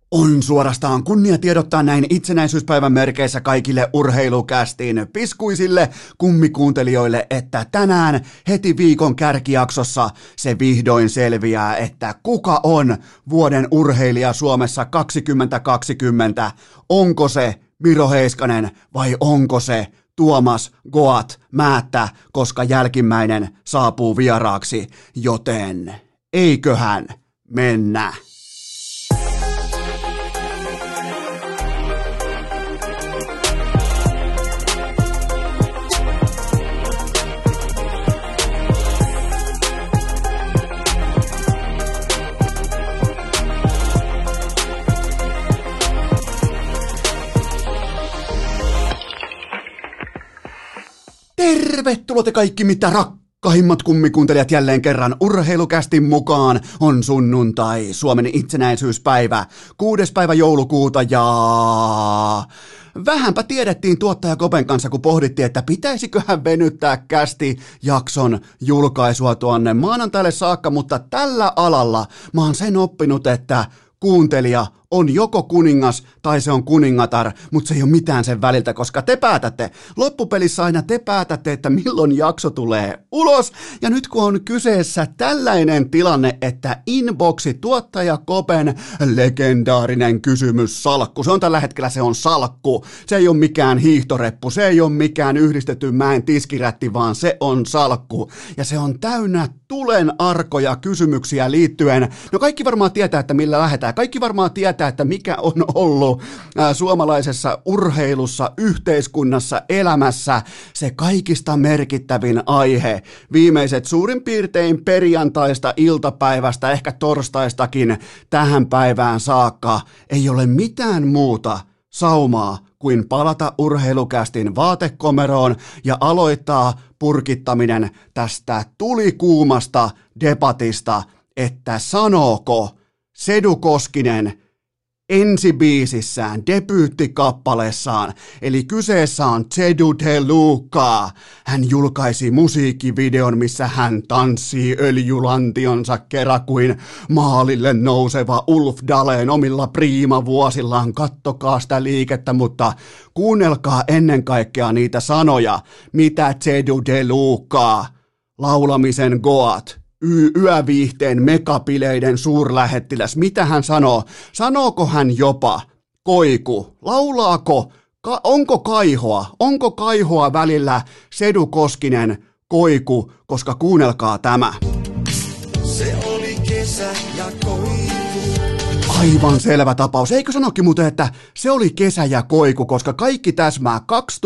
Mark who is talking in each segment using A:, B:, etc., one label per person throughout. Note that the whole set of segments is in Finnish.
A: On suorastaan kunnia tiedottaa näin itsenäisyyspäivän merkeissä kaikille urheilukästin piskuisille kummikuuntelijoille, että tänään heti viikon kärkijaksossa se vihdoin selviää, että kuka on vuoden urheilija Suomessa 2020. Onko se Miro Heiskanen vai onko se Tuomas Goat Määttä, koska jälkimmäinen saapuu vieraaksi, joten eiköhän mennä. Tervetuloa te kaikki mitä rakkahimmat kummikuuntelijat jälleen kerran urheilukästin mukaan. On sunnuntai, Suomen itsenäisyyspäivä, 6. päivä joulukuuta ja vähänpä tiedettiin tuottaja Kopen kanssa, kun pohdittiin, että pitäisiköhän venyttää kästi-jakson julkaisua tuonne maanantaille saakka, mutta tällä alalla mä oon sen oppinut, että kuuntelija on joko kuningas tai se on kuningatar, mutta se ei ole mitään sen väliltä, koska te päätätte. Loppupelissä aina te päätätte, että milloin jakso tulee ulos. Ja nyt kun on kyseessä tällainen tilanne, että inboxi tuottaja Kopen legendaarinen kysymyssalkku. Se on tällä hetkellä, se on salkku. Se ei ole mikään hiihtoreppu, se ei ole mikään yhdistetty mäen tiskirätti, vaan se on salkku. Ja se on täynnä tulen arkoja kysymyksiä liittyen. No kaikki varmaan tietää, että millä lähdetään. Kaikki varmaan tietää, että mikä on ollut suomalaisessa urheilussa, yhteiskunnassa, elämässä se kaikista merkittävin aihe. Viimeiset suurin piirtein perjantaista, iltapäivästä, ehkä torstaistakin tähän päivään saakka ei ole mitään muuta saumaa kuin palata urheilukästin vaatekomeroon ja aloittaa purkittaminen tästä tulikuumasta debatista, että sanooko Sedu Koskinen ensibiisissään, debyyttikappaleessaan, eli kyseessä on Sedu de Luca. Hän julkaisi musiikkivideon, missä hän tanssii öljylantionsa kera kuin maalille nouseva Ulf Dahlén omilla priimavuosillaan. Kattokaa sitä liikettä, mutta kuunnelkaa ennen kaikkea niitä sanoja, mitä Sedu de Luca, laulamisen Goat, yöviihteen megabileiden suurlähettiläs, mitä hän sanoo? Sanooko hän jopa koiku? Laulaako? Onko kaihoa välillä Sedu Koskinen koiku? Koska kuunnelkaa tämä.
B: Se oli kesä ja koiku.
A: Aivan selvä tapaus. Eikö sanokin muuten, että se oli kesä ja koiku, koska kaikki täsmää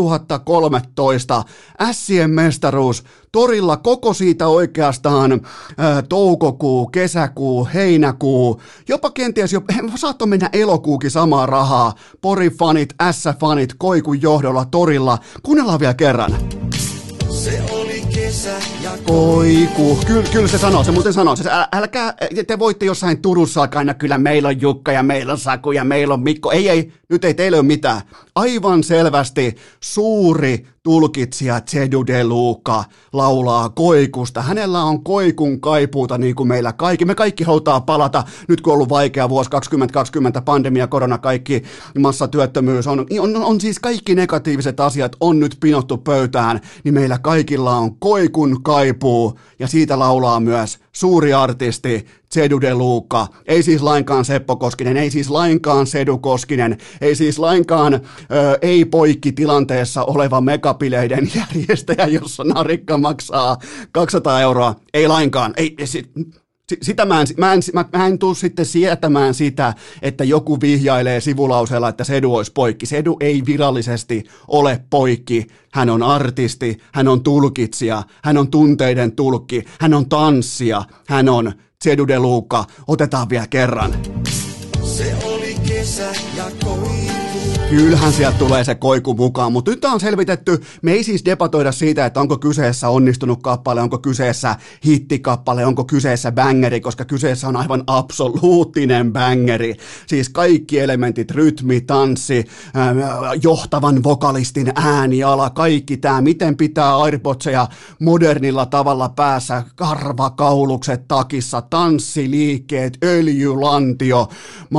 A: 2013 Ässien mestaruus torilla koko siitä oikeastaan toukokuu, kesäkuu, heinäkuu, jopa kenties saattoi mennä elokuukin samaa rahaa. Pori-fanit, S-fanit, koikun johdolla torilla. Kuunnellaan vielä kerran.
B: Se oli kesä ja
A: koiku. Kyllä se sanoo, se muuten sanoo. Älkää, te voitte jossain Turussa alkaa aina, kyllä meillä on Jukka ja meillä on Saku ja meillä on Mikko. Ei, nyt ei teille ole mitään. Aivan selvästi suuri tulkitsija Sedu de Luca laulaa koikusta. Hänellä on koikun kaipuuta niin kuin meillä kaikki. Me kaikki halutaan palata, nyt kun on ollut vaikea vuosi 2020, pandemia, korona, kaikki massatyöttömyys, on siis kaikki negatiiviset asiat on nyt pinottu pöytään, niin meillä kaikilla on koikun kaipuu ja siitä laulaa myös suuri artisti Sedu de Luca. Ei siis lainkaan Seppo Koskinen, ei siis lainkaan Sedu Koskinen, ei siis lainkaan ei poikki tilanteessa oleva megabileiden järjestäjä, jossa narikka maksaa 200 €. Ei lainkaan. Sitä mä en tule sitten sietämään sitä, että joku vihjailee sivulauseella, että Sedu olisi poikki. Sedu ei virallisesti ole poikki. Hän on artisti, hän on tulkitsija, hän on tunteiden tulkki, hän on tanssija, hän on Sedu de Luca. Otetaan vielä kerran.
B: se oli kesä ja koiku.
A: Kyllähän sieltä tulee se koiku mukaan, mutta nyt on selvitetty, me ei siis debatoida siitä, että onko kyseessä onnistunut kappale, onko kyseessä hittikappale, onko kyseessä bängeri, koska kyseessä on aivan absoluuttinen bängeri. Siis kaikki elementit, rytmi, tanssi, johtavan vokalistin ääniala, kaikki tämä, miten pitää airpodseja modernilla tavalla päässä, karvakaulukset takissa, tanssiliikkeet, öljylantio, mä oon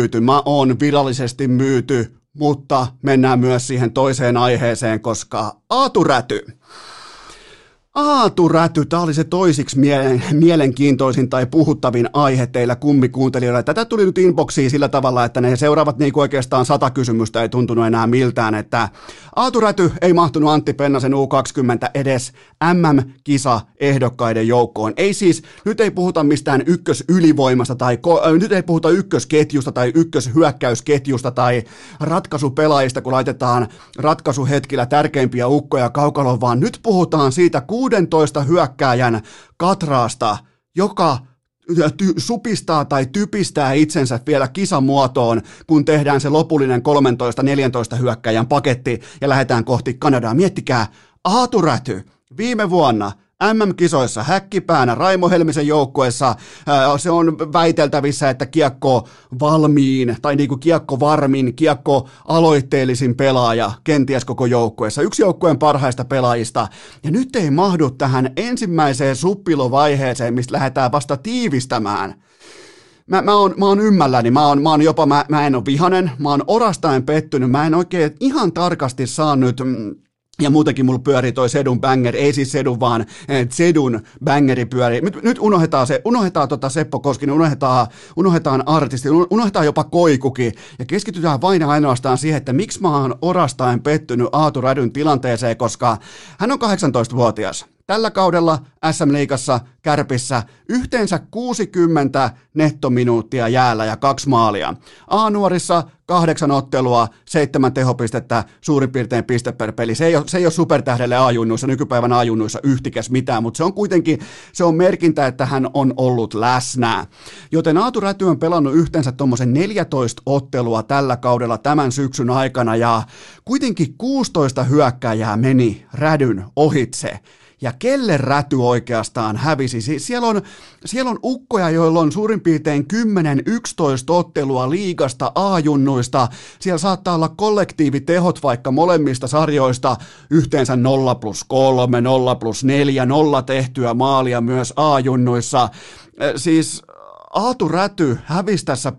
A: myyty, mä oon virallisesti myyty, mutta mennään myös siihen toiseen aiheeseen, koska Aatu Räty. Aatu-räty, tämä oli se toisiksi mielenkiintoisin tai puhuttavin aihe teillä kummikuuntelijoilla. Tätä tuli nyt inboxiin sillä tavalla, että ne seuraavat niin oikeastaan 100 kysymystä ei tuntunut enää miltään, että Aatu-räty ei mahtunut Antti Pennasen U20 edes MM-kisa-ehdokkaiden joukkoon. Ei siis, nyt ei puhuta mistään ykkösylivoimasta tai nyt ei puhuta ykkösketjusta tai ykköshyökkäysketjusta tai ratkaisupelaajista, kun laitetaan ratkaisuhetkillä tärkeimpiä ukkoja kaukaloon, vaan nyt puhutaan siitä 16 hyökkääjän katraasta, joka supistaa tai typistää itsensä vielä kisamuotoon, kun tehdään se lopullinen 13-14 hyökkääjän paketti ja lähdetään kohti Kanadaa. Miettikää, Aatu Räty viime vuonna MM-kisoissa häkkipäänä Raimo Helmisen joukkueessa se on väiteltävissä, että kiekko valmiin tai niin kuin kiekko varmin, kiekko aloitteellisin pelaaja kenties koko joukkueessa. Yksi joukkueen parhaista pelaajista. Ja nyt ei mahdu tähän ensimmäiseen suppilovaiheeseen, mistä lähdetään vasta tiivistämään. Mä oon ymmälläni, mä en ole vihanen, mä oon orastaen pettynyt, mä en oikein ihan tarkasti saa nyt. Ja muutenkin mulla pyörii toi Sedun banger, ei siis Sedun vaan Sedun bangeri pyörii. Nyt unohdetaan Seppo Koskinen, unohdetaan artisti, unohdetaan jopa Koikukin ja keskitytään vain ja ainoastaan siihen, että miksi mä oon orastaen pettynyt Aatu Rädyn tilanteeseen, koska hän on 18-vuotias. Tällä kaudella SM-liigassa Kärpissä yhteensä 60 nettominuuttia jäällä ja 2 maalia. A-nuorissa 8 ottelua, 7 tehopistettä, suurin piirtein piste per peli. Se ei ole supertähdelle A-junnuissa, nykypäivän A-junnuissa yhtikäs mitään, mutta se on kuitenkin se on merkintä, että hän on ollut läsnä. Joten Aatu Räty on pelannut yhteensä tuommoisen 14 ottelua tällä kaudella tämän syksyn aikana ja kuitenkin 16 hyökkääjää meni Rädyn ohitse. Ja kelle Räty oikeastaan hävisi? Siellä on ukkoja, joilla on suurin piirtein 10-11 ottelua liigasta A-junnuista. Siellä saattaa olla kollektiivitehot vaikka molemmista sarjoista yhteensä 0+3, 0+4, 0 tehtyä maalia myös A-junnuissa. Siis Aatu Räty hävisi tässä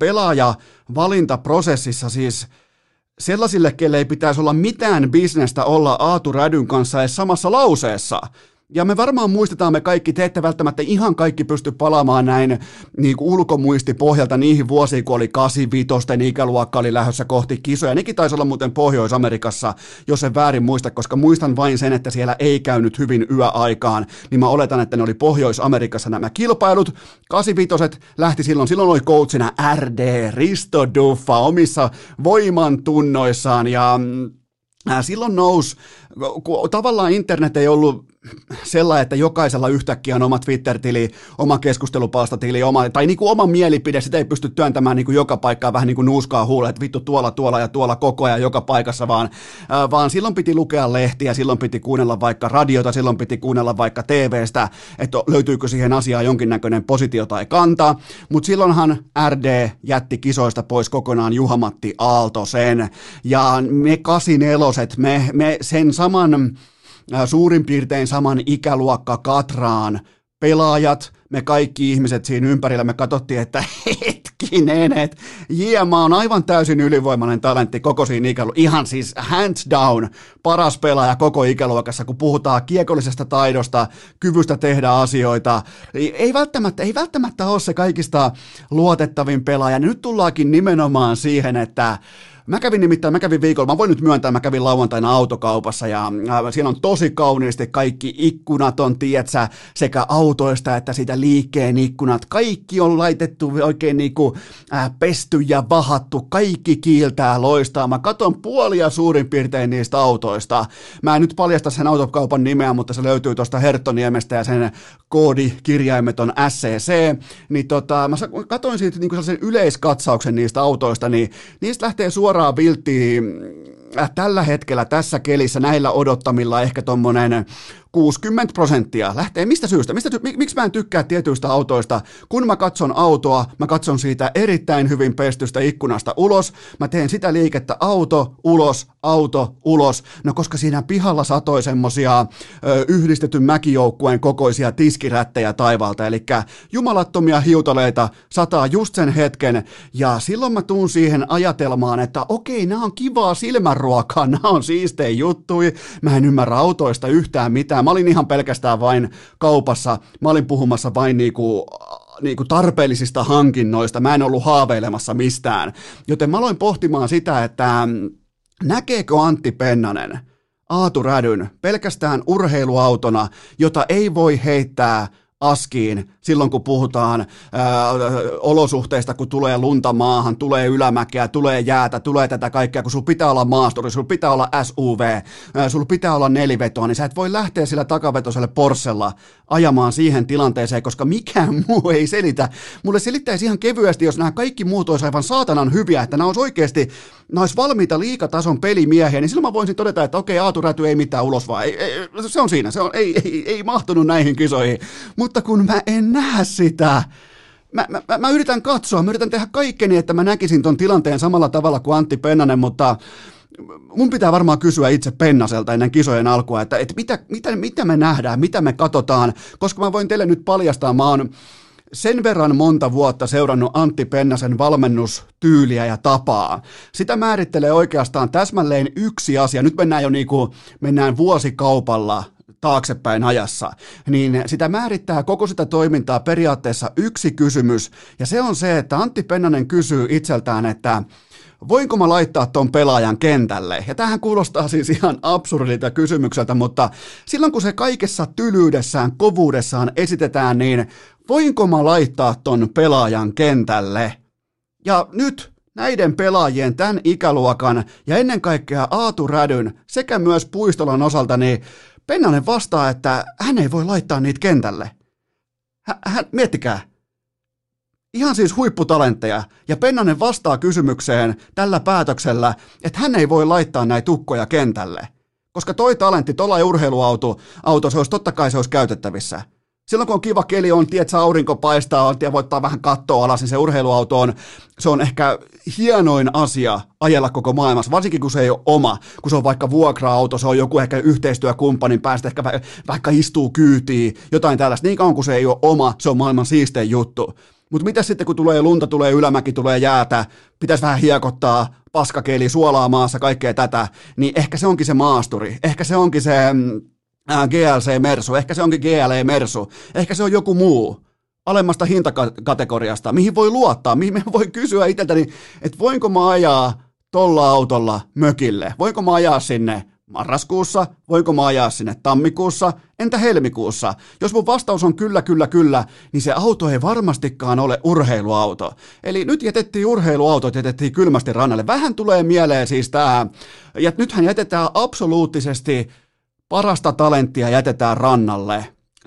A: pelaajavalintaprosessissa siis sellaisille, kelle ei pitäisi olla mitään bisnestä olla Aatu Rädyn kanssa edes samassa lauseessa. Ja me varmaan muistetaan me kaikki, te ette välttämättä ihan kaikki pysty palaamaan näin niin kuin ulkomuistipohjalta niihin vuosiin, kun oli 85 ikäluokka oli lähdössä kohti kisoja. Nekin taisi olla muuten Pohjois-Amerikassa, jos en väärin muista, koska muistan vain sen, että siellä ei käynyt hyvin yöaikaan, niin mä oletan, että ne oli Pohjois-Amerikassa nämä kilpailut. 85 lähti silloin oli coachina RD, Risto Duffa omissa voimantunnoissaan ja silloin nousi, kun tavallaan internet ei ollut sellainen, että jokaisella yhtäkkiä on oma Twitter-tili, oma keskustelupalstatili, tai niin kuin oma mielipide, sitä ei pysty työntämään niin kuin joka paikkaan vähän niin kuin nuuskaa huuleen, että vittu tuolla ja tuolla koko ajan joka paikassa, vaan silloin piti lukea lehtiä, silloin piti kuunnella vaikka radiota, silloin piti kuunnella vaikka TVstä, että löytyykö siihen asiaan jonkinnäköinen positio tai kanta, mutta silloinhan RD jätti kisoista pois kokonaan Juha-Matti Aaltosen, ja me 84, me sen saman suurin piirtein saman ikäluokka Katraan pelaajat, me kaikki ihmiset siinä ympärillä, me katsottiin, että hetkinen, että mä on aivan täysin ylivoimainen talentti koko siinä ikäluokassa, ihan siis hands down paras pelaaja koko ikäluokassa, kun puhutaan kiekollisesta taidosta, kyvystä tehdä asioita, ei välttämättä ole se kaikista luotettavin pelaaja, nyt tullaankin nimenomaan siihen, että Mä kävin viikolla, mä voin nyt myöntää, mä kävin lauantaina autokaupassa ja siellä on tosi kauniisti kaikki ikkunat on, tietsä, sekä autoista että siitä liikkeen ikkunat. Kaikki on laitettu oikein niinku pesty ja vahattu, kaikki kiiltää loistaa. Mä katon puolia suurin piirtein niistä autoista. Mä en nyt paljasta sen autokaupan nimeä, mutta se löytyy tuosta Herttoniemestä ja sen koodikirjaimet on SCC. Niin mä katoin siitä niinku sellaisen yleiskatsauksen niistä autoista, niin niistä lähtee suoraan vilttiin tällä hetkellä, tässä kelissä, näillä odottamilla ehkä tommonen 60% lähtee mistä syystä? Miksi mä en tykkää tietyistä autoista? Kun mä katson autoa, mä katson siitä erittäin hyvin pestystä ikkunasta ulos. Mä teen sitä liikettä auto, ulos. No koska siinä pihalla satoi semmosia yhdistetyn mäkijoukkueen kokoisia tiskirättejä taivaalta. Eli jumalattomia hiutaleita sataa just sen hetken. Ja silloin mä tuun siihen ajatelmaan, että okei, nämä on kivaa silmänruokaa, nämä on siistejä juttui. Mä en ymmärrä autoista yhtään mitään. Mä olin ihan pelkästään vain kaupassa. Mä olin puhumassa vain niinku tarpeellisista hankinnoista. Mä en ollut haaveilemassa mistään. Joten mä aloin pohtimaan sitä, että näkeekö Antti Pennanen Aatu Rädyn pelkästään urheiluautona, jota ei voi heittää askiin silloin, kun puhutaan olosuhteista, kun tulee lunta maahan, tulee ylämäkeä, tulee jäätä, tulee tätä kaikkea, kun sulla pitää olla maasturi, sulla pitää olla SUV, sulla pitää olla nelivetoa, niin sä et voi lähteä sillä takavetoiselle Porschella ajamaan siihen tilanteeseen, koska mikään muu ei selitä. Mulle selittäisi ihan kevyesti, jos nämä kaikki muut olisi aivan saatanan hyviä, että nämä olisi valmiita liigatason pelimiehiä, niin silloin mä voisin todeta, että okei, Aatu Räty ei mitään ulos vaan, se on siinä, ei mahtunut näihin kisoihin, mutta kun mä en näe sitä. Mä yritän katsoa, mä yritän tehdä kaikkeni, että mä näkisin ton tilanteen samalla tavalla kuin Antti Pennanen, mutta mun pitää varmaan kysyä itse Pennaselta ennen kisojen alkua, että mitä me nähdään, mitä me katsotaan, koska mä voin teille nyt paljastaa, mä oon sen verran monta vuotta seurannut Antti Pennasen valmennustyyliä ja tapaa. Sitä määrittelee oikeastaan täsmälleen yksi asia. Nyt mennään vuosikaupalla taaksepäin ajassa, niin sitä määrittää koko sitä toimintaa periaatteessa yksi kysymys, ja se on se, että Antti Pennanen kysyy itseltään, että voinko mä laittaa ton pelaajan kentälle? Ja tämähän kuulostaa siis ihan absurdilta kysymykseltä, mutta silloin kun se kaikessa tylyydessään, kovuudessaan esitetään, niin voinko mä laittaa ton pelaajan kentälle? Ja nyt näiden pelaajien, tämän ikäluokan ja ennen kaikkea Aatu Rädyn sekä myös Puistolan osalta, niin Pennanen vastaa, että hän ei voi laittaa niitä kentälle. Miettikää. Ihan siis huipputalentteja. Ja Pennanen vastaa kysymykseen tällä päätöksellä, että hän ei voi laittaa näitä tukkoja kentälle. Koska toi talentti, tuolla urheiluauto, se olisi totta kai se olisi käytettävissä. Silloin kun on kiva keli, tiedätkö, aurinko paistaa, ja voittaa vähän kattoa alas, niin se urheiluauto se on ehkä hienoin asia ajella koko maailmassa, varsinkin kun se ei ole oma, kun se on vaikka vuokra-auto, se on joku ehkä yhteistyökumppanin päästä, ehkä vaikka istuu kyytiin, jotain tällaista. Niin kauan kun se ei ole oma, se on maailman siistein juttu. Mutta mitä sitten, kun tulee lunta, tulee ylämäki, tulee jäätä, pitäisi vähän hiekottaa, paskakeli, suolaa maassa, kaikkea tätä, niin ehkä se onkin se maasturi, ehkä se onkin se GLC-mersu, ehkä se onkin GLE-mersu, ehkä se on joku muu alemmasta hintakategoriasta, mihin voi luottaa, mihin me voi kysyä itseltäni, että voinko mä ajaa tolla autolla mökille, voinko mä ajaa sinne marraskuussa, voinko mä ajaa sinne tammikuussa, entä helmikuussa? Jos mun vastaus on kyllä, niin se auto ei varmastikaan ole urheiluauto. Eli nyt jätettiin urheiluautot, jätettiin kylmästi rannalle. Vähän tulee mieleen siis tää, ja nythän jätetään absoluuttisesti parasta talenttia jätetään rannalle.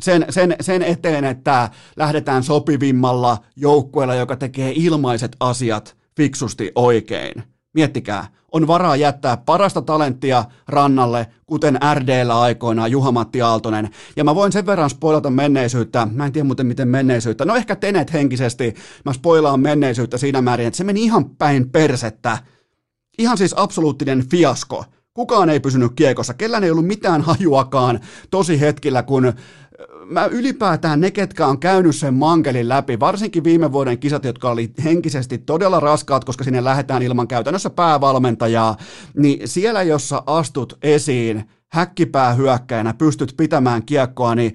A: Sen eteen, että lähdetään sopivimmalla joukkueella, joka tekee ilmaiset asiat fiksusti oikein. Miettikää, on varaa jättää parasta talenttia rannalle, kuten RD:llä aikoinaan Juha-Matti Aaltonen. Ja mä voin sen verran spoilata menneisyyttä, mä en tiedä muuten miten menneisyyttä, no ehkä Tenet henkisesti, mä spoilaan menneisyyttä siinä määrin, että se meni ihan päin persettä. Ihan siis absoluuttinen fiasko. Kukaan ei pysynyt kiekossa, kellään ei ollut mitään hajuakaan tosi hetkillä, kun mä ylipäätään ne, ketkä on käynyt sen mankelin läpi, varsinkin viime vuoden kisat, jotka oli henkisesti todella raskaat, koska sinne lähdetään ilman käytännössä päävalmentajaa, niin siellä, jossa astut esiin häkkipäähyökkäjänä, pystyt pitämään kiekkoa, niin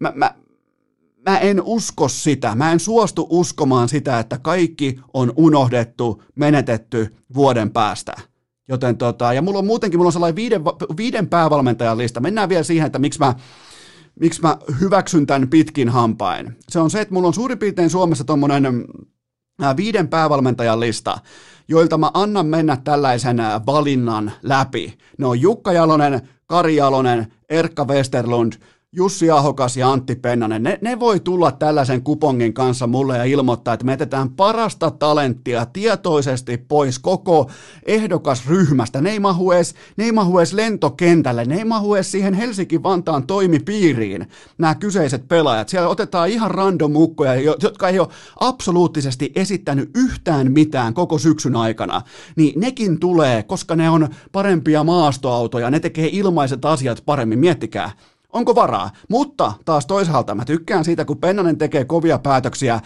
A: mä en usko sitä, mä en suostu uskomaan sitä, että kaikki on unohdettu, menetetty vuoden päästä. Joten ja mulla on sellainen viiden päävalmentajan lista. Mennään vielä siihen, että miksi mä hyväksyn tämän pitkin hampain. Se on se, että mulla on suurin piirtein Suomessa tommonen 5 päävalmentajan lista, joilta mä annan mennä tällaisen valinnan läpi. Ne on Jukka Jalonen, Kari Jalonen, Erkka Westerlund, Jussi Ahokas ja Antti Pennanen, ne voi tulla tällaisen kupongin kanssa mulle ja ilmoittaa, että me jätetään parasta talenttia tietoisesti pois koko ehdokasryhmästä. Ne ei mahu edes lentokentälle, ne ei mahu edes siihen Helsinki-Vantaan toimipiiriin, nämä kyseiset pelaajat. Siellä otetaan ihan random mukkoja, jotka ei ole absoluuttisesti esittänyt yhtään mitään koko syksyn aikana. Niin nekin tulee, koska ne on parempia maastoautoja, ne tekee ilmaiset asiat paremmin, miettikää. Onko varaa? Mutta taas toisaalta mä tykkään siitä, kun Pennanen tekee kovia päätöksiä,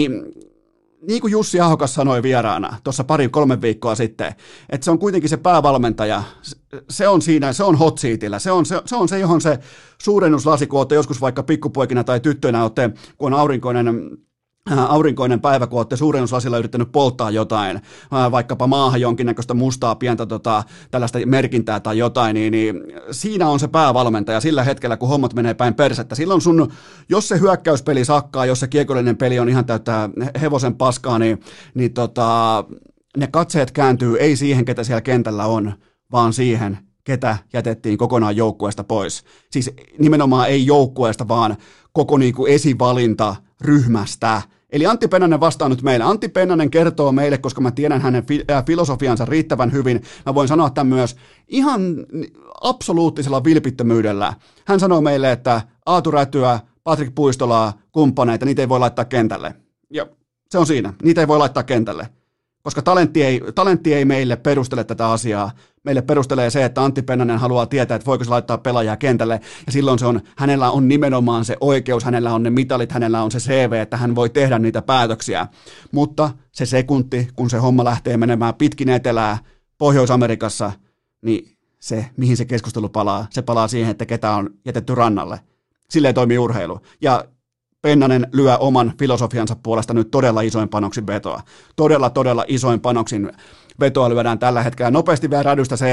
A: niin kuin Jussi Ahokas sanoi vieraana tuossa 2-3 viikkoa sitten, että se on kuitenkin se päävalmentaja, se on siinä, se on hot seatillä, se on se, johon se suurennuslasi, kun olette joskus vaikka pikkupoikina tai tyttöinä, kun on aurinkoinen päivä, kun olette suurennuslasilla yrittänyt polttaa jotain, vaikkapa maahan jonkinnäköistä mustaa pientä tällaista merkintää tai jotain, niin siinä on se päävalmentaja sillä hetkellä, kun hommat menee päin persettä. Silloin jos se hyökkäyspeli sakkaa, jos se kiekollinen peli on ihan täyttää hevosen paskaa, niin ne katseet kääntyy ei siihen, ketä siellä kentällä on, vaan siihen, ketä jätettiin kokonaan joukkueesta pois. Siis nimenomaan ei joukkueesta, vaan koko niinku esivalinta ryhmästä. Eli Antti Pennanen vastaa nyt meille. Antti Pennanen kertoo meille, koska mä tiedän hänen filosofiansa riittävän hyvin. Mä voin sanoa tämän myös ihan absoluuttisella vilpittömyydellä. Hän sanoo meille, että Aatu Rätyä, Patrik Puistolaa, kumppaneita, niitä ei voi laittaa kentälle. Ja se on siinä. Niitä ei voi laittaa kentälle. Koska talentti ei meille perustele tätä asiaa. Meille perustelee se, että Antti Pennanen haluaa tietää, että voiko se laittaa pelaajaa kentälle, ja silloin hänellä on nimenomaan se oikeus, hänellä on ne mitalit, hänellä on se CV, että hän voi tehdä niitä päätöksiä. Mutta se sekunti, kun se homma lähtee menemään pitkin etelää Pohjois-Amerikassa, niin se, mihin se keskustelu palaa, se palaa siihen, että ketä on jätetty rannalle. Silleen toimii urheilu. Ja Pennanen lyö oman filosofiansa puolesta nyt todella isoin panoksin vetoa. Todella isoin panoksin vetoa lyödään tällä hetkellä. Nopeasti vielä Rädystä se,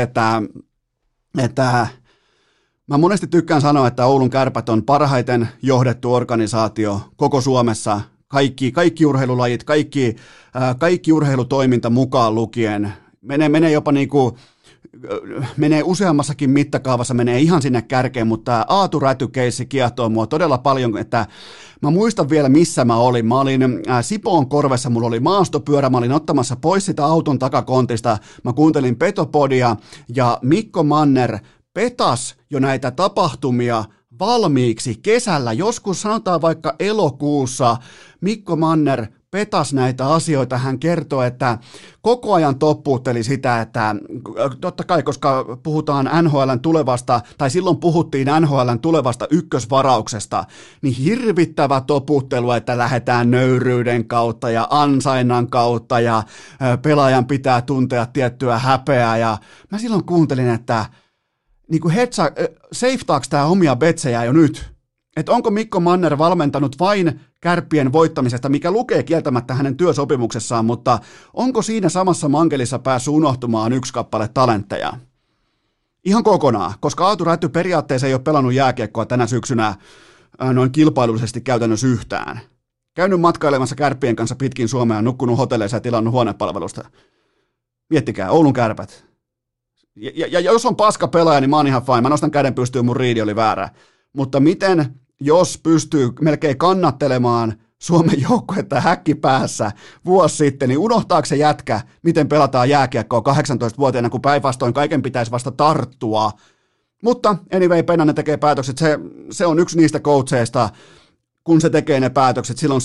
A: että mä monesti tykkään sanoa, että Oulun Kärpät on parhaiten johdettu organisaatio koko Suomessa. Kaikki urheilulajit, kaikki urheilutoiminta mukaan lukien. Menee jopa niinku menee useammassakin mittakaavassa, menee ihan sinne kärkeen, mutta tämä Aatu Räty-keissi kiehtoo mua todella paljon, että mä muistan vielä, missä mä olin. Mä olin Sipoon korvessa, mulla oli maastopyörä, mä olin ottamassa pois sitä auton takakontista, mä kuuntelin Petopodia, ja Mikko Manner petas jo näitä tapahtumia valmiiksi kesällä, joskus sanotaan vaikka elokuussa. Mikko Manner petas näitä asioita, hän kertoi, että koko ajan toppuutteli sitä, että totta kai, koska puhutaan NHL:n tulevasta, tai silloin puhuttiin NHL:n tulevasta ykkösvarauksesta, niin hirvittävä toputtelu, että lähdetään nöyryyden kautta ja ansainnan kautta, ja pelaajan pitää tuntea tiettyä häpeää, ja mä silloin kuuntelin, että niin kuin seiftaaks tää omia betsejä jo nyt? Että onko Mikko Manner valmentanut vain Kärppien voittamisesta, mikä lukee kieltämättä hänen työsopimuksessaan, mutta onko siinä samassa mankelissa päässyt unohtumaan yksi kappale talentteja? Ihan kokonaan, koska Aatu Räty periaatteessa ei ole pelannut jääkiekkoa tänä syksynä noin kilpailullisesti käytännössä yhtään. Käynyt matkailemassa Kärppien kanssa pitkin Suomea, nukkunut hotelleissa ja tilannut huonepalvelusta. Miettikää, Oulun Kärpät. Ja jos on paska pelaaja, niin mä oon ihan fine. Mä nostan käden pystyyn, mun riidi oli väärä. Mutta miten, jos pystyy melkein kannattelemaan Suomen joukkuetta häkki päässä vuosi sitten, niin unohtaako se jätkä, miten pelataan jääkiekkoa 18-vuotiaana, kun päinvastoin kaiken pitäisi vasta tarttua. Mutta anyway, Pennanen tekee päätökset. Se on yksi niistä coacheista, kun se tekee ne päätökset, silloin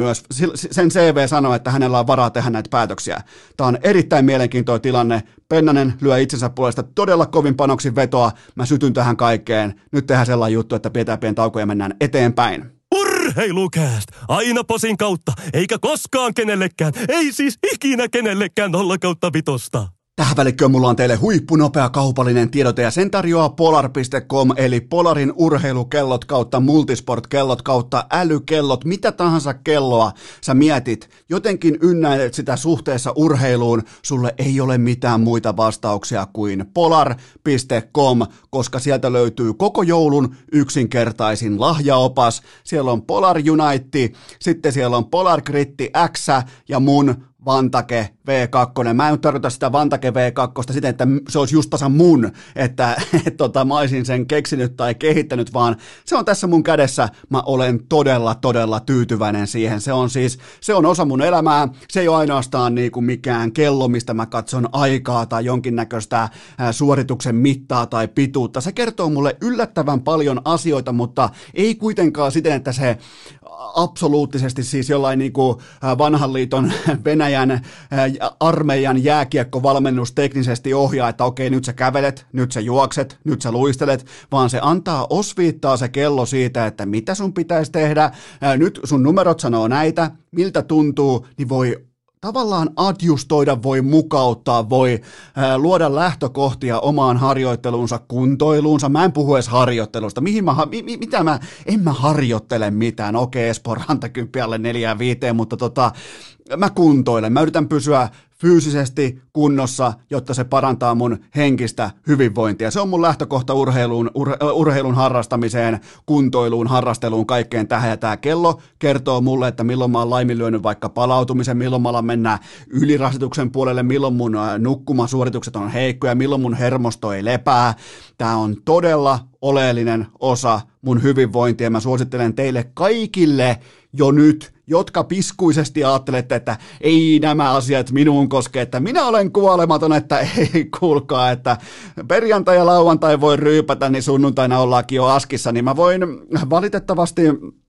A: sen CV sanoo, että hänellä on varaa tehdä näitä päätöksiä. Tämä on erittäin mielenkiintoinen tilanne. Pennanen lyö itsensä puolesta todella kovin panoksin vetoa. Mä sytyn tähän kaikkeen. Nyt tehdään sellainen juttu, että pidetään pieni tauko ja mennään eteenpäin.
C: Urheilukääst! Aina posin kautta, eikä koskaan kenellekään. Ei siis ikinä kenellekään 0/5.
A: Tähän välikköön mulla on teille huippunopea kaupallinen tiedote ja sen tarjoaa Polar.com eli Polarin urheilukellot kautta multisport-kellot kautta älykellot, mitä tahansa kelloa sä mietit, jotenkin ynnäilet sitä suhteessa urheiluun, sulle ei ole mitään muita vastauksia kuin Polar.com, koska sieltä löytyy koko joulun yksinkertaisin lahjaopas, siellä on Polar Unite, sitten siellä on Polar Gritti X ja mun Vantake V2. Mä en nyt tarkoita sitä Vantake V2 siten, että se olisi just tasan mun, että mä olisin sen keksinyt tai kehittänyt, vaan se on tässä mun kädessä. Mä olen todella tyytyväinen siihen. Se on osa mun elämää. Se ei ole ainoastaan niinku mikään kello, mistä mä katson aikaa tai jonkinnäköistä suorituksen mittaa tai pituutta. Se kertoo mulle yllättävän paljon asioita, mutta ei kuitenkaan siten, että se absoluuttisesti siis jollain niinku vanhan liiton Venäjän armeijan jääkiekkovalmennus teknisesti ohjaa, että okei, nyt sä kävelet, nyt sä juokset, nyt sä luistelet, vaan se antaa osviittaa se kello siitä, että mitä sun pitäisi tehdä, nyt sun numerot sanoo näitä, miltä tuntuu, niin voi tavallaan adjustoida, voi mukauttaa, voi luoda lähtökohtia omaan harjoitteluunsa, kuntoiluunsa. Mä en puhu edes harjoittelusta. En mä harjoittele mitään. Okei, Espoon rantakymppi alle 4-5, mutta mä kuntoilen. Mä yritän pysyä fyysisesti kunnossa, jotta se parantaa mun henkistä hyvinvointia. Se on mun lähtökohta urheilun harrastamiseen, kuntoiluun, harrasteluun, kaikkeen tähän. Ja tää kello kertoo mulle, että milloin mä oon laiminlyönyt vaikka palautumisen, milloin mä alan mennä ylirasituksen puolelle, milloin mun nukkumasuoritukset on heikkoja, milloin mun hermosto ei lepää. Tää on todella oleellinen osa mun hyvinvointia. Mä suosittelen teille kaikille jo nyt, jotka piskuisesti ajattelette, että ei nämä asiat minuun koske, että minä olen kuolematon, että ei kuulkaa, että perjantai ja lauantai voi ryypätä, niin sunnuntaina ollaankin jo askissa, niin mä voin valitettavasti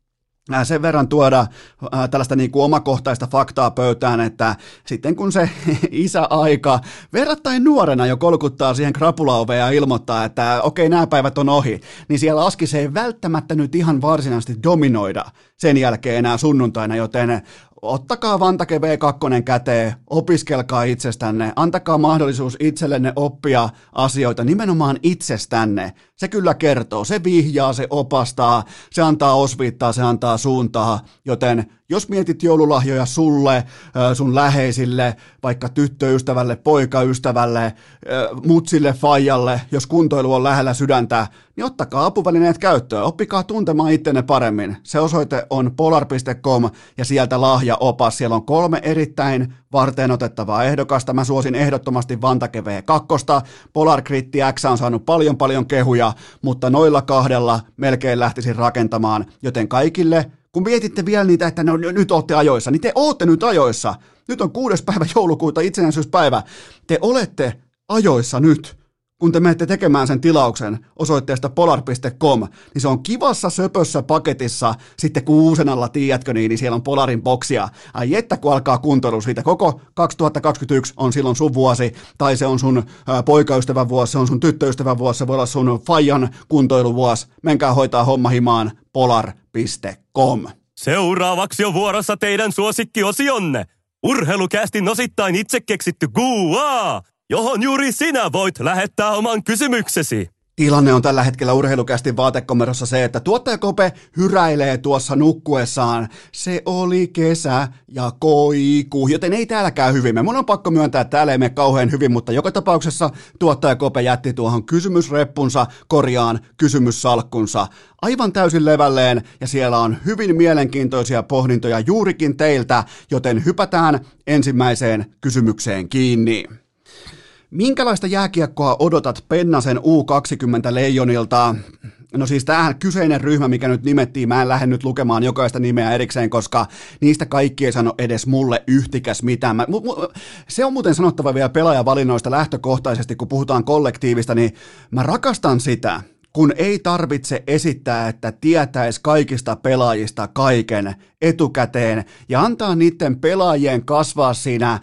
A: sen verran tuoda tällaista niin kuin omakohtaista faktaa pöytään, että sitten kun se isäaika verrattain nuorena jo kolkuttaa siihen krapulaoveen ja ilmoittaa, että okei, nämä päivät on ohi, niin siellä askissa ei välttämättä nyt ihan varsinaisesti dominoida sen jälkeen enää sunnuntaina, joten ottakaa Vantake V2 käteen, opiskelkaa itsestänne, antakaa mahdollisuus itsellenne oppia asioita nimenomaan itsestänne. Se kyllä kertoo, se vihjaa, se opastaa, se antaa osviittaa, se antaa suuntaa, joten jos mietit joululahjoja sulle, sun läheisille, vaikka tyttöystävälle, poikaystävälle, mutsille, faijalle, jos kuntoilu on lähellä sydäntä, niin ottakaa apuvälineet käyttöön, oppikaa tuntemaan ittenne paremmin. Se osoite on polar.com ja sieltä lahjaopas. Siellä on 3 erittäin varteenotettavaa ehdokasta. Mä suosin ehdottomasti Vantake V2. Polar Grit X on saanut paljon kehuja, mutta noilla 2 melkein lähtisin rakentamaan, joten kaikille, kun mietitte vielä niitä, että no, nyt olette ajoissa, niin te olette nyt ajoissa. Nyt on 6. päivä joulukuuta, itsenäisyyspäivä. Te olette ajoissa nyt, kun te menette tekemään sen tilauksen osoitteesta polar.com, niin se on kivassa söpössä paketissa sitten kun uusenalla, tiedätkö niin siellä on Polarin boksia. Ai että kun alkaa kuntoilu siitä, koko 2021 on silloin sun vuosi, tai se on sun poikaystävän vuosi, se on sun tyttöystävän vuosi, se voi olla sun faijan kuntoiluvuosi. Menkää hoitaa homma himaan polar.com.
C: Seuraavaksi on vuorossa teidän suosikkiosionne. Urheilukästin osittain itse keksitty Q&A, johon juuri sinä voit lähettää oman kysymyksesi.
A: Tilanne on tällä hetkellä Urheilukästin vaatekomerossa se, että tuottaja Kope hyräilee tuossa nukkuessaan. Se oli kesä ja koiku, joten ei täälläkään hyvin. Mun on pakko myöntää, että täällä ei mene kauhean hyvin, mutta joka tapauksessa tuottaja Kope jätti tuohon kysymysreppunsa, kysymyssalkkunsa aivan täysin levälleen, ja siellä on hyvin mielenkiintoisia pohdintoja juurikin teiltä, joten hypätään ensimmäiseen kysymykseen kiinni. Minkälaista jääkiekkoa odotat Pennasen U20 Leijonilta? No siis tämähän kyseinen ryhmä, mikä nyt nimettiin, mä en lähde nyt lukemaan jokaista nimeä erikseen, koska niistä kaikki ei sano edes mulle yhtikäs mitään. Se on muuten sanottava vielä pelaajavalinnoista lähtökohtaisesti, kun puhutaan kollektiivista, niin mä rakastan sitä, kun ei tarvitse esittää, että tietäisi kaikista pelaajista kaiken etukäteen ja antaa niiden pelaajien kasvaa siinä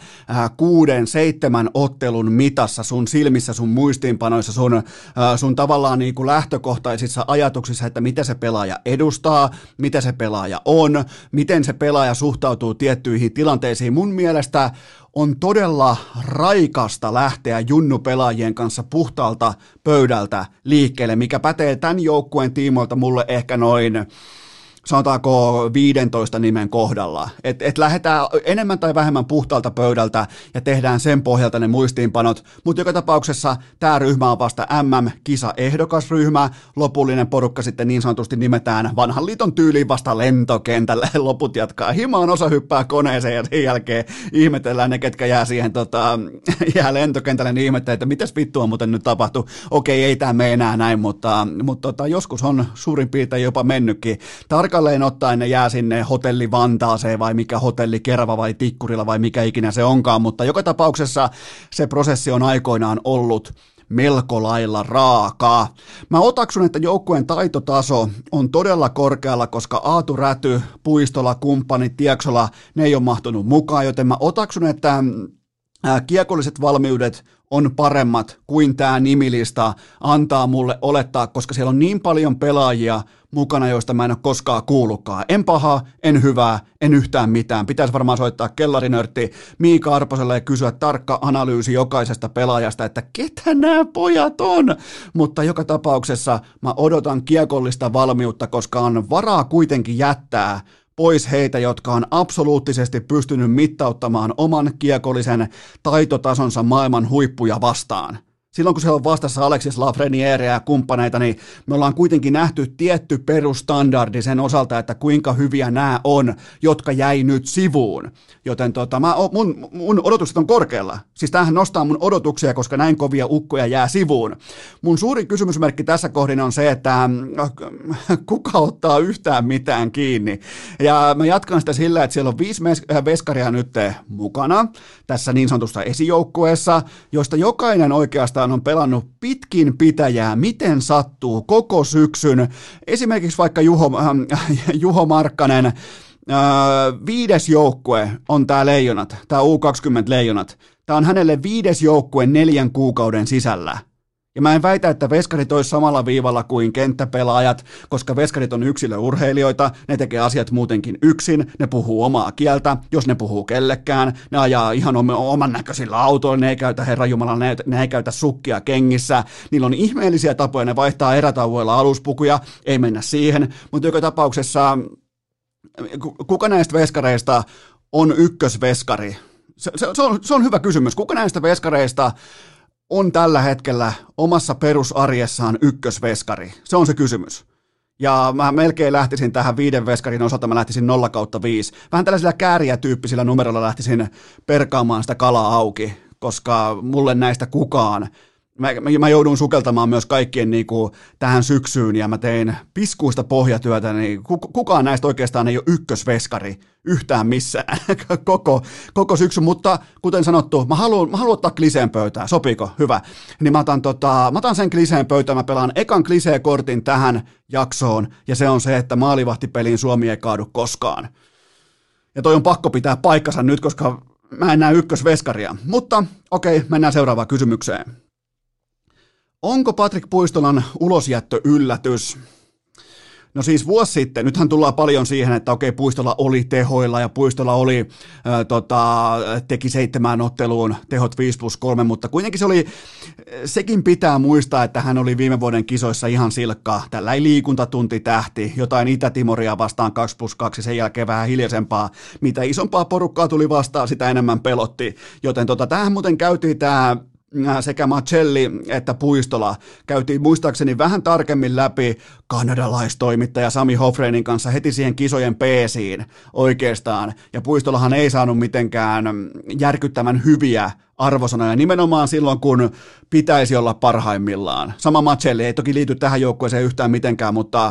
A: 6-7 ottelun mitassa sun silmissä, sun muistiinpanoissa, sun tavallaan niin kuin lähtökohtaisissa ajatuksissa, että mitä se pelaaja edustaa, mitä se pelaaja on, miten se pelaaja suhtautuu tiettyihin tilanteisiin. Mun mielestä on todella raikasta lähteä junnupelaajien kanssa puhtaalta pöydältä liikkeelle, mikä pätee tämän joukkueen tiimoilta mulle ehkä noin sanotaanko 15 nimen kohdalla, että lähdetään enemmän tai vähemmän puhtaalta pöydältä ja tehdään sen pohjalta ne muistiinpanot, mutta joka tapauksessa tämä ryhmä on vasta MM-kisa-ehdokasryhmä, lopullinen porukka sitten niin sanotusti nimetään vanhan liiton tyyliin vasta lentokentälle, loput jatkaa himaan, osa hyppää koneeseen ja sen jälkeen ihmetellään ne, ketkä jää siihen jää lentokentälle, niin ihmettelee, että mitäs vittua muuten nyt tapahtui, okei, ei tämä mene enää näin, mutta joskus on suurin piirtein jopa mennytkin. Tarkalleen ottaen ne jää sinne hotelli Vantaaseen vai mikä hotelli Kerava vai Tikkurilla vai mikä ikinä se onkaan, mutta joka tapauksessa se prosessi on aikoinaan ollut melko lailla raakaa. Mä otaksun, että joukkueen taitotaso on todella korkealla, koska Aatu Räty, Puistola, kumppanit, Tieksola, ne ei ole mahtunut mukaan, joten mä otaksun, että kiekolliset valmiudet on paremmat kuin tämä nimilista antaa mulle olettaa, koska siellä on niin paljon pelaajia mukana, joista mä en ole koskaan kuullutkaan. En pahaa, en hyvää, en yhtään mitään. Pitäisi varmaan soittaa kellarinörtti Miika Arposelle ja kysyä tarkka analyysi jokaisesta pelaajasta, että ketä nämä pojat on. Mutta joka tapauksessa mä odotan kiekollista valmiutta, koska on varaa kuitenkin jättää pois heitä, jotka on absoluuttisesti pystynyt mittauttamaan oman kiekollisen taitotasonsa maailman huippuja vastaan. Silloin kun siellä on vastassa Alexis Lafreniere ja kumppaneita, niin me ollaan kuitenkin nähty tietty perustandardi sen osalta, että kuinka hyviä nämä on, jotka jäi nyt sivuun. Joten mun odotukset on korkealla. Siis tämähän nostaa mun odotuksia, koska näin kovia ukkoja jää sivuun. Mun suurin kysymysmerkki tässä kohdin on se, että kuka ottaa yhtään mitään kiinni. Ja mä jatkan sitä sillä, että siellä on 5 veskaria nyt mukana tässä niin sanotusta esijoukkueessa, josta jokainen oikeastaan on pelannut pitkin pitäjää, miten sattuu koko syksyn. Esimerkiksi vaikka Juho Markkanen, 5. joukkue on tämä Leijonat, tämä U20 Leijonat. Tämä on hänelle 5. joukkue 4 kuukauden sisällä. Ja mä en väitä, että veskarit olisi samalla viivalla kuin kenttäpelaajat, koska veskarit on yksilöurheilijoita, ne tekee asiat muutenkin yksin, ne puhuu omaa kieltä, jos ne puhuu kellekään, ne ajaa ihan oman näköisillä autoilla, ne ei käytä herranjumala, ne ei käytä sukkia kengissä, niillä on ihmeellisiä tapoja, ne vaihtaa erätauoilla aluspukuja, ei mennä siihen, mutta joka tapauksessa kuka näistä veskareista on ykkösveskari? Se on hyvä kysymys. Kuka näistä veskareista on tällä hetkellä omassa perusarjessaan ykkösveskari? Se on se kysymys. Ja mä melkein lähtisin tähän 5 veskarin osalta, mä lähtisin 0/5. Vähän tällaisilla kääriätyyppisillä numeroilla lähtisin perkaamaan sitä kalaa auki, koska mulle näistä kukaan. Mä joudun sukeltamaan myös kaikkien niin kuin tähän syksyyn ja mä tein piskuista pohjatyötä, niin kukaan näistä oikeastaan ei ole ykkösveskari yhtään missään koko syksyn, mutta kuten sanottu, mä haluan ottaa kliseen pöytään, sopiiko? Hyvä. Niin mä otan sen kliseen pöytään, mä pelaan ekan klisee-kortin tähän jaksoon ja se on se, että maalivahtipeliin Suomi ei kaadu koskaan. Ja toi on pakko pitää paikkansa nyt, koska mä en näe ykkösveskaria, mutta okei, mennään seuraavaan kysymykseen. Onko Patrik Puistolan ulosjättö yllätys? No siis vuosi sitten, nythän tullaan paljon siihen, että okei, Puistola oli tehoilla ja Puistola teki 7 otteluun tehot 5+3, mutta kuitenkin sekin pitää muistaa, että hän oli viime vuoden kisoissa ihan silkkaa, tällä ei liikuntatunti tähti, jotain Itä-Timoria vastaan 2+2, sen jälkeen vähän hiljaisempaa, mitä isompaa porukkaa tuli vastaan, sitä enemmän pelotti, joten tämähän muuten käytiin tämä sekä Macelli että Puistola käytiin muistaakseni vähän tarkemmin läpi kanadalaistoimittaja Sami Hofreinin kanssa heti siihen kisojen peesiin oikeastaan, ja Puistolahan ei saanut mitenkään järkyttävän hyviä arvosanoja nimenomaan silloin, kun pitäisi olla parhaimmillaan. Sama Macelli ei toki liity tähän joukkueeseen yhtään mitenkään, mutta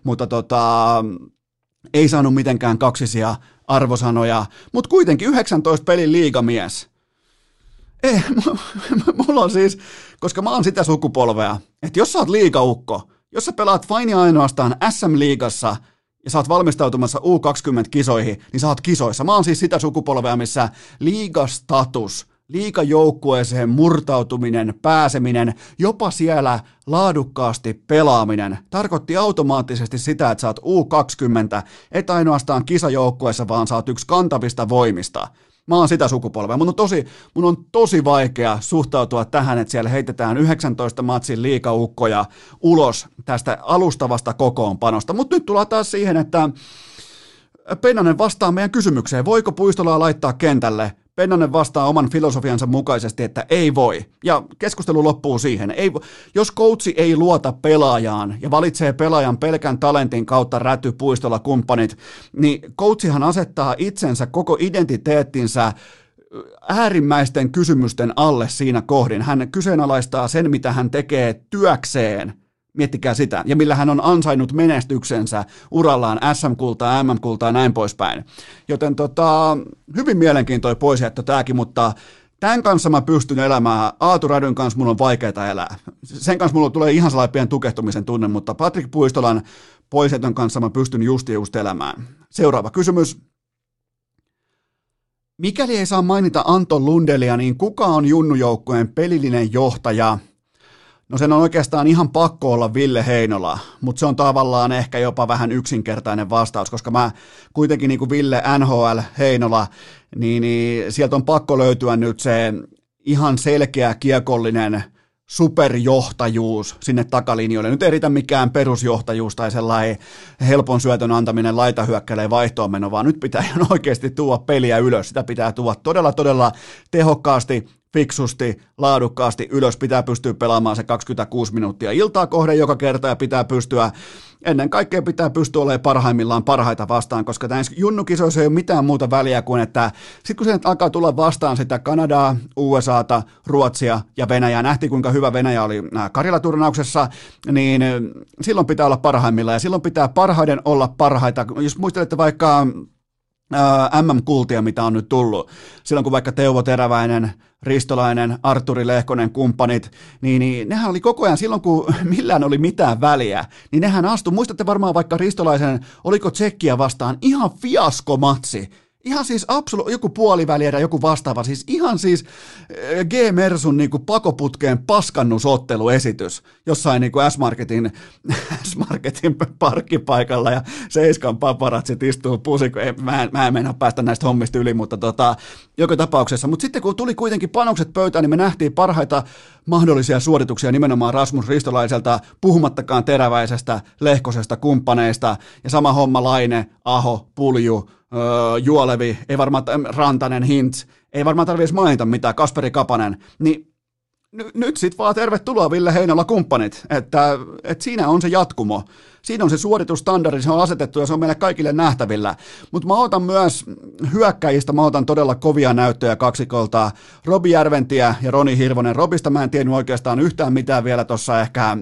A: ei saanut mitenkään kaksisia arvosanoja, mutta kuitenkin 19 pelin liigamies. Ei, mulla on siis, koska mä oon sitä sukupolvea, että jos sä oot liigaukko, jos sä pelaat vain ja ainoastaan SM-liigassa ja sä oot valmistautumassa U20-kisoihin, niin sä oot kisoissa. Mä oon siis sitä sukupolvea, missä liigastatus, liigajoukkueeseen murtautuminen, pääseminen, jopa siellä laadukkaasti pelaaminen tarkoitti automaattisesti sitä, että sä oot U20, et ainoastaan kisajoukkueessa, vaan sä oot yksi kantavista voimista. Mä oon sitä sukupolvea. Mun on tosi vaikea suhtautua tähän, että siellä heitetään 19 matsin liigaukkoja ulos tästä alustavasta kokoonpanosta. Mutta nyt tullaan taas siihen, että Pennanen vastaa meidän kysymykseen, voiko Puistolaa laittaa kentälle. Pennanen vastaa oman filosofiansa mukaisesti, että ei voi. Ja keskustelu loppuu siihen. Jos coachi ei luota pelaajaan ja valitsee pelaajan pelkän talentin kautta Räty, Puistola, kumppanit, niin coachihan asettaa itsensä, koko identiteettinsä äärimmäisten kysymysten alle siinä kohdin. Hän kyseenalaistaa sen, mitä hän tekee työkseen. Miettikää sitä, ja millä hän on ansainnut menestyksensä urallaan SM-kultaa, MM-kultaa ja näin poispäin. Joten hyvin mielenkiintoinen poisjättö tämäkin, mutta tämän kanssa mä pystyn elämään. Aatu Rädyn kanssa mun on vaikeaa elää. Sen kanssa mulla tulee ihan sellainen pieni tukehtumisen tunne, mutta Patrik Puistolan poisjätön kanssa mä pystyn just elämään. Seuraava kysymys. Mikäli ei saa mainita Anton Lundelia, niin kuka on junnujoukkueen pelillinen johtaja? No sen on oikeastaan ihan pakko olla Ville Heinola, mutta se on tavallaan ehkä jopa vähän yksinkertainen vastaus, koska mä kuitenkin niin kuin Ville NHL Heinola, niin sieltä on pakko löytyä nyt se ihan selkeä kiekollinen superjohtajuus sinne takalinjoille. Nyt ei riitä mikään perusjohtajuus tai sellainen helpon syötön antaminen laitahyökkäilee vaihtoonmeno, vaan nyt pitää ihan oikeasti tuoda peliä ylös. Sitä pitää tuoda todella tehokkaasti, fiksusti, laadukkaasti ylös. Pitää pystyä pelaamaan se 26 minuuttia iltaa kohden joka kerta ja ennen kaikkea pitää pystyä olemaan parhaimmillaan parhaita vastaan, koska näissä junnukisoissa ei ole mitään muuta väliä kuin, että sitten kun se alkaa tulla vastaan sitä Kanadaa, USAta, Ruotsia ja Venäjää, nähtiin kuinka hyvä Venäjä oli Karjala-turnauksessa, niin silloin pitää olla parhaimmillaan ja silloin pitää parhaiden olla parhaita. Jos muistelette vaikka MM-kultia, mitä on nyt tullut, silloin kun vaikka Teuvo Teräväinen, Ristolainen, Arturi Lehkonen, kumppanit, niin nehän oli koko ajan silloin, kun millään oli mitään väliä, niin nehän astui, muistatte varmaan vaikka Ristolaisen, oliko Tsekkiä vastaan, ihan fiaskomatsi, ihan siis joku puoliväliä joku vastaava, siis ihan siis G-Mersun niinku pakoputkeen paskannusotteluesitys jossain niinku S-Marketin parkkipaikalla ja Seiskan paparatsit istuu pusiko, mä en meinaa päästä näistä hommista yli, mutta joka tapauksessa. Mutta sitten kun tuli kuitenkin panokset pöytään, niin me nähtiin parhaita mahdollisia suorituksia nimenomaan Rasmus Ristolaiselta, puhumattakaan Teräväisestä, Lehkosesta, kumppaneista ja sama homma Laine, Aho, Pulju, Juolevi, ei varmaan Rantanen, Hintz, ei varmaan tarvitse mainita mitään, Kasperi Kapanen, niin nyt sit vaan tervetuloa Ville Heinola kumppanit, että siinä on se jatkumo, siinä on se suoritusstandardi, se on asetettu ja se on meille kaikille nähtävillä, mutta mä otan myös hyökkäjistä, mä otan todella kovia näyttöjä kaksikolta, Robi Järventiä ja Roni Hirvonen. Robista mä en tiennyt oikeastaan yhtään mitään vielä tuossa ehkä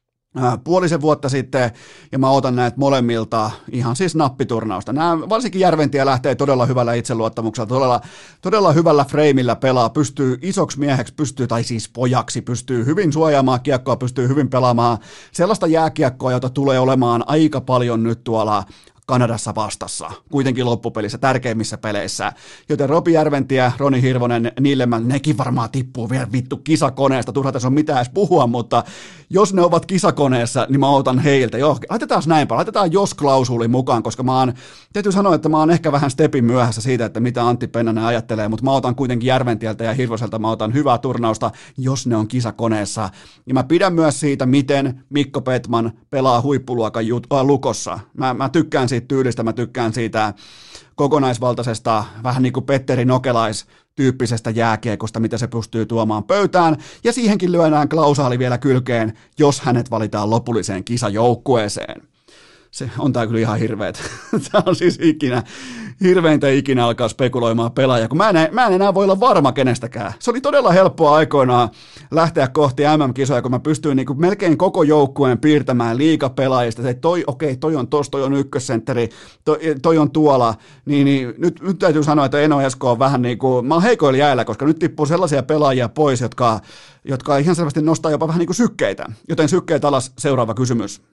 A: puolisen vuotta sitten, ja mä otan näitä molemmilta ihan siis nappiturnausta. Nämä, varsinkin Järventiä lähtee todella hyvällä itseluottamuksella, todella hyvällä freimillä pelaa, pystyy isoksi mieheksi, tai siis pojaksi, pystyy hyvin suojaamaan kiekkoa, pystyy hyvin pelaamaan sellaista jääkiekkoa, jota tulee olemaan aika paljon nyt tuolla Kanadassa vastassa, kuitenkin loppupelissä, tärkeimmissä peleissä. Joten Robi Järventiä, Roni Hirvonen, nekin varmaan tippuu vielä vittu kisakoneesta, turha tässä on mitään edes puhua, mutta jos ne ovat kisakoneessa, niin mä otan heiltä. Joo, laitetaan näinpä, laitetaan jos-klausuuli mukaan, koska täytyy sanoa, että mä oon ehkä vähän stepin myöhässä siitä, että mitä Antti Pennanen ajattelee, mutta mä otan kuitenkin Järventieltä ja Hirvoselta, mä otan hyvää turnausta, jos ne on kisakoneessa. Ja mä pidän myös siitä, miten Mikko Petman pelaa huippuluokan Lukossa. Mä tykkään siitä tyylistä, mä tykkään siitä kokonaisvaltaisesta, vähän niin kuin Petteri Nokelais tyyppisestä jääkiekosta, mitä se pystyy tuomaan pöytään, ja siihenkin lyödään klausaali vielä kylkeen, jos hänet valitaan lopulliseen kisajoukkueeseen. Se on tää kyllä ihan hirveet. Tämä on siis hirveintä ikinä alkaa spekuloimaan pelaajia, kun mä en enää voi olla varma kenestäkään. Se oli todella helppoa aikoinaan lähteä kohti MM-kisoja, kun mä pystyin niin kuin melkein koko joukkueen piirtämään liigapelaajista, että toi on tossa, toi on ykkössentteri, toi on tuolla, niin nyt täytyy sanoa, että Eno Esko on vähän niin kuin, mä oon heikoilla jäällä, koska nyt tippuu sellaisia pelaajia pois, jotka ihan selvästi nostaa jopa vähän niin kuin sykkeitä, joten sykkeet alas, seuraava kysymys.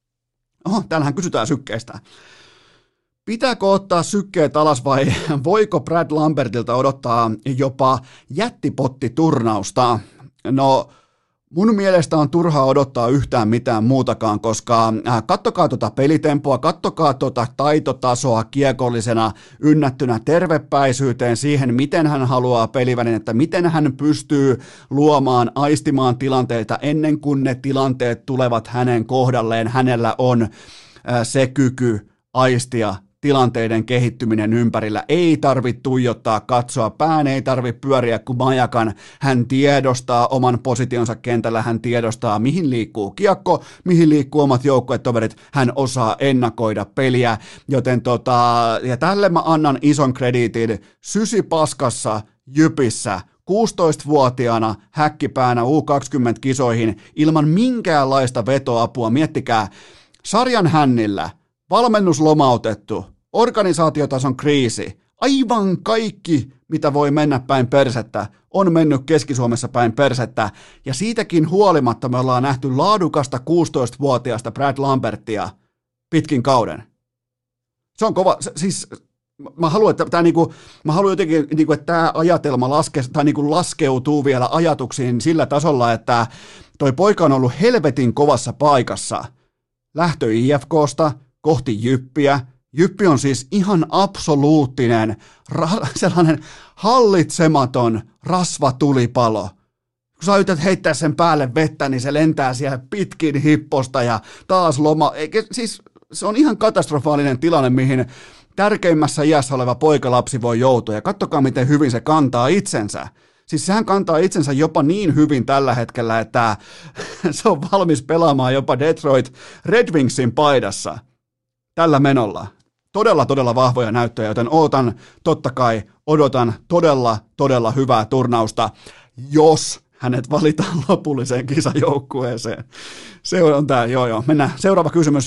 A: Oho, täällähän kysytään sykkeestä. Pitääkö ottaa sykkeet alas vai voiko Brad Lambertilta odottaa jopa jättipottiturnausta? No, Mun mielestä on turhaa odottaa yhtään mitään muutakaan, koska kattokaa tuota pelitempoa, kattokaa tuota taitotasoa kiekollisena ynnättynä tervepäisyyteen siihen, miten hän haluaa pelivälinettä, miten hän pystyy luomaan, aistimaan tilanteita ennen kuin ne tilanteet tulevat hänen kohdalleen. Hänellä on se kyky aistia tilanteiden kehittyminen ympärillä. Ei tarvitse tuijottaa, katsoa, pään ei tarvitse pyöriä kuin majakan. Hän tiedostaa oman positionsa kentällä, hän tiedostaa, mihin liikkuu kiekko, mihin liikkuu omat joukkuetoverit, hän osaa ennakoida peliä, joten ja tälle mä annan ison krediitin sysipaskassa Jypissä 16-vuotiaana häkkipäänä U20-kisoihin ilman minkäänlaista vetoapua. Miettikää, sarjan hännillä, valmennus lomautettu, organisaatiotason kriisi, aivan kaikki, mitä voi mennä päin persettä, on mennyt Keski-Suomessa päin persettä, ja siitäkin huolimatta me ollaan nähty laadukasta 16-vuotiaasta Brad Lambertia pitkin kauden. Se on kova, siis mä haluan, että jotenkin, että tämä ajatelma laskeutuu vielä ajatuksiin sillä tasolla, että toi poika on ollut helvetin kovassa paikassa. Lähtö IFKsta kohti Jyppiä. Jyppi on siis ihan absoluuttinen, sellainen hallitsematon rasvatulipalo. Kun sä yrität heittää sen päälle vettä, niin se lentää siellä pitkin hipposta ja taas siis se on ihan katastrofaalinen tilanne, mihin tärkeimmässä iässä oleva poikalapsi voi joutua. Ja katsokaa, miten hyvin se kantaa itsensä. Siis sehän kantaa itsensä jopa niin hyvin tällä hetkellä, että se on valmis pelaamaan jopa Detroit Red Wingsin paidassa tällä menolla. Todella, todella vahvoja näyttöjä, joten odotan todella hyvää turnausta, jos hänet valitaan lopulliseen kisajoukkueeseen. Se on tämä, joo. Mennään. Seuraava kysymys.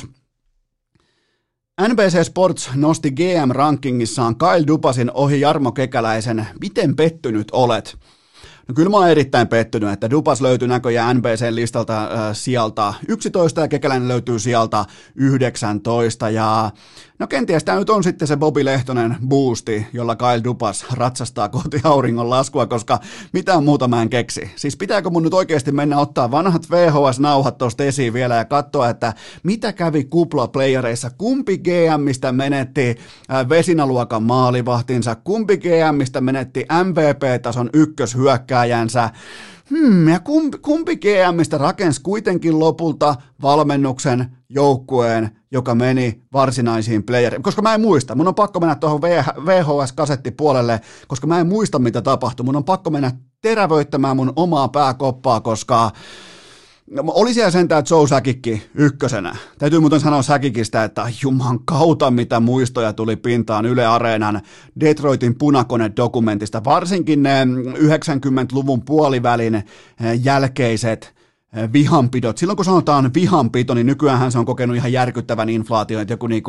A: NBC Sports nosti GM-rankingissaan Kyle Dubasin ohi Jarmo Kekäläisen. Miten pettynyt olet? No kyllä mä oon erittäin pettynyt, että Dubas löytyy näköjään NBC-listalta sieltä 11 ja Kekäläinen löytyy sieltä 19 ja no kenties tämä nyt on sitten se Bobby Lehtonen boosti, jolla Kyle Dubas ratsastaa kohti auringon laskua, koska mitään muuta mä en keksi. Siis pitääkö mun nyt oikeasti mennä ottaa vanhat VHS-nauhat tuosta esiin vielä ja katsoa, että mitä kävi kuplaplayereissa, kumpi GMistä menetti Vesinaluokan maalivahtinsa, kumpi GMistä menetti MVP-tason ykköshyökkääjänsä, ja kumpi GMistä rakensi kuitenkin lopulta valmennuksen joukkueen, joka meni varsinaisiin playereihin, koska mä en muista, mun on pakko mennä tuohon VHS-kasettipuolelle, koska mä en muista mitä tapahtui, mun on pakko mennä terävöittämään mun omaa pääkoppaa, koska oli siellä sentään Joe Sakikki ykkösenä. Täytyy muuten sanoa Sakikista, että juman kautta mitä muistoja tuli pintaan Yle Areenan Detroitin punakone-dokumentista. Varsinkin ne 90-luvun puolivälin jälkeiset vihanpidot. Silloin kun sanotaan vihanpito, niin nykyäänhän se on kokenut ihan järkyttävän inflaation, että joku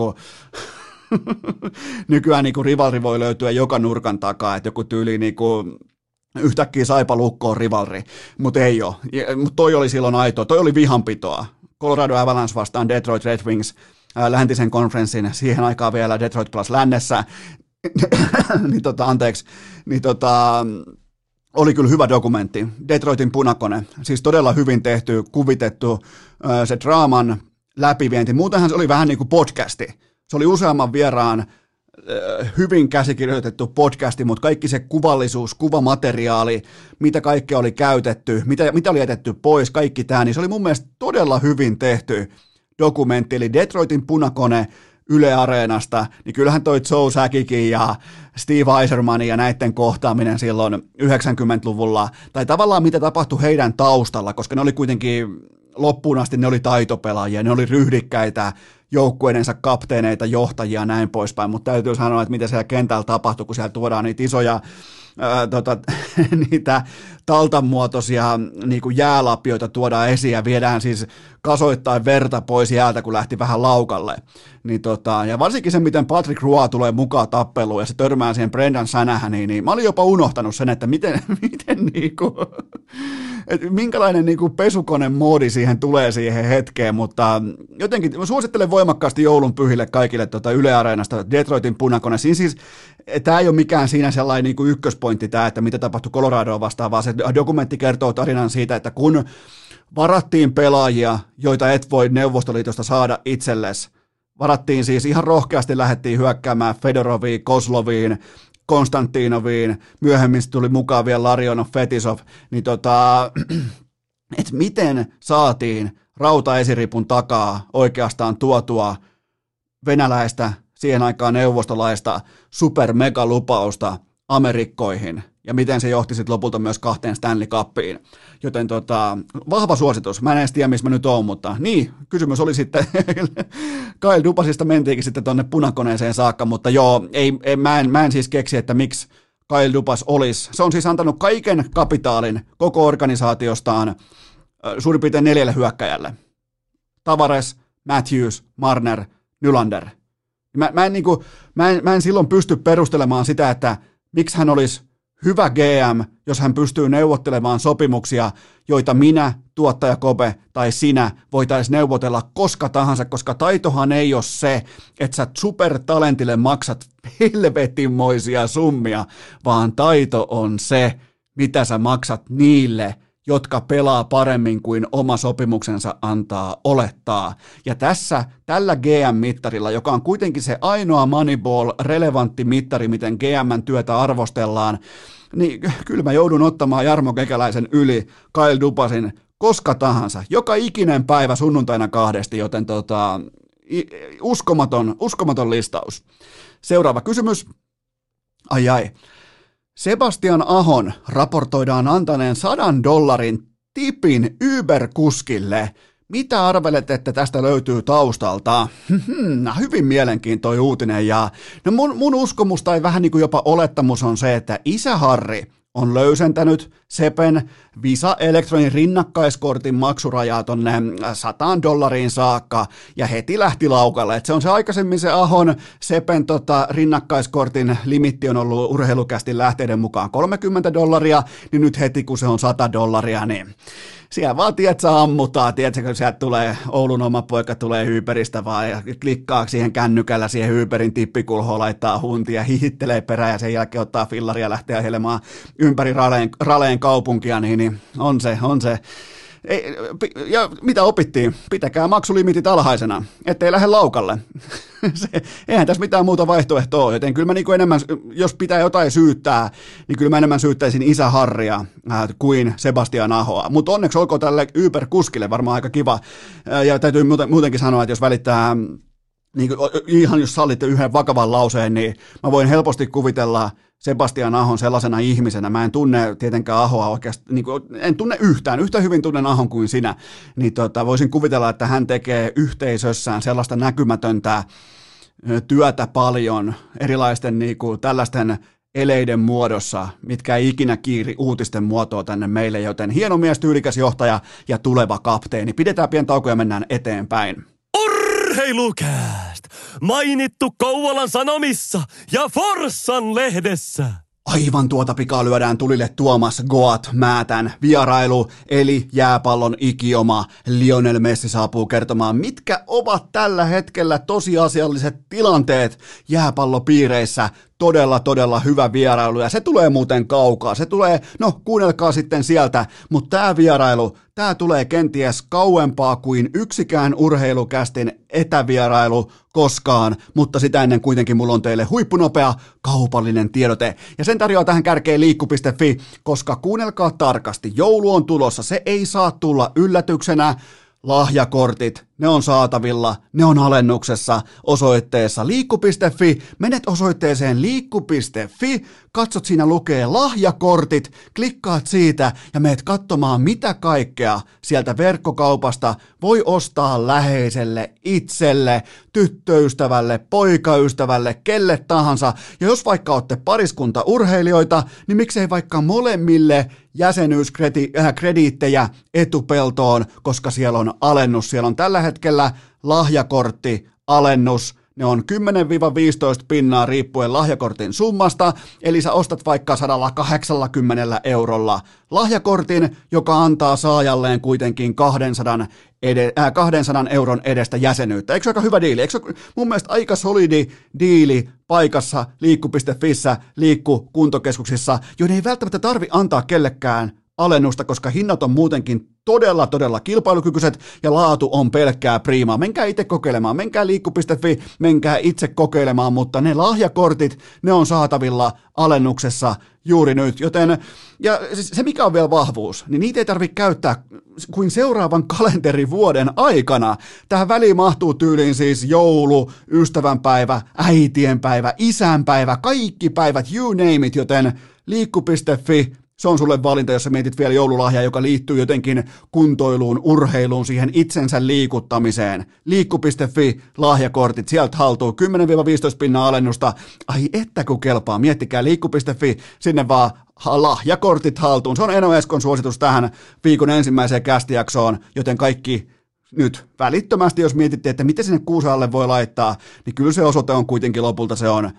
A: nykyään rivalri voi löytyä joka nurkan takaa, että joku tyyli yhtäkkiä Saipa Lukko on rivalri, mutta ei ole. Mutta toi oli silloin aito, toi oli vihanpitoa. Colorado Avalanche vastaan Detroit Red Wings läntisen konferenssin, siihen aikaan vielä Detroit plus lännessä. Oli kyllä hyvä dokumentti. Detroitin punakone, siis todella hyvin tehty, kuvitettu se draaman läpivienti. Muutenhan se oli vähän niin kuin podcasti. Se oli useamman vieraan hyvin käsikirjoitettu podcasti, mutta kaikki se kuvallisuus, kuvamateriaali, mitä kaikkea oli käytetty, mitä oli jätetty pois, kaikki tämä, niin se oli mun mielestä todella hyvin tehty dokumentti, eli Detroitin punakone Yle Areenasta, niin kyllähän toi Joe Sakikin ja Steve Yzermanin ja näiden kohtaaminen silloin 90-luvulla, tai tavallaan mitä tapahtui heidän taustalla, koska ne oli kuitenkin loppuun asti ne oli taitopelaajia, ne oli ryhdikkäitä joukkueidensa kapteeneita, johtajia ja näin poispäin, mutta täytyy sanoa, että mitä siellä kentällä tapahtui, kun siellä tuodaan niitä isoja niitä taltanmuotoisia niin kuin jäälapioita tuodaan esiin ja viedään siis kasoittain verta pois jäältä, kun lähti vähän laukalle. Niin ja varsinkin se, miten Patrick Roy tulee mukaan tappeluun ja se törmää siihen Brendan Shanahaniin, niin mä olin jopa unohtanut sen, että miten minkälainen niin kuin pesukone moodi siihen tulee siihen hetkeen, mutta jotenkin mä suosittelen voimakkaasti joulun pyhille kaikille Yle Areenasta Detroitin punakone. Siis tämä ei ole mikään siinä sellainen niin kuin ykköspointti tämä, että mitä tapahtui Coloradoa vastaan, vaan se dokumentti kertoo tarinan siitä, että kun varattiin pelaajia, joita et voi Neuvostoliitosta saada itsellesi, varattiin siis ihan rohkeasti, lähdettiin hyökkäämään Fedoroviin, Kozloviin, Konstantinoviin, myöhemmin tuli mukaan vielä Larionov, Fetisov, niin että miten saatiin rautaesiripun takaa oikeastaan tuotua venäläistä, siihen aikaan neuvostolaista supermegalupausta Amerikkoihin, ja miten se johti sitten lopulta myös 2 Stanley Cupiin. Joten vahva suositus. Mä en edes tiedä, missä mä nyt oon, mutta niin, kysymys oli sitten, Kyle Dubasista mentiinkin sitten tonne punakoneeseen saakka, mutta joo, mä en siis keksi, että miksi Kyle Dubas olisi. Se on siis antanut kaiken kapitaalin koko organisaatiostaan suurin piirtein 4 hyökkäjälle. Tavares, Matthews, Marner, Nylander. Mä en silloin pysty perustelemaan sitä, että miksi hän olisi hyvä GM, jos hän pystyy neuvottelemaan sopimuksia, joita minä, tuottaja Kobe tai sinä voitaisiin neuvotella koska tahansa, koska taitohan ei ole se, että sä supertalentille maksat helvetinmoisia summia, vaan taito on se, mitä sä maksat niille, jotka pelaa paremmin kuin oma sopimuksensa antaa olettaa. Ja tällä GM-mittarilla, joka on kuitenkin se ainoa Moneyball-relevantti mittari, miten GM:n työtä arvostellaan, niin kyllä mä joudun ottamaan Jarmo Kekäläisen yli Kyle Dubasin koska tahansa, joka ikinen päivä sunnuntaina 2, joten uskomaton listaus. Seuraava kysymys. Ai. Sebastian Ahon raportoidaan antaneen $100 tipin Uber-kuskille. Mitä arvelet, että tästä löytyy taustalta? Hyvin mielenkiintoinen uutinen. Ja no mun uskomus tai vähän niin kuin jopa olettamus on se, että isä Harri on löysentänyt Sepen Visa Electronin rinnakkaiskortin maksurajaa tonne $100 saakka ja heti lähti laukalle. Et se on se aikaisemmin se Ahon Sepen rinnakkaiskortin limitti on ollut urheilukästi lähteiden mukaan $30, niin nyt heti kun se on $100, niin siellä vaan tietsä ammutaan, tiedätkö, sieltä tulee Oulun oma poika tulee Uberistä vaan ja klikkaa siihen kännykällä siihen Uberin tippikulhoon, laittaa huntia, hihittelee perään ja sen jälkeen ottaa fillaria ja lähtee ajelemaan ympäri Raleen kaupunkia, niin on se. Ja mitä opittiin? Pitäkää maksulimitit alhaisena, ettei lähde laukalle. Eihän tässä mitään muuta vaihtoehtoa ole, joten kyllä mä niin enemmän, jos pitää jotain syyttää, niin kyllä mä enemmän syyttäisin isä Harria kuin Sebastian Ahoa. Mutta onneksi olkoon tälle Uber-kuskille varmaan aika kiva. Ja täytyy muutenkin sanoa, että jos välittää, niin ihan jos sallitte yhden vakavan lauseen, niin mä voin helposti kuvitella Sebastian Ahon sellaisena ihmisenä, mä en tunne tietenkään Ahoa oikeasti, niin kuin, en tunne yhtä hyvin tunnen Ahon kuin sinä, niin voisin kuvitella, että hän tekee yhteisössään sellaista näkymätöntä työtä paljon erilaisten niin kuin, tällaisten eleiden muodossa, mitkä ei ikinä kiiri uutisten muotoa tänne meille, joten hieno mies, tyylikäs johtaja ja tuleva kapteeni. Pidetään pieni tauko ja mennään eteenpäin.
C: Urheilukääst! Mainittu Kouvolan Sanomissa ja Forssan lehdessä.
A: Aivan tuota pikaa lyödään tulille Tuomas Goat Määtän vierailu, eli jääpallon ikioma Lionel Messi saapuu kertomaan, mitkä ovat tällä hetkellä tosiasialliset tilanteet jääpallopiireissä. Todella hyvä vierailu, ja se tulee muuten kaukaa. Se tulee, no kuunnelkaa sitten sieltä, mutta tämä vierailu, tämä tulee kenties kauempaa kuin yksikään urheilukästin etävierailu koskaan, mutta sitä ennen kuitenkin mulla on teille huippunopea kaupallinen tiedote. Ja sen tarjoaa tähän kärkeen liikku.fi, koska kuunnelkaa tarkasti, joulu on tulossa, se ei saa tulla yllätyksenä. Lahjakortit, ne on saatavilla, ne on alennuksessa osoitteessa liikku.fi. Menet osoitteeseen liikku.fi, katsot siinä lukee lahjakortit, klikkaat siitä ja meet katsomaan mitä kaikkea sieltä verkkokaupasta voi ostaa läheiselle, itselle, tyttöystävälle, poikaystävälle, kelle tahansa. Ja jos vaikka olette pariskunta urheilijoita, niin miksei vaikka molemmille jäsenyyskrediittejä etupeltoon, koska siellä on alennus. Siellä on tällä hetkellä lahjakortti, alennus ne on 10-15 pinnaa riippuen lahjakortin summasta, eli sä ostat vaikka 180 eurolla lahjakortin, joka antaa saajalleen kuitenkin 200 euron edestä jäsenyyttä. Eikö se ole aika hyvä diili? Eikö se ole mun mielestä aika solidi diili paikassa liikku.fissä, liikku-kuntokeskuksissa, joiden ei välttämättä tarvi antaa kellekään alennusta, koska hinnat on muutenkin todella kilpailukykyiset ja laatu on pelkkää priimaa. Menkää itse kokeilemaan, menkää liikku.fi, menkää itse kokeilemaan, mutta ne lahjakortit, ne on saatavilla alennuksessa juuri nyt, joten, ja se mikä on vielä vahvuus, niin niitä ei tarvitse käyttää kuin seuraavan kalenterivuoden aikana. Tähän väliin mahtuu tyyliin siis joulu, ystävänpäivä, äitienpäivä, isänpäivä, kaikki päivät, you name it, joten liikku.fi, se on sulle valinta, jos sä mietit vielä joululahjaa, joka liittyy jotenkin kuntoiluun, urheiluun, siihen itsensä liikuttamiseen. Liikku.fi, lahjakortit, sieltä haltuu 10-15 pinnaa alennusta. Ai että kun kelpaa, miettikää liikku.fi, sinne vaan lahjakortit haltuun. Se on Eno Eskon suositus tähän viikon ensimmäiseen kästijaksoon, joten kaikki nyt välittömästi, jos mietitte, että miten sinne kuusalle voi laittaa, niin kyllä se osoite on kuitenkin lopulta, se on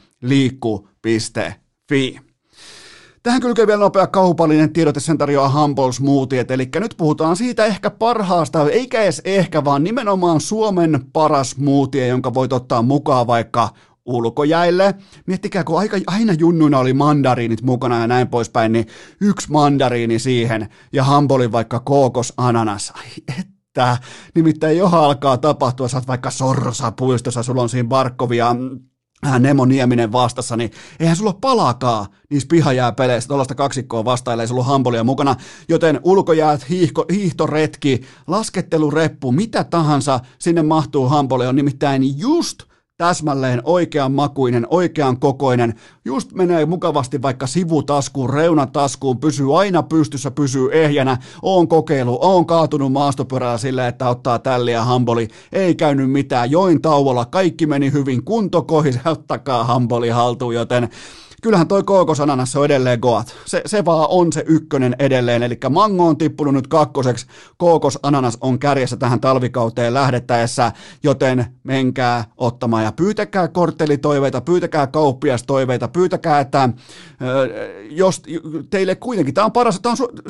A: liikku.fi. Tähän kylkee vielä nopea kaupallinen tiedote, sen tarjoaa Humble Smoothiet, eli nyt puhutaan siitä ehkä parhaasta, eikä edes ehkä, vaan nimenomaan Suomen paras smoothie, jonka voit ottaa mukaan vaikka ulkojäille. Miettikää, kun aina junnuina oli mandariinit mukana ja näin poispäin, niin yksi mandariini siihen ja Humblein vaikka kookosananas. Ai että, nimittäin jo alkaa tapahtua, sä oot vaikka Sorsa-puistossa, sulla on siinä Barkovia, Nemo Nieminen vastassa, niin eihän sulla ole palaakaan niissä pihajääpeleissä, tuollaista kaksikkoa vastaan, ei sulla ole Humblea mukana, joten ulkojäät, hiihtoretki, laskettelureppu, mitä tahansa sinne mahtuu Humble, on nimittäin just täsmälleen oikean makuinen, oikean kokoinen, just menee mukavasti vaikka sivutaskuun, reunataskuun, pysyy aina pystyssä, pysyy ehjänä, oon kokeillut, oon kaatunut maastopyörällä silleen, että ottaa tälliä Humble, ei käynyt mitään, join tauolla, kaikki meni hyvin, kunto kohis, ottakaa Humble haltuun, joten kyllähän toi kookosananas on edelleen goat. Se vaan on se ykkönen edelleen, eli mango on tippunut nyt kakkoseksi, kookosananas on kärjessä tähän talvikauteen lähdettäessä, joten menkää ottamaan ja pyytäkää korttelitoiveita, pyytäkää kauppiastoiveita, pyytäkää, että jos teille kuitenkin, tämä on paras,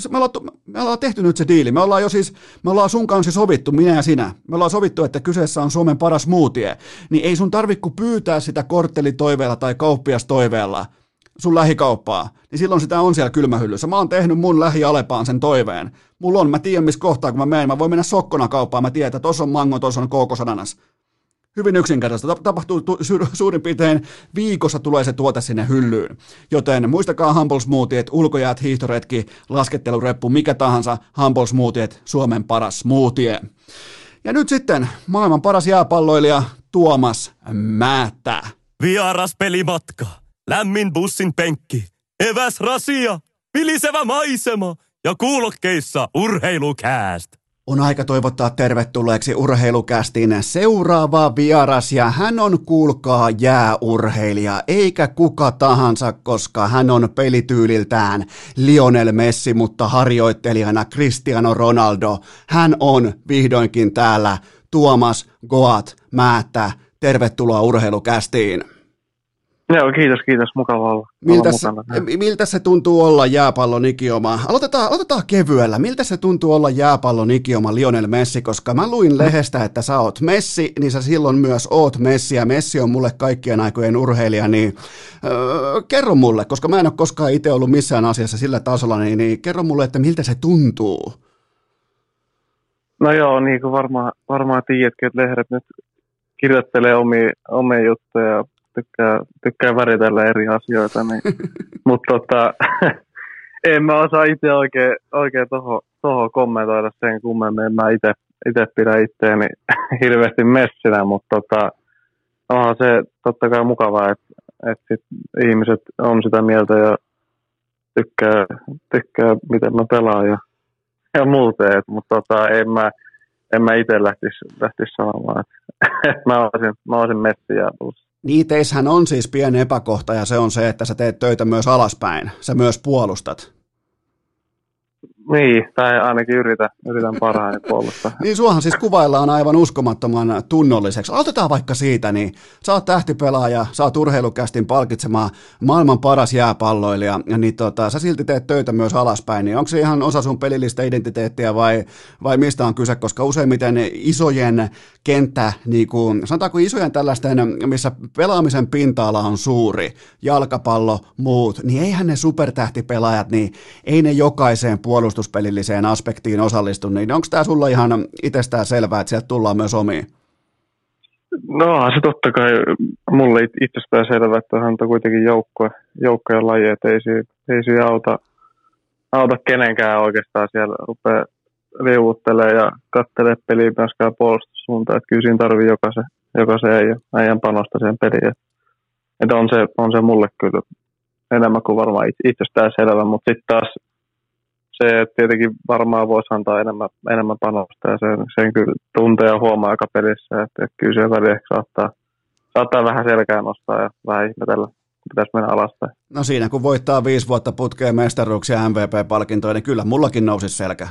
A: me ollaan tehty nyt se diili, me ollaan sun kanssa sovittu, minä ja sinä, me ollaan sovittu, että kyseessä on Suomen paras smoothie, niin ei sun tarvitse pyytää sitä korttelitoiveella tai kauppiastoiveella sun lähikauppaa, niin silloin sitä on siellä kylmähyllyssä. Mä oon tehnyt mun lähialepaan sen toiveen. Mulla on, mä tiedän missä kohtaa, kun mä voin mennä sokkona kauppaan, mä tiedän, että tossa on mango, tossa on kookosananas. Hyvin yksinkertaista. Tapahtuu suurin piirtein viikossa tulee se tuote sinne hyllyyn. Joten muistakaa Humble Smoothiet, ulkojäät, hiihtoretki, laskettelureppu, mikä tahansa, Humble Smoothiet, Suomen paras smoothie. Ja nyt sitten maailman paras jääpalloilija Tuomas Määttä.
C: Vieras pelimatka, lämmin bussin penkki, eväs rasia, vilisevä maisema ja kuulokkeissa urheilukääst.
A: On aika toivottaa tervetulleeksi urheilukästiin seuraava vieras ja hän on kuulkaa jääurheilija eikä kuka tahansa, koska hän on pelityyliltään Lionel Messi, mutta harjoittelijana Cristiano Ronaldo. Hän on vihdoinkin täällä Tuomas Goat Määttä. Tervetuloa urheilukästiin.
D: Joo, kiitos. Mukava olla
A: miltä se tuntuu olla jääpallon ikioma? Aloitetaan kevyellä. Miltä se tuntuu olla jääpallon ikioma Lionel Messi? Koska mä luin lehdestä, että sä oot Messi, niin sä silloin myös oot Messi. Ja Messi on mulle kaikkien aikojen urheilija, niin kerro mulle, koska mä en ole koskaan itse ollut missään asiassa sillä tasolla, niin kerro mulle, että miltä se tuntuu?
D: No joo, niin kuin varmaan tiedätkin, että lehdet nyt kirjoittelee omia juttuja. Tykkää väritellä eri asioita, niin. Mutta en mä osaa itse oikein toho kommentoida sen kummemmin. En mä itse pidä itseäni hirveästi messinä, mutta onhan se totta kai mukavaa, että sit ihmiset on sitä mieltä ja tykkää miten mä pelaan ja muuten. Mutta en mä itse lähtisi sanomaan, että mä olisin Messi jääpallossa.
A: Niin, teissähän on siis pieni epäkohta ja se on se, että sä teet töitä myös alaspäin. Sä myös puolustat.
D: Niin, tai ainakin yritän parhaani puolustaa.
A: Niin suohan siis kuvaillaan aivan uskomattoman tunnolliseksi. Aloitetaan vaikka siitä, niin sä oot tähtipelaaja, sä oot urheilukästin palkitsemaan maailman paras jääpalloilija, niin sä silti teet töitä myös alaspäin, niin onko se ihan osa sun pelillistä identiteettiä vai mistä on kyse, koska useimmiten isojen kenttä, niin kuin, sanotaanko isojen tällaisten, missä pelaamisen pinta-ala on suuri, jalkapallo, muut, niin eihän ne supertähtipelaajat, niin ei ne jokaiseen puolustuspelilliseen aspektiin osallistu, niin onko tämä sulla ihan itsestään selvää, että sieltä tullaan myös omiin?
D: No se totta kai mulle itsestään selvää, että on kuitenkin joukkojen laji, että ei siinä auta kenenkään oikeastaan siellä rupeaa liuuttelemaan ja kattelee peliä myöskään puolustussuuntaan, että kyllä siinä tarvii jokaisen äijän panosta siihen peliin. Että on se mulle kyllä enemmän kuin varmaan itsestään selvä, mutta sitten taas se tietenkin varmaan voisi antaa enemmän panosta ja sen kyllä tuntee ja huomaa aika pelissä, että kyllä se väliin ehkä saattaa vähän selkää nostaa ja vähän ihmetellä, pitäisi mennä alaspäin.
A: No siinä kun voittaa 5 vuotta putkeen mestaruuksia MVP-palkintoja, niin kyllä mullakin nousisi selkä.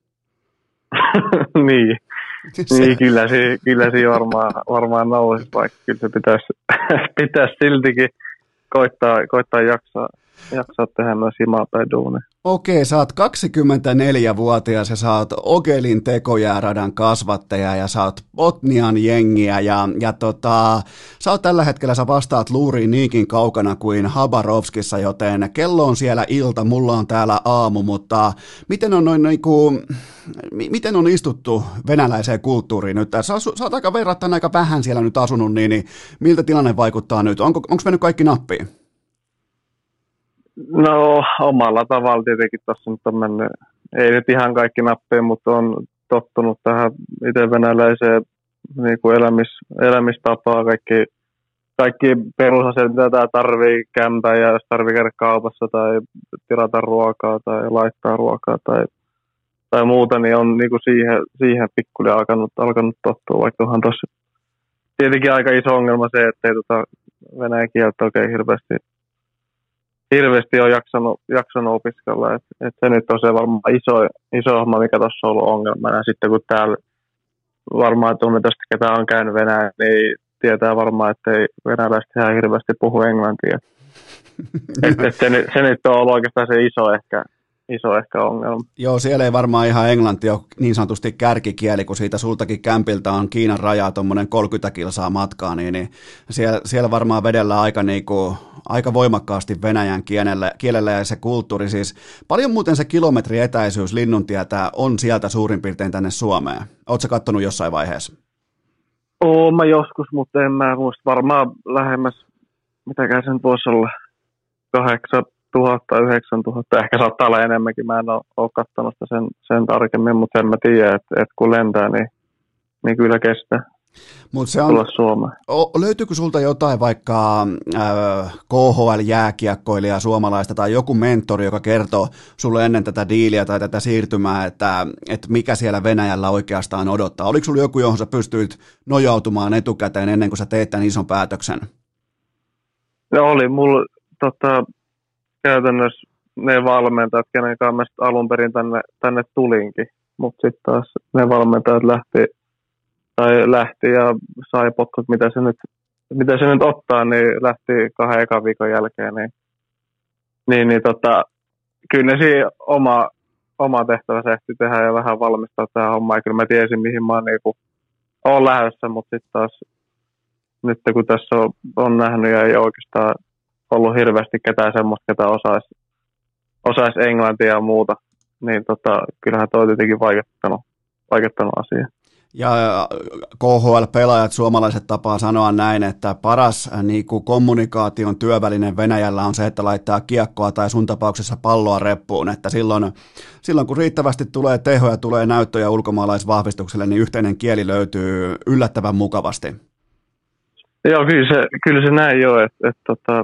D: Niin, kyllä siinä varmaan nousisi, vaikka kyllä se pitäisi siltikin koittaa jaksaa tehdä myös himapäin duunia.
A: Okei, sä oot 24-vuotias ja sä oot Ogelin tekojääradan kasvattaja ja sä oot Botnian jengiä ja sä oot tällä hetkellä, sä vastaat luuriin niinkin kaukana kuin Habarovskissa, joten kello on siellä ilta, mulla on täällä aamu, mutta miten on istuttu venäläiseen kulttuuriin nyt? Sä oot aika verrattain aika vähän siellä nyt asunut, niin miltä tilanne vaikuttaa nyt? Onko mennyt kaikki nappiin?
D: No omalla tavalla tietenkin tuossa nyt on mennyt, ei nyt ihan kaikki nappiin, mutta on tottunut tähän itse venäläiseen niin kuin elämistapaan, kaikki perusasiat, mitä tää tarvii kämpää ja jos tarvii käydä kaupassa tai tilata ruokaa tai laittaa ruokaa tai muuta, niin on niin kuin siihen pikkuinen alkanut tottua, vaikka onhan tuossa tietenkin aika iso ongelma se, että ei venäjän kieltä oikein hirveästi on jaksanut opiskella. Et se nyt on se varmaan iso homma, mikä tuossa on ollut ongelma. Ja sitten kun täällä varmaan tunnetusti, ketä on käynyt Venäjä, niin tietää varmaan, että ei venäläiset ihan hirveästi puhu englantia. Se nyt on ollut oikeastaan se iso ehkä ongelma.
A: Joo, siellä ei varmaan ihan englanti ole niin sanotusti kärkikieli, kun siitä sultakin kämpiltä on Kiinan rajaa tuommoinen 30 kilsaa matkaa, niin siellä varmaan vedellä aika voimakkaasti venäjän kielellä ja se kulttuuri. Siis paljon muuten se kilometrietäisyys Linnuntietä on sieltä suurin piirtein tänne Suomeen. Ootko sä kattonut jossain vaiheessa?
D: Oon mä joskus, mutta en mä muista. Varmaan lähemmäs, mitäkään sen voisi olla, 8,000, 9,000, ehkä saattaa olla enemmänkin. Mä en ole katsonut sitä sen tarkemmin, mutta en mä tiedä, että kun lentää, niin kyllä kestää. Tulla Suomeen.
A: Löytyykö sulta jotain vaikka KHL-jääkiekkoilijaa suomalaista tai joku mentori, joka kertoo sulle ennen tätä diiliä tai tätä siirtymää, että mikä siellä Venäjällä oikeastaan odottaa? Oliko sulla joku, johon sä pystyit nojautumaan etukäteen ennen kuin sä teet tämän ison päätöksen?
D: No oli mulla käytännössä ne valmentajat, kenen kanssa mä alun perin tänne tulinkin, mutta sitten taas ne valmentajat lähti ja sai potkut, mitä se nyt ottaa, niin lähti 2 ekan viikon jälkeen, niin kyllä ne siinä oma tehtävänsä ehti tehdä ja vähän valmistaa tähän hommaan, ja kyllä mä tiesin, mihin mä oon lähdössä, mutta sitten taas nyt kun tässä on nähnyt ja ei oikeastaan ollut hirveästi ketään semmoista, ketä osaisi englantia ja muuta, niin kyllähän toi tietenkin vaikuttanut asiaan.
A: Ja KHL-pelaajat, suomalaiset tapaa sanoa näin, että paras kommunikaation työväline Venäjällä on se, että laittaa kiekkoa tai sun tapauksessa palloa reppuun, että silloin kun riittävästi tulee tehoja, tulee näyttöjä ulkomaalaisvahvistukselle, niin yhteinen kieli löytyy yllättävän mukavasti.
D: Joo, kyllä se näin jo, että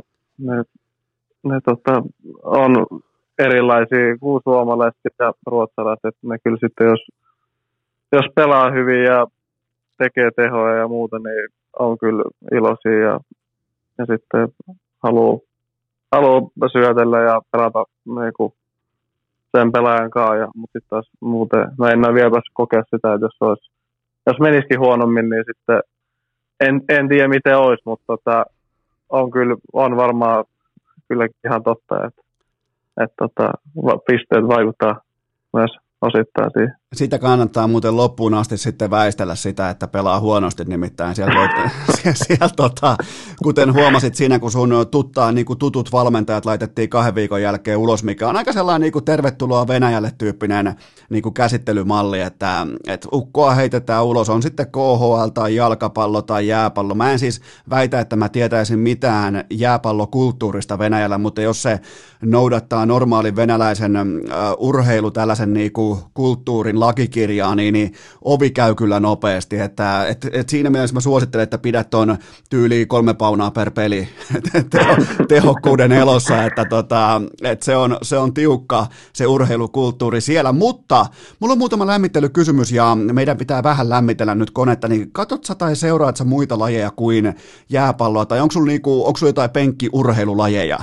D: ne on erilaisia kuin suomalaiset ja ruotsalaiset, että ne kyllä sitten jos pelaa hyvin ja tekee tehoja ja muuta, niin on kyllä iloisia ja sitten haluaa syötellä ja pelata niinku sen pelaajan kanssa, mutta sitten taas muuten, no en ole vielä päässyt kokea sitä, että jos menisikin huonommin, niin sitten en tiedä miten olisi, mutta on varmaan kyllä ihan totta, että pisteet vaikuttaa myös osittain siihen.
A: Sitä kannattaa muuten loppuun asti sitten väistellä sitä, että pelaa huonosti, nimittäin siellä kuten huomasit siinä, kun sun niin kuin tutut valmentajat laitettiin 2 viikon jälkeen ulos, mikä on aika sellainen niin kuin tervetuloa Venäjälle -tyyppinen niin kuin käsittelymalli, että ukkoa heitetään ulos, on sitten KHL tai jalkapallo tai jääpallo. Mä en siis väitä, että mä tietäisin mitään jääpallokulttuurista Venäjällä, mutta jos se noudattaa normaalin venäläisen urheilu tällaisen niin kuin kulttuurin lakikirjaa, niin ovi käy kyllä nopeasti, että siinä mielessä mä suosittelen, että pidät ton tyyliin 3 paunaa per peli tehokkuuden elossa, että se on tiukka se urheilukulttuuri siellä, mutta mulla on muutama lämmittelykysymys ja meidän pitää vähän lämmitellä nyt konetta, niin katsot sä tai seuraat sä muita lajeja kuin jääpalloa, tai onko sulla jotain penkkiurheilulajeja?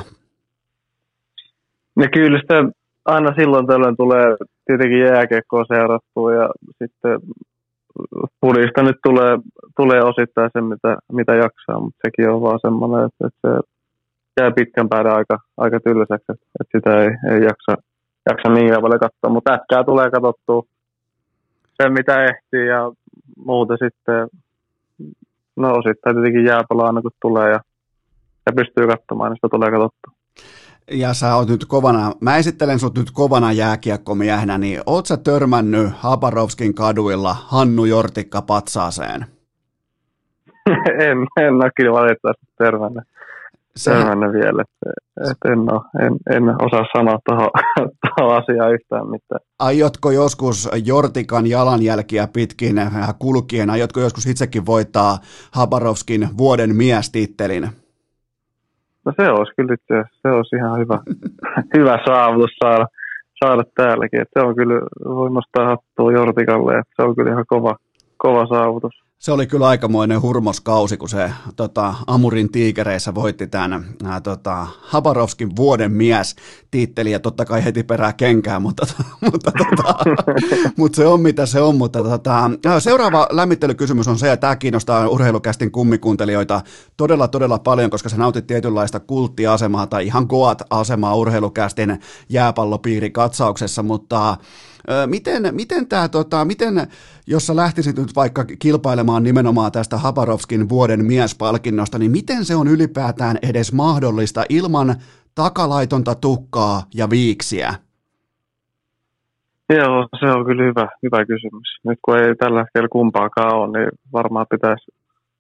D: No kyllä sitä aina silloin tällöin tulee tietenkin jääkiekkoa seurattua ja sitten pudista nyt tulee osittain se, mitä jaksaa, mutta sekin on vaan semmoinen, että se jää pitkän päälle aika tylsäksi, että sitä ei jaksa niinkään paljon katsoa, mutta ätkää tulee katsottua sen, mitä ehtii ja muuten sitten, no osittain tietenkin jääpallo aina kun tulee ja pystyy katsomaan, niin sitä tulee katsottua.
A: Ja sä oot nyt mä esittelen sut nyt kovana jääkiekkomiehenä, niin oot sä törmännyt Habarovskin kaduilla Hannu Jortikka patsaaseen?
D: En ole kyllä valitettavasti törmännyt vielä, en osaa sanoa tuohon asiaan yhtään mitään.
A: Aiotko joskus Jortikan jalanjälkiä pitkin kulkien, aiotko joskus itsekin voittaa Habarovskin vuoden mies-tittelin?
D: No se olisi kyllä se olisi ihan hyvä saavutus saada täälläkin. Että se on kyllä, voi nostaa hattua Jortikalle, että se on kyllä ihan kova saavutus.
A: Se oli kyllä aikamoinen hurmoskausi, kun se Amurin Tiikereissä voitti tämän Habarovskin vuoden mies-titteli ja totta kai heti perää kenkää, mutta se on mitä se on. Mutta seuraava lämmittelykysymys on se, ja tämä kiinnostaa urheilukästin kummikuuntelijoita todella paljon, koska se nautit tietynlaista kulttiasemaa tai ihan goat-asemaa urheilukästin jääpallopiirikatsauksessa, mutta miten jos sä lähtisit nyt vaikka kilpailemaan nimenomaan tästä Habarovskin vuoden miespalkinnosta, niin miten se on ylipäätään edes mahdollista ilman takalaitonta tukkaa ja viiksiä?
D: Joo, se on kyllä hyvä kysymys. Nyt kun ei tällä hetkellä kumpaakaan ole, niin varmaan pitäisi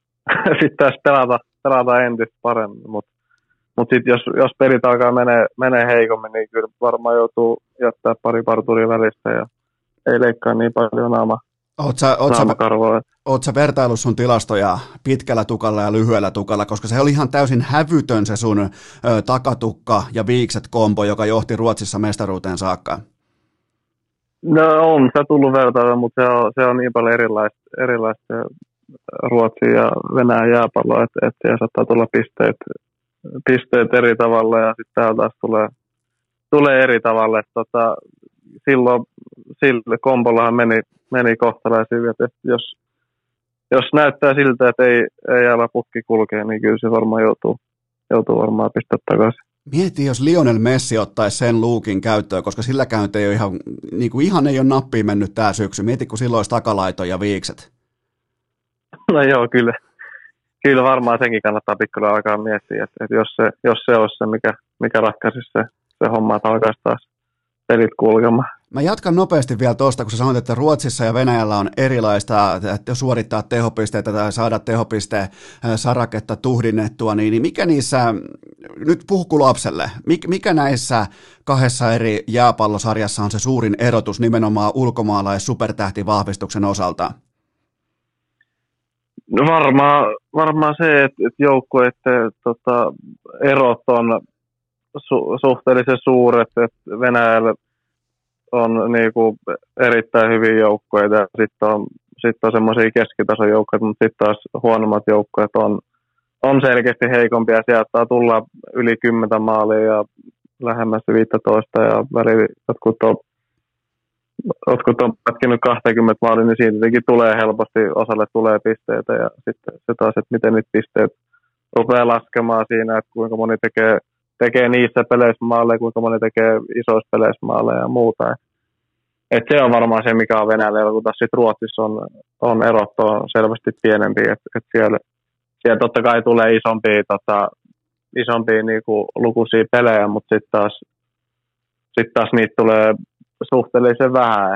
D: pelata entistä paremmin, mutta sitten jos pelit alkaa menee heikommin, niin kyllä varmaan joutuu jättää pari parturia välistä ja ei leikkaa niin paljon naamakarvoa.
A: Oot sä vertaillut sun tilastoja pitkällä tukalla ja lyhyellä tukalla, koska se oli ihan täysin hävytön se sun takatukka ja viikset kombo, joka johti Ruotsissa mestaruuteen saakka?
D: No on se tullut vertailua, mutta se on niin paljon erilaista Ruotsin ja Venäjän jääpalloa, että saattaa tulla pisteet eri tavalla ja sitten täällä taas tulee eri tavalla. Että silloin sille kombollahan meni kohtalaisen hyvin, että jos näyttää siltä, että ei ala putki kulkea, niin kyllä se varmaan joutuu varmaan pistää takaisin.
A: Mieti, jos Lionel Messi ottaisi sen luukin käyttöön, koska silläkään ei ole ihan ei ole nappiin mennyt tämä syksy. Mieti, kun silloin olisi takalaito ja viikset.
D: No joo, kyllä varmaan senkin kannattaa pikkuilla alkaa miettiä, että jos se olisi se, mikä ratkaisisi se homma, että alkaisi taas pelit kulkemaan.
A: Mä jatkan nopeasti vielä tuosta, kun sä sanoit, että Ruotsissa ja Venäjällä on erilaista suorittaa tehopisteitä tai saada tehopistesaraketta tuhdinnettua, niin mikä niissä, nyt puhu lapselle, mikä näissä 2 eri jääpallosarjassa on se suurin erotus nimenomaan ulkomaalais-supertähtivahvistuksen osalta?
D: No varmaan se, että joukkueiden erot on suhteellisen suuret, että Venäjällä on niinku erittäin hyviä joukkueita ja sitten on semmoisia keskitason joukkueita, mutta sitten taas huonommat joukkueet on selkeästi heikompia. Sieltä tulla yli 10 maalia ja lähemmäs 15 ja välillä jotkut on pätkinyt 20 maalia, niin siitä jotenkin tulee helposti, osalle tulee pisteitä ja sitten se taas, että miten nyt pisteet rupeaa laskemaan siinä, että kuinka moni tekee niissä peleissä maaleja, kuinka moni tekee isoissa peleissä maaleja ja muuta. Et se on varmaan se, mikä on Venäjällä, kun taas sitten Ruotsissa on erot on selvästi pienempi, että siellä totta kai tulee isompia niinku lukuisia pelejä, mutta sitten taas niitä tulee suhteellisen vähän,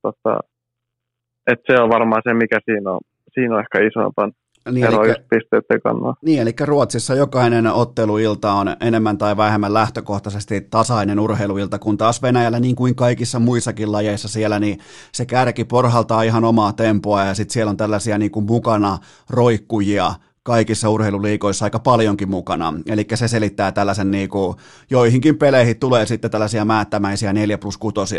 D: että se on varmaan se, mikä siinä on ehkä isompan ero pisteiden kannalta.
A: Niin, eli Ruotsissa jokainen otteluilta on enemmän tai vähemmän lähtökohtaisesti tasainen urheiluilta, kun taas Venäjällä, niin kuin kaikissa muissakin lajeissa siellä, niin se kärki porhaltaa ihan omaa tempoa, ja sitten siellä on tällaisia niin kuin mukana roikkujia kaikissa urheiluliikoissa aika paljonkin mukana. Eli se selittää tällaisen, niin kuin, joihinkin peleihin tulee sitten tällaisia määttämäisiä 4+6.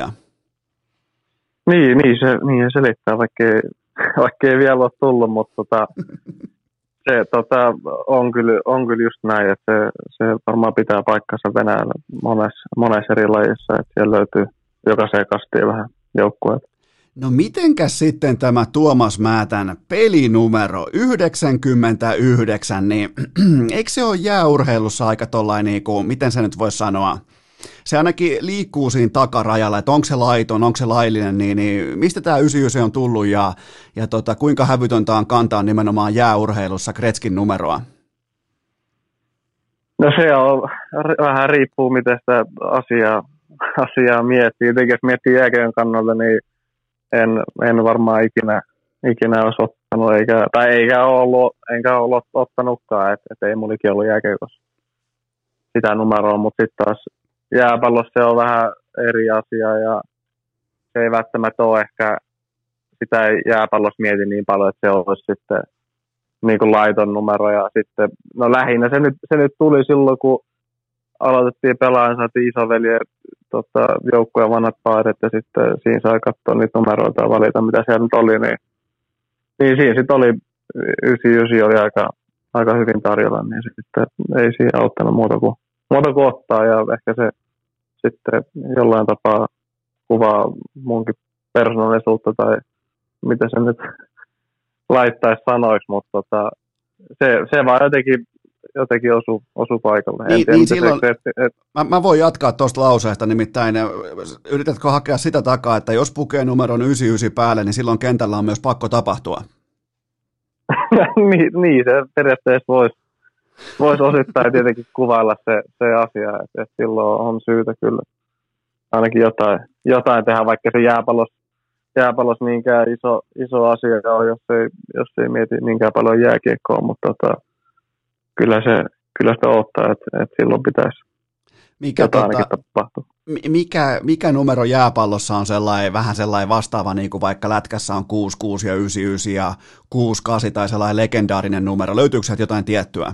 D: Niin se selittää, vaikka ei vielä ole tullut, mutta se on kyllä just näin, että se varmaan pitää paikkansa Venäjällä monessa eri lajissa, että siellä löytyy jokaiseen kastiin vähän joukkueita.
A: No mitenkäs sitten tämä Tuomas Määtän pelinumero 99, niin eikö se ole jääurheilussa aika tollain, niin kuin, miten se nyt voisi sanoa, se ainakin liikkuu siinä takarajalla, että onko se laiton, onko se laillinen, niin mistä tämä 99 on tullut ja kuinka hävytöntä on kantaa nimenomaan jääurheilussa Gretzkin numeroa?
D: No se on, vähän riippuu miten sitä asiaa miettii. Jotenkin jos miettii jääkiekon kannalta, niin en varmaan ikinä olisi ottanut, enkä ole ottanutkaan, että ei mulla ikinä ollut jääkiekossa sitä numeroa, mutta sitten taas jääpallossa se on vähän eri asia ja se ei välttämättä ole ehkä, sitä ei jääpallossa mieti niin paljon, että se olisi sitten niin kuin laiton numero ja sitten, no lähinnä se nyt tuli silloin, kun aloitettiin pelaajan, saatiin isoveljen joukkoja vanhat paidat ja sitten siinä sai katsoa niitä numeroita ja valita, mitä siellä nyt oli, niin siinä sitten oli 99 oli aika hyvin tarjolla, niin sitten ei siinä auttanut muuta kuin ottaa ja ehkä se sitten jollain tapaa kuvaa munkin persoonallisuutta tai mitä se nyt laittaisi sanoiksi, mutta se vaan jotenkin osui paikalle.
A: Niin silloin, mä voin jatkaa tuosta lauseesta, nimittäin yritätkö hakea sitä takaa, että jos pukee numeron 99 päälle, niin silloin kentällä on myös pakko tapahtua?
D: niin, se periaatteessa voisi osittain tietenkin kuvailla se asia, että silloin on syytä kyllä ainakin jotain tehdä, vaikka se jääpallossa niinkään iso asia on, jos ei mieti niinkään paljon jääkiekkoa, mutta kyllä sitä odottaa, että silloin pitäisi jotain ainakin tapahtua.
A: Mikä numero jääpallossa on vähän sellainen vastaava, niin kuin vaikka lätkässä on 66 ja 99 ja 68 tai sellainen legendaarinen numero? Löytyykö sieltä jotain tiettyä?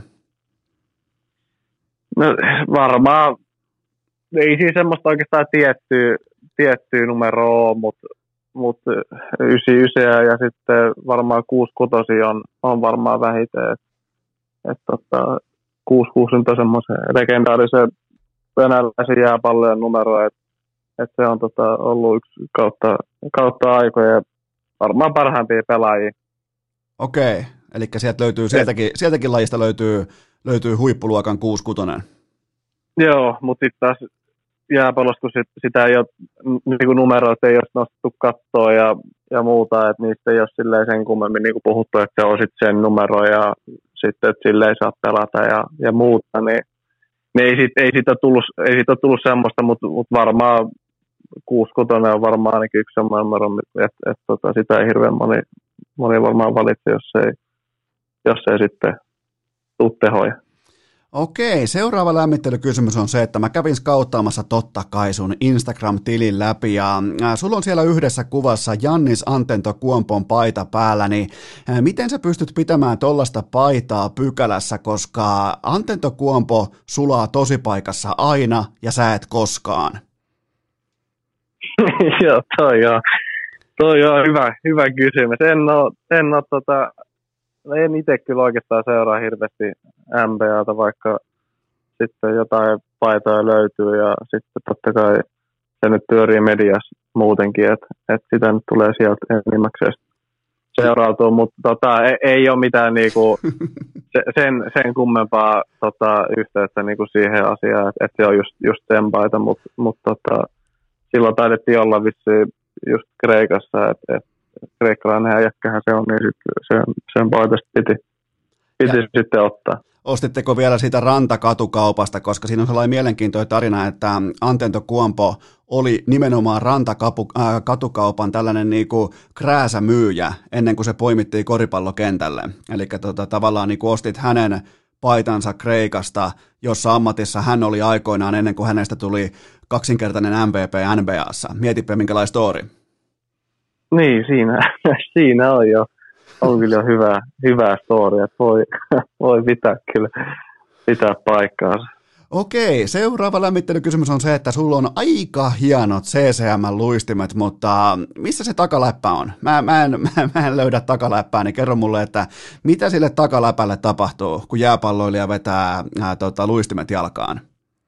D: No varmaan ei siinä semmoista oikeastaan tiettyä numeroa, mutta 99 ja sitten varmaan 66 on varmaan vähiten. Että 66 on semmoisen legendaarisen venäläisen jääpallojen numero, että se on ollut yksi kautta aikoja varmaan parhaimpia pelaajia.
A: Okei, eli sieltä löytyy, sieltäkin lajista löytyy huippuluokan 66.
D: Joo, mutta sitten taas jääpallosta, kun sitä ei ole, niin numeroita ei ole nostettu kattoa ja muuta, että niistä ei ole silleen sen kummemmin niin puhuttu, että se on sitten sen numero ja sitten, että sille ei saa pelata ja muuta, niin ei siitä ole tullut semmoista, mutta varmaan 66 on varmaan ainakin yksi semmoinen numero, että sitä ei hirveän moni varmaan valitse, jos ei sitten tule tehoja.
A: Okei, seuraava lämmittelykysymys on se, että mä kävin skauttaamassa totta kai sun Instagram-tilin läpi ja sulla on siellä yhdessä kuvassa Jannis Antetokounmpon paita päällä, niin miten sä pystyt pitämään tollaista paitaa pykälässä, koska Antetokounmpo sulaa tosipaikassa aina ja sä et koskaan?
D: Joo, toi on hyvä kysymys. En itse kyllä oikeastaan seuraa hirveästi NBAta, vaikka sitten jotain paitoja löytyy ja sitten totta kai se nyt pyörii mediassa muutenkin, että sitä nyt tulee sieltä enimmäkseen seurautuu, mutta ei ole mitään niinku sen kummempaa yhteyttä niinku siihen asiaan, että se on just sen paita, mutta silloin taidettiin olla vissiin just Kreikassa, että kreikkalainen jäkkähän se on, niin sit sen paitasta piti sitten ottaa.
A: Ostitteko vielä siitä rantakatukaupasta, koska siinä on sellainen mielenkiintoinen tarina, että Antento Kuompo oli nimenomaan rantakaupan tällainen niinku krääsämyyjä ennen kuin se poimittiin koripallokentälle. Eli tavallaan niinku ostit hänen paitansa Kreikasta, jossa ammatissa hän oli aikoinaan ennen kuin hänestä tuli kaksinkertainen MVP NBAssa. Mietipä minkälainen story.
D: Niin, siinä on jo. On kyllä jo hyvä story, että voi pitää paikkaansa. Okei,
A: seuraava lämmittelykysymys on se, että sulla on aika hienot CCM-luistimet, mutta missä se takaläppä on? Mä en löydä takaläppää, niin kerro mulle, että mitä sille takaläpälle tapahtuu, kun jääpalloilija vetää luistimet jalkaan?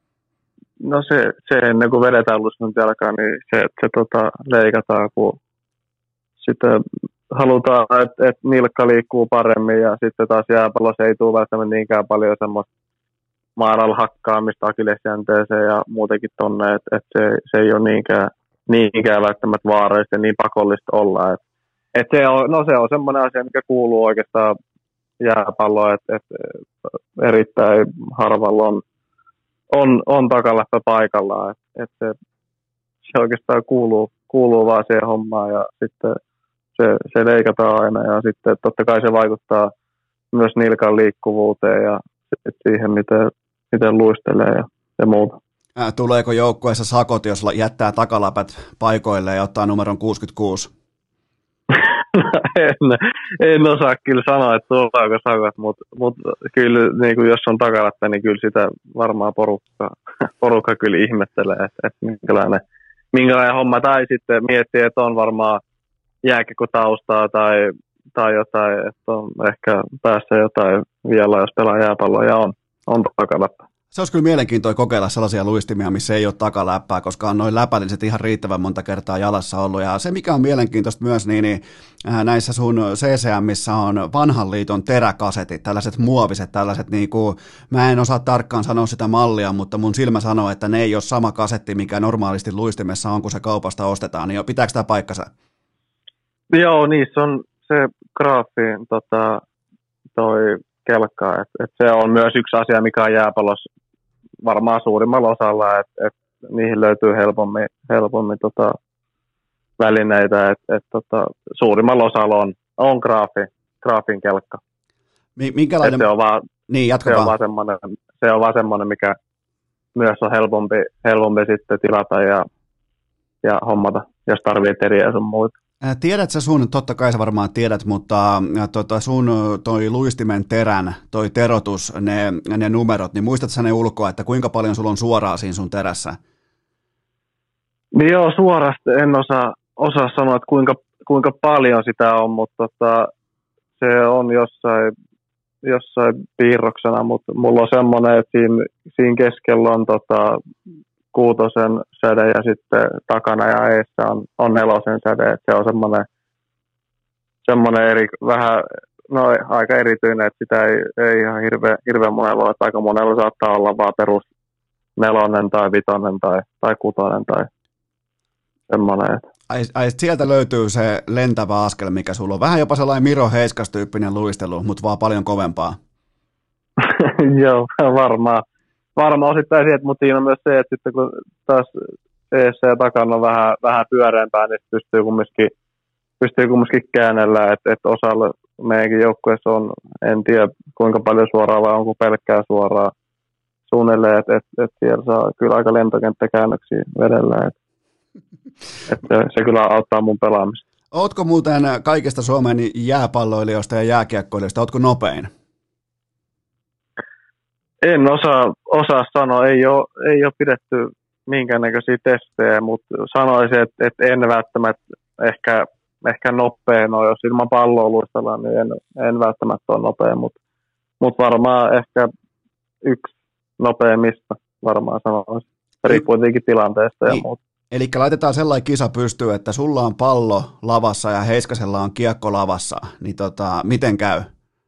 D: No se ennen kuin vedetään luistimet jalkaan, niin se leikataan, kun sitten halutaan, että nilkka liikkuu paremmin ja sitten taas jääpallossa ei tule välttämättä niinkään paljon semmoista maaralla hakkaamista akillesjänteeseen ja muutenkin tonne, että se ei ole niinkään välttämättä vaarallista ja niin pakollista olla. Että se on semmoinen asia, mikä kuuluu oikeastaan jääpalloon, että erittäin harvalla on takaläppä paikallaan. Että se oikeastaan kuuluu vaan siihen hommaan ja sitten se leikataan aina ja sitten totta kai se vaikuttaa myös nilkan liikkuvuuteen ja siihen, miten luistelee ja muuta.
A: Tuleeko joukkueessa sakot, jos jättää takaläpät paikoille ja ottaa numeron 66?
D: En osaa kyllä sanoa, että tuleeko sakot, mutta kyllä niin kuin jos on takaläppä, niin kyllä sitä varmaan porukka kyllä ihmettelee, että minkälainen homma. Tai sitten miettii, että on varmaan jääkiekkotaustaa tai jotain, että on ehkä päässä jotain vielä, jos pelaa jääpalloa ja on takaläppä.
A: Se olisi kyllä mielenkiintoista kokeilla sellaisia luistimia, missä ei ole takaläppää, koska on noin läpälliset ihan riittävän monta kertaa jalassa ollut. Ja se, mikä on mielenkiintoista myös, niin näissä sun CCMissä on vanhan liiton teräkasetit, tällaiset muoviset, tällaiset mä en osaa tarkkaan sanoa sitä mallia, mutta mun silmä sanoo, että ne ei ole sama kasetti, mikä normaalisti luistimessa on, kun se kaupasta ostetaan. Niin pitääkö tämä paikkansa?
D: Joo, niissä on se graafiin toi kelkka, että se on myös yksi asia, mikä on jääpallossa varmaan suurimmalla osalla, että niihin löytyy helpommin välineitä, että suurimmalla osalla on graafin kelkka.
A: Minkälainen?
D: Se on vaan,
A: niin,
D: se on vaan semmoinen, mikä myös on helpompi sitten tilata ja hommata, jos tarvitsee teriä sun muuta.
A: Tiedätkö totta kai sä varmaan tiedät, mutta sun toi luistimen terän, toi terotus, ne numerot, niin muistatko sä ne ulkoa, että kuinka paljon sulla on suoraa siinä sun terässä?
D: Niin joo, suorasta en osaa sanoa, että kuinka paljon sitä on, mutta se on jossain piirroksena, mutta mulla on semmoinen, että siinä keskellä on kuutosen säde ja sitten takana ja eessä on nelosen säde. Se on semmoinen vähän, aika erityinen, että sitä ei ihan hirveän monella ole. Aika monella saattaa olla vaan perus nelonen tai vitonen tai kutonen tai semmoinen.
A: Ai sieltä löytyy se lentävä askel, mikä sulla on. Vähän jopa sellainen Miro Heiskas-tyyppinen luistelu, mutta vaan paljon kovempaa.
D: Joo, varmaan osittain sieltä, mutta siinä on myös se, että sitten kun taas eessä ja takana on vähän pyöreämpää, niin pystyy kumminkin käännellä, että osalla meidänkin joukkueessa on, en tiedä kuinka paljon suoraa vai onko pelkkää suoraa suunnilleen, että siellä saa kyllä aika lentokenttäkäännöksiä vedellä, että se kyllä auttaa mun pelaamista.
A: Ootko muuten kaikista Suomen jääpalloilijoista ja jääkiekkoilijoista, ootko nopein?
D: En osaa sanoa, ei ole pidetty minkäännäköisiä testejä, mutta sanoisin, että en välttämättä ehkä nopein ole. Jos ilman palloa luistellaan, niin en välttämättä ole nopein, mutta varmaan ehkä nopeimmista varmaan sanoisin. Riippuu tietenkin tilanteesta ja muuta.
A: Eli laitetaan sellainen kisa pystyyn, että sulla on pallo lavassa ja Heiskasella on kiekko lavassa, niin miten käy?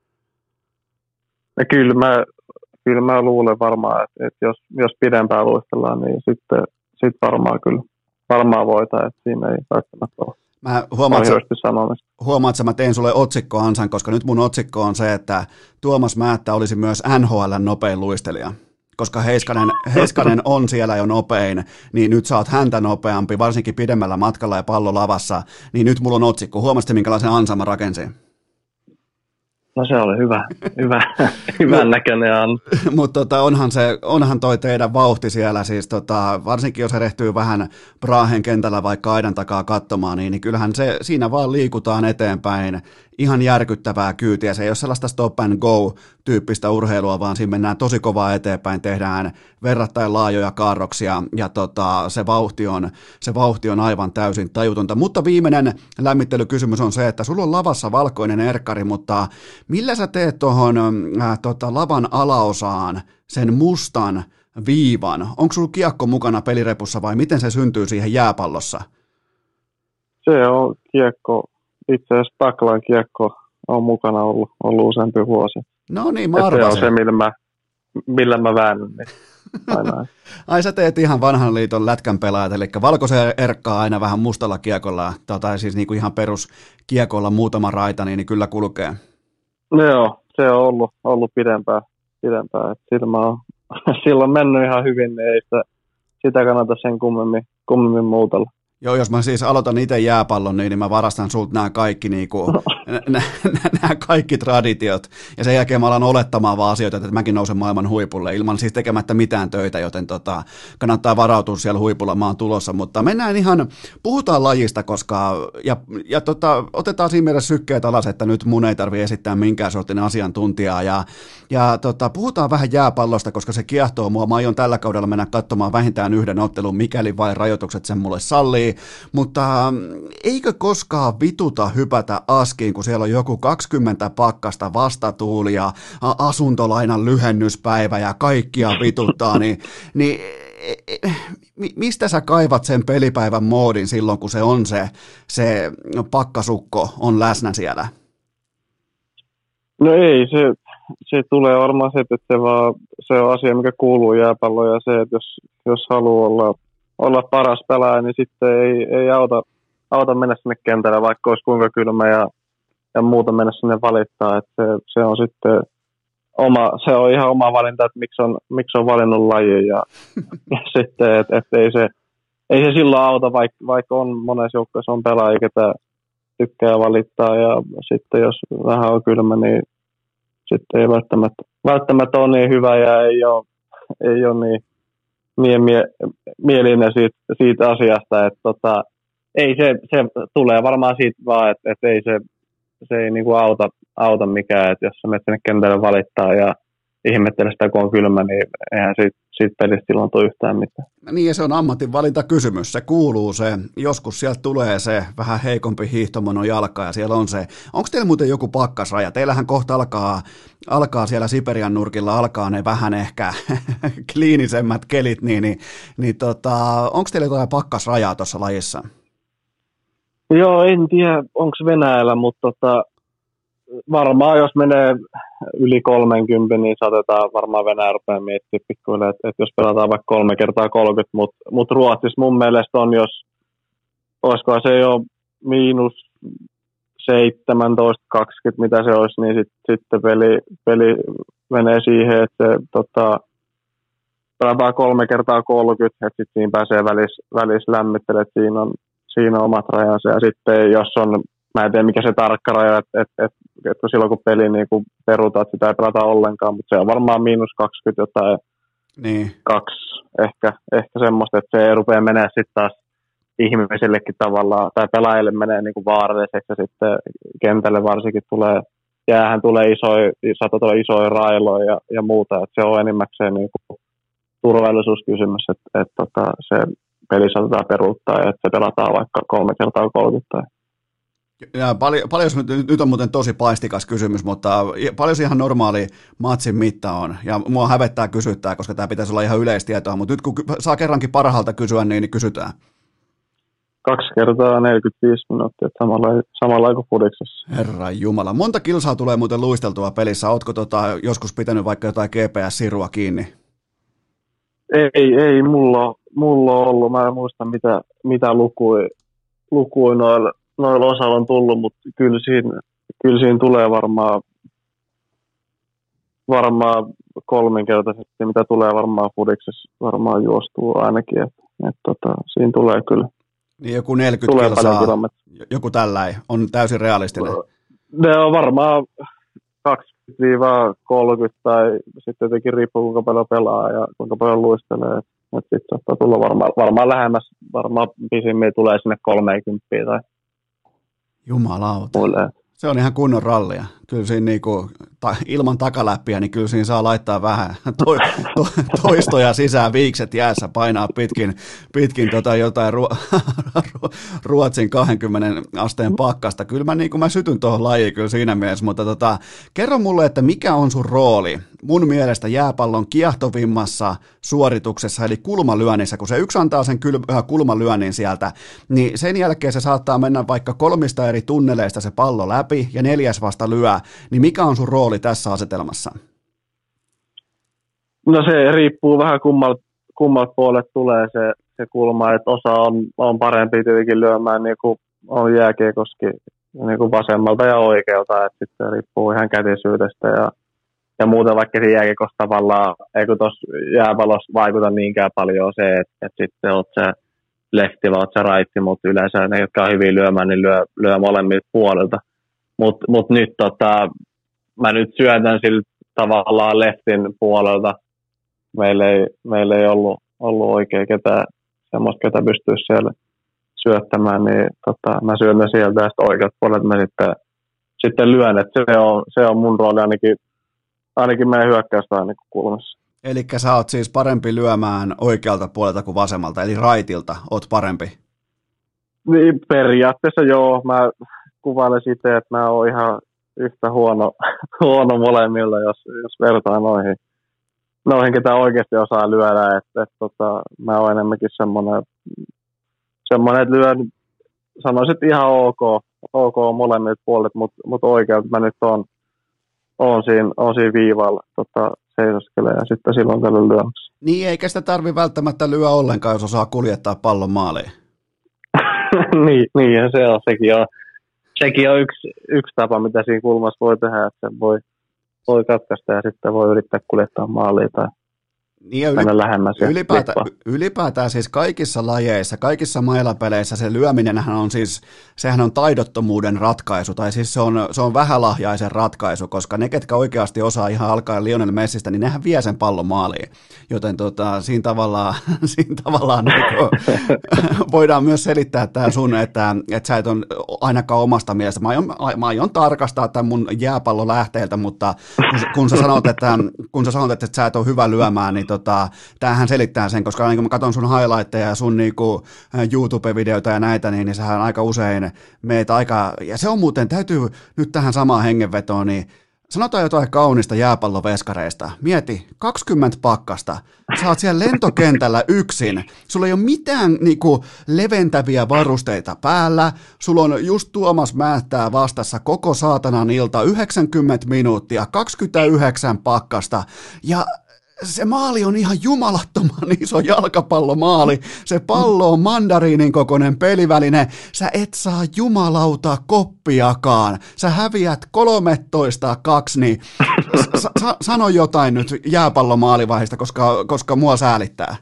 D: Ja kyllä mä luulen varmaan, että jos pidempään luistellaan, niin sitten varmaan voitaan, että siinä ei välttämättä ole.
A: Huomaat, että mä tein sulle otsikkoansan, koska nyt mun otsikko on se, että Tuomas Määttä olisi myös NHL:n nopein luistelija. Koska Heiskanen on siellä jo nopein, niin nyt sä oot häntä nopeampi, varsinkin pidemmällä matkalla ja pallo lavassa, niin nyt mulla on otsikko. Huomasitte, minkälaisen ansan mä rakensin?
D: No se oli hyvän näköinen on.
A: Mutta onhan toi teidän vauhti siellä, siis varsinkin jos herehtyy vähän Brahen kentällä vaikka aidan takaa katsomaan, niin kyllähän siinä vaan liikutaan eteenpäin. Ihan järkyttävää kyytiä. Se ei ole sellaista stop and go-tyyppistä urheilua, vaan siinä mennään tosi kovaa eteenpäin, tehdään verrattain laajoja kaarroksia, ja se vauhti on aivan täysin tajutonta. Mutta viimeinen lämmittelykysymys on se, että sulla on lavassa valkoinen erkkari, mutta millä sä teet tuohon lavan alaosaan sen mustan viivan? Onko sulla kiekko mukana pelirepussa vai miten se syntyy siihen jääpallossa?
D: Se on kiekko. Itse asiassa Taklan kiekko on mukana ollut useampi vuosi.
A: No niin, mä arvasin.
D: Se on se, millä mä väännän. Niin
A: Ai sä teet ihan vanhan liiton lätkän pelaajat, eli valkoisen erkkaa aina vähän mustalla kiekolla, tai siis niinku ihan peruskiekolla muutama raita, niin kyllä kulkee.
D: No joo, se on ollut pidempään. Silloin mennyt ihan hyvin, niin ei sitä kannata sen kummemmin muutella.
A: Joo, jos mä siis aloitan itse jääpallon, niin mä varastan sulta nämä kaikki, nämä kaikki traditiot, ja sen jälkeen mä alan olettamaan vaan asioita, että mäkin nousen maailman huipulle, ilman siis tekemättä mitään töitä, joten kannattaa varautua siellä huipulla, mä oon tulossa, mutta puhutaan lajista, koska, otetaan siinä mielessä sykkeet alas, että nyt mun ei tarvitse esittää minkään sortin asiantuntijaa, ja puhutaan vähän jääpallosta, koska se kiehtoo mua, mä aion tällä kaudella mennä katsomaan vähintään yhden ottelun, mikäli vain rajoitukset sen mulle sallii, mutta eikö koskaan vituta hypätä askiin, kun siellä on joku 20 pakkasta vastatuulia, asuntolainan lyhennyspäivä ja kaikkia vituttaa, niin mistä sä kaivat sen pelipäivän moodin silloin, kun se on se pakkasukko on läsnä siellä?
D: No ei, se tulee varmaan se, että se on asia, mikä kuuluu jääpalloon, ja se, että jos haluaa olla paras pelaaja, niin sitten ei auta mennä sinne kentälle, vaikka olisi kuinka kylmä ja muuta mennä sinne valittaa. Että se on sitten se on ihan oma valinta, että miksi on valinnut lajin ja sitten, että ei se silloin auta, vaikka on monessa joukkueessa on pelaajia, ketä tykkää valittaa, ja sitten jos vähän on kylmä, niin sitten ei välttämättä ole niin hyvä ja ei ole niin mielinen siitä asiasta, että ei se tulee varmaan siitä vaan, että ei se ei niinku auta mikään, että jos sä menet sinne kentälle valittaa ja ihmettelee sitä, kun on kylmä, niin eihän siitä pelistä silloin tule yhtään mitään.
A: Niin, ja se on ammatinvalintakysymys, se kuuluu se, joskus sieltä tulee se vähän heikompi hiihtomono jalka, ja siellä on se. Onko teillä muuten joku pakkasraja? Teillähän kohta alkaa siellä Siperian nurkilla, alkaa ne vähän ehkä kliinisemmät kelit, onko teillä jotain pakkasrajaa tuossa lajissa?
D: Joo, en tiedä, onko Venäjällä, mutta varmaan jos menee yli 30, niin saatetaan varmaan Venäjä rupeaa miettimään pikkuille, että jos pelataan vaikka 3x30, mutta Ruotsissa mun mielestä on, jos olisiko se jo -17, 20, mitä se olisi, niin sitten peli menee siihen, että pelataan 3x30, että sitten siinä pääsee välissä lämmittelemään, että siinä on omat rajansa, ja sitten jos on, mä en tiedä mikä se tarkka raja, että silloin kun peli niin kun perutaan, että sitä ei pelata ollenkaan, mutta se on varmaan -20 jotain,
A: niin.
D: 2 ehkä semmoista, että se ei rupea menee sitten taas ihmisillekin tavallaan, tai pelaajille menee niin kuin vaaralliseksi, ja sitten kentälle varsinkin jäähän tulee isoja railoja ja muuta, että se on enimmäkseen niin kuin turvallisuuskysymys, että se peli saatetaan peruuttaa ja että se pelataan vaikka 3x30.
A: Ja paljon nyt on muuten tosi paistikas kysymys, mutta paljon ihan normaali matsin mitta on. Ja mua hävettää kysyttää, koska tämä pitäisi olla ihan yleistietoa, mutta nyt kun saa kerrankin parhaalta kysyä, niin kysytään.
D: 2 kertaa 45 minuuttia, samalla kuin fudiksessa.
A: Herran jumala. Monta kilsaa tulee muuten luisteltua pelissä? Ootko joskus pitänyt vaikka jotain GPS-sirua kiinni?
D: Ei mulla on ollut. Mä en muista, mitä lukuja noilla osalla on tullut, mutta kyllä siinä tulee varmaan 3-kertaisesti, mitä tulee varmaan fudiksessa varmaan juostuu ainakin. Siinä tulee kyllä.
A: Niin joku 40 kilsaa, joku tällainen, on täysin realistinen.
D: Ne on varmaan 20-30 tai sitten jotenkin riippuu kuinka paljon pelaa ja kuinka paljon luistelee. Sitten saattaa tulla varmaan lähemmäs, varmaan pisimmin tulee sinne 30 tai
A: jumalauta. Se on ihan kunnon rallia. Kyllä siinä ilman takaläppiä, niin kyllä siinä saa laittaa vähän toistoja sisään, viikset jäässä, painaa pitkin jotain Ruotsin 20 asteen pakkasta. Kyllä mä sytyn tuohon lajiin kyllä siinä mielessä, mutta kerro mulle, että mikä on sun rooli mun mielestä jääpallon kiehtovimmassa suorituksessa, eli kulmalyönnissä, kun se yksi antaa sen kulmalyönnin sieltä, niin sen jälkeen se saattaa mennä vaikka 3 eri tunneleista se pallo läpi ja 4 vasta lyö, niin mikä on sun rooli tässä asetelmassa?
D: No se riippuu vähän kummalta puolet tulee se kulma, että osa on parempi tietenkin lyömään niin kuin on jääkiekoski niin kuin vasemmalta ja oikealta, että sitten riippuu ihan kätisyydestä ja muuten vaikka se jääkiekossa tavallaan, ei kun tuossa jääpallossa vaikuta niinkään paljon se, että sitten oot se lefti vai oot se raitti, mutta yleensä ne, jotka on hyvin lyömään, niin lyö molemmilta puolilta. Mut nyt mä nyt syötän sillä tavallaan leftin puolelta. Meillä ei ollut oikein ketään semmoista, ketä pystyisi siellä syöttämään, niin mä syötän sieltä ja sitten oikeat puolet mä sitten lyön, että se on mun rooli ainakin meidän hyökkäystä ainakin kulmassa.
A: Eli sä oot siis parempi lyömään oikealta puolelta kuin vasemmalta, eli raitilta oot parempi?
D: Niin, periaatteessa joo, mä kuvailen sitä, että mä oon ihan yhtä huono molemmilla, jos vertaan noihin, ketä oikeasti osaa lyödä, että mä oon enemmänkin semmoinen, että lyön, sanoisin, että ihan ok molemmilta puolet, mutta oikealta mä nyt on siinä viivalla seisoskelee ja sitten silloin tällä lyömässä.
A: Niin, eikä sitä tarvi välttämättä lyö ollenkaan, jos osaa kuljettaa pallon maaliin.
D: niin se on, sekin on yksi tapa, mitä siinä kulmassa voi tehdä, että sen voi katkaista ja sitten voi yrittää kuljettaa maaliin tai
A: niin
D: mennä lähemmäs.
A: Ylipäätään siis kaikissa lajeissa, kaikissa mailapeleissä se lyöminenhän on siis, sehän on taidottomuuden ratkaisu, tai siis se on vähälahjaisen ratkaisu, koska ne, ketkä oikeasti osaa ihan alkaen Lionel Messistä, niin nehän vie sen pallon maaliin. Joten siinä tavallaan niin voidaan myös selittää tämä sun, että sä et on ainakaan omasta mielestä. Mä aion tarkastaa tämän mun jääpallolähteeltä, mutta kun sä sanot, että sä et ole hyvä lyömään, niin tämähän selittää sen, koska niin kun mä katson sun highlightteja ja sun niinku YouTube-videoita ja näitä, niin sähän aika usein meitä ja se on muuten, täytyy nyt tähän samaan hengenvetoon, niin sanotaan jotain kaunista jääpalloveskareista. Mieti, 20 pakkasta, sä oot siellä lentokentällä yksin, sulla ei ole mitään niinku leventäviä varusteita päällä, sulla on just Tuomas Määttää vastassa koko saatanan ilta, 90 minuuttia, 29 pakkasta, ja se maali on ihan jumalattoman iso jalkapallomaali. Se pallo on mandariinin kokoinen peliväline. Sä et saa jumalauta koppiakaan. Sä häviät 13-2, niin sano jotain nyt jääpallomaalivaiheesta, koska mua säälittää.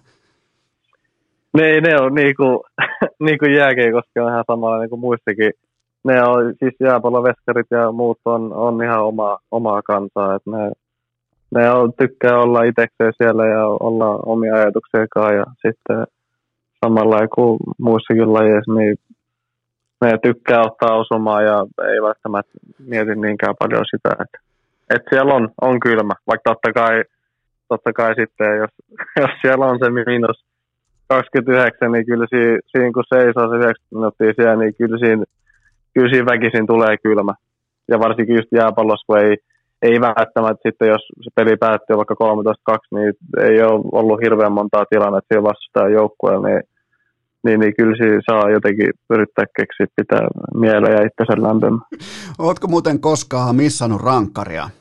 D: Ne on niinku jääkiekossa on ihan samalla niin kuin muistakin. Ne on siis jääpalloveskarit ja muut on ihan omaa kansaa, että ne tykkää olla itsekseen siellä ja olla omia ajatuksiakaan ja sitten samalla kuin muissakin lajeissa, niin ne tykkää ottaa osumaa ja ei välttämättä mieti niinkään paljon sitä, että siellä on kylmä, vaikka totta kai sitten, jos siellä on se miinus 29, niin kyllä siinä kun seisoo se 90 minuuttia siellä, niin kyllä kyllä siinä väkisin tulee kylmä. Ja varsinkin just jääpallossa, kun ei välttämättä sitten, jos se peli päättyy vaikka 13-2, niin ei ole ollut hirveän montaa tilannetta siellä vastustajan joukkueella, niin kyllä siinä saa jotenkin yrittää keksiä pitää mieleen ja itsensä lämpimään.
A: Ootko muuten koskaan missannut rankkaria?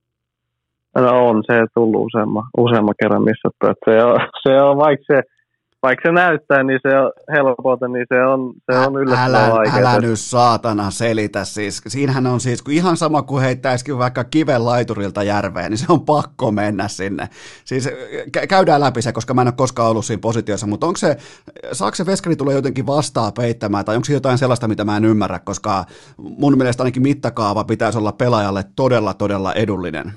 D: No on se tullut useamman kerran missattu. Se on vaikka se näyttää, niin se on helpolta, niin se on yllättävän vaikeaa.
A: Älä nyt saatana selitä siis. Siinähän on siis ihan sama kuin heittäisikin vaikka kiven laiturilta järveen, niin se on pakko mennä sinne. Siis käydään läpi se, koska mä en ole koskaan ollut siinä positiossa, mutta saako se veskari tulla jotenkin vastaan peittämään, tai onko se jotain sellaista, mitä mä en ymmärrä, koska mun mielestä ainakin mittakaava pitäisi olla pelaajalle todella, todella edullinen.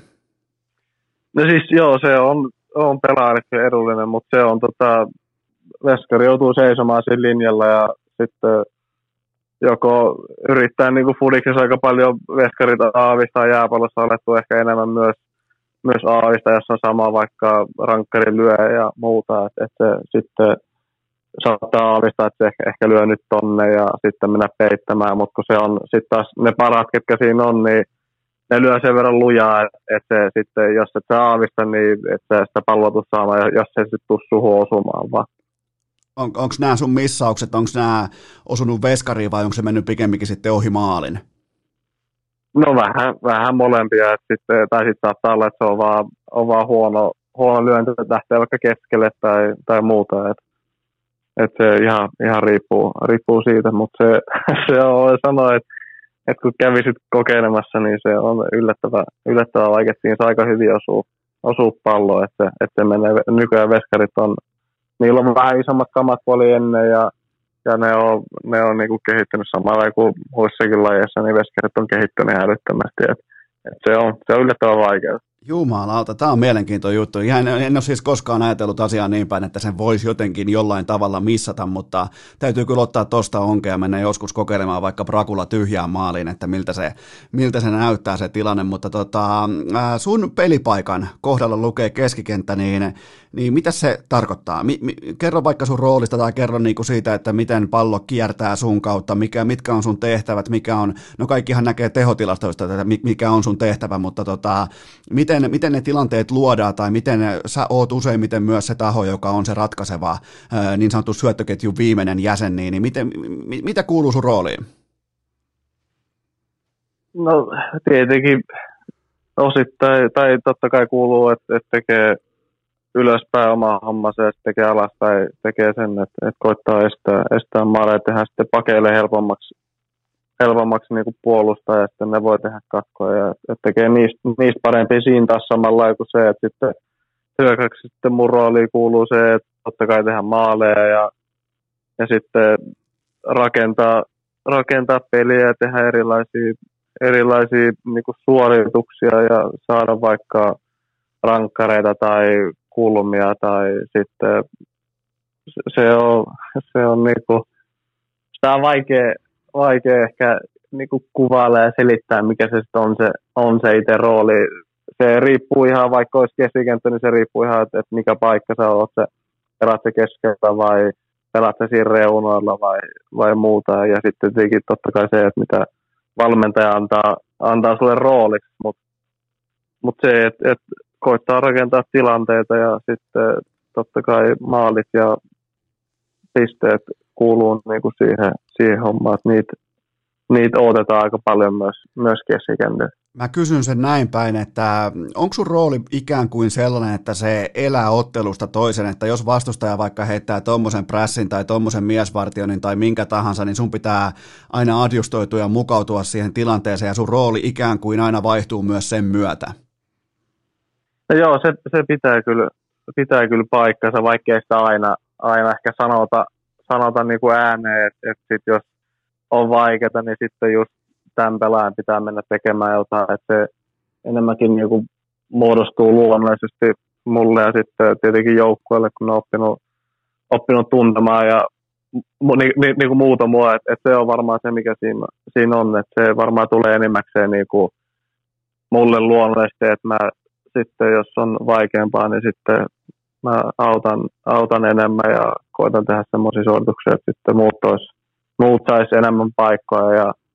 D: No siis joo, se on pelaajallekin edullinen, mutta se on veskari joutuu seisomaan siinä linjalla ja sitten joko yrittää niin kuin fudiksessa aika paljon veskarit aavistaa, jääpallossa alettu ehkä enemmän myös aavista, jos on sama vaikka rankkarin lyö ja muuta, että se sitten saattaa aavistaa, että se ehkä lyö nyt tonne ja sitten mennä peittämään, mutta kun se on sitten taas ne parat, ketkä siinä on, niin ne lyö sen verran lujaa, että se sitten, jos et sä aavista, niin et sä sitä palloa tuu saamaan, jos se sitten tuu suhun osumaan vaan.
A: Onko nämä sun missaukset, onko nämä osunut veskariin vai onko se mennyt pikemminkin sitten ohi maalin?
D: No vähän molempia, tai sitten saattaa olla, että se on vaan huono lyönti, että lähtee vaikka keskelle tai muuta. Et se ihan riippuu siitä, mutta se on sanoa, että kun kävisit kokeilemassa, niin se on yllättävän vaikea. Siinä saa aika hyvin osua palloa, että se menee. Nykyään veskarit on, niillä on vähän isommat kamat kuin oli ennen ja ne on niinku kehittynyt samalla kuin muissakin lajeissa, niin veskarit on kehittynyt älyttömästi. Se on yllättävän vaikeaa.
A: Jumalauta, tämä on mielenkiintoinen juttu. En ole siis koskaan ajatellut asiaa niin päin, että sen voisi jotenkin jollain tavalla missata, mutta täytyy kyllä ottaa tuosta onkea ja mennä joskus kokeilemaan vaikka Brakulla tyhjään maaliin, että miltä se näyttää se tilanne, mutta sun pelipaikan kohdalla lukee keskikenttä, niin mitä se tarkoittaa? Kerro vaikka sun roolista tai kerro niinku siitä, että miten pallo kiertää sun kautta, mitkä on sun tehtävät, no kaikkihan näkee tehotilastoista, että mikä on sun tehtävä, mutta miten ne tilanteet luodaan tai miten sä oot useimmiten myös se taho, joka on se ratkaiseva niin sanottu syöttöketjun viimeinen jäsen, niin mitä kuuluu sun rooliin?
D: No tietenkin osittain, tai totta kai kuuluu, että tekee ylöspäin omaa hommansa ja tekee alaspäin, tekee sen, että koittaa estää maaleja ja tehdä sitten pakeille helpommaksi niin kuin puolustaa ja sitten ne voi tehdä katkoja ja tekee niistä parempia siinä taas samalla kuin se, että sitten hyökkäyksi sitten mun rooliin kuuluu se, että totta kai tehdä maaleja ja sitten rakentaa peliä ja tehdä erilaisia niin kuin suorituksia ja saada vaikka rankkareita tai kulmia tai sitten se on niinku, sitä on vaikea ehkä niinku kuvailla ja selittää, mikä se sitten on se itse rooli. Se riippuu ihan, vaikka olisi keskikenttä, niin se riippuu ihan, että mikä paikka sä oot, pelaat se keskellä vai pelaat se siinä reunoilla vai muuta. Ja sitten tietenkin totta kai se, että mitä valmentaja antaa sulle rooliksi, mutta se, että koittaa rakentaa tilanteita ja sitten totta kai maalit ja pisteet kuuluu niinku siihen hommaan, että niitä odotetaan aika paljon myös keskikentällä.
A: Mä kysyn sen näin päin, että onko sun rooli ikään kuin sellainen, että se elää ottelusta toisen, että jos vastustaja vaikka heittää tommosen prässin tai tommosen miesvartioinnin tai minkä tahansa, niin sun pitää aina adjustoitua ja mukautua siihen tilanteeseen ja sun rooli ikään kuin aina vaihtuu myös sen myötä?
D: No joo, se pitää kyllä paikkansa, vaikkei sitä aina ehkä sanota niin kuin ääneen, että sit jos on vaikeaa, niin sitten just tämän pelaajan pitää mennä tekemään jotain, että se enemmänkin niin kuin muodostuu luonnollisesti mulle ja sitten tietenkin joukkueelle, kun on oppinut tuntemaan ja niin kuin muuta mua, että se on varmaan se, mikä siinä on, että se varmaan tulee enimmäkseen niin kuin mulle luonnollisesti, että mä sitten jos on vaikeampaa, niin sitten mä autan enemmän ja koitan tehdä semmoisia suorituksia, että sitten muut sais enemmän paikkoja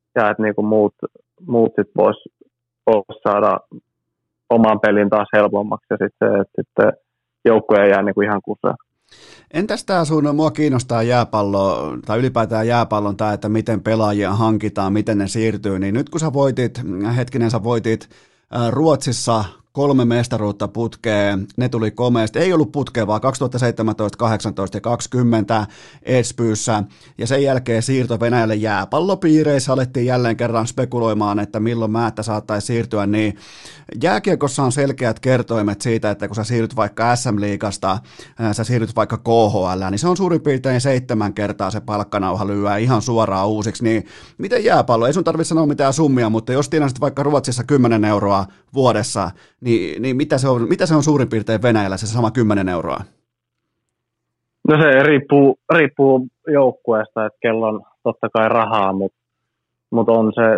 D: ja että niinku muut sit vois saada oman pelin taas helpommaksi ja sitten joukkue jää niinku ihan kuseen.
A: Entäs tämä mua kiinnostaa jääpallo, tai ylipäätään jääpallon tämä, että miten pelaajia hankitaan, miten ne siirtyy, niin nyt kun sä voitit Ruotsissa 3 mestaruutta putkeen, ne tuli komeasti, ei ollut putkeen, vaan 2017, 18 ja 20 Espyyssä, ja sen jälkeen siirto Venäjälle jääpallopiireissä, alettiin jälleen kerran spekuloimaan, että milloin määttä saattaisi siirtyä, niin jääkiekossa on selkeät kertoimet siitä, että kun sä siirryt vaikka SM-liigasta, sä siirryt vaikka KHL, niin se on suurin piirtein 7 kertaa se palkkanauha lyöä ihan suoraan uusiksi, niin miten jääpallo, ei sun tarvitse sanoa mitään summia, mutta jos tienasit vaikka Ruotsissa 10 euroa vuodessa, niin mitä se on suurin piirtein Venäjällä, se sama 10 euroa?
D: No se riippuu joukkueesta, että kello on totta kai rahaa, mutta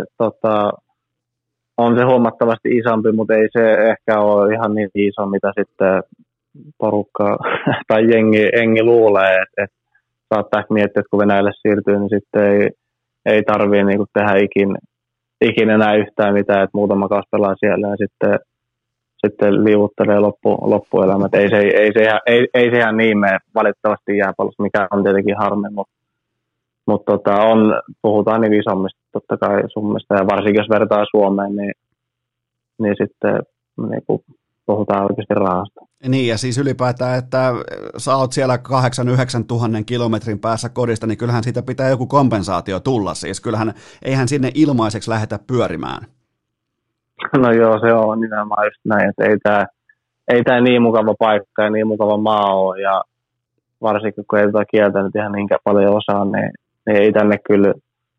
D: on se huomattavasti isompi, mutta ei se ehkä ole ihan niin iso, mitä sitten porukka tai jengi luulee, että saattaa miettiä, että kun Venäjälle siirtyy, niin sitten ei tarvitse niinku tehdä ikinä enää yhtään mitään, että muutama kausi pelaa siellä ja sitten liuuttelee loppuelämä. Ei se ihan niin mene valitettavasti jääpallossa, mikä on tietenkin harmi, mutta puhutaan niin isommista totta kai summista, ja varsinkin jos vertaa Suomeen, niin sitten niin puhutaan oikeasti rahasta.
A: Niin, ja siis ylipäätään, että sä oot siellä 8-9 tuhannen kilometrin päässä kodista, niin kyllähän siitä pitää joku kompensaatio tulla, siis kyllähän eihän sinne ilmaiseksi lähetä pyörimään.
D: No joo, se on nimenomaan just näin, että ei tää niin mukava paikka ja niin mukava maa ole, ja varsinkin kun ei tätä kieltä nyt ihan niinkään paljon osaa, niin ei tänne kyllä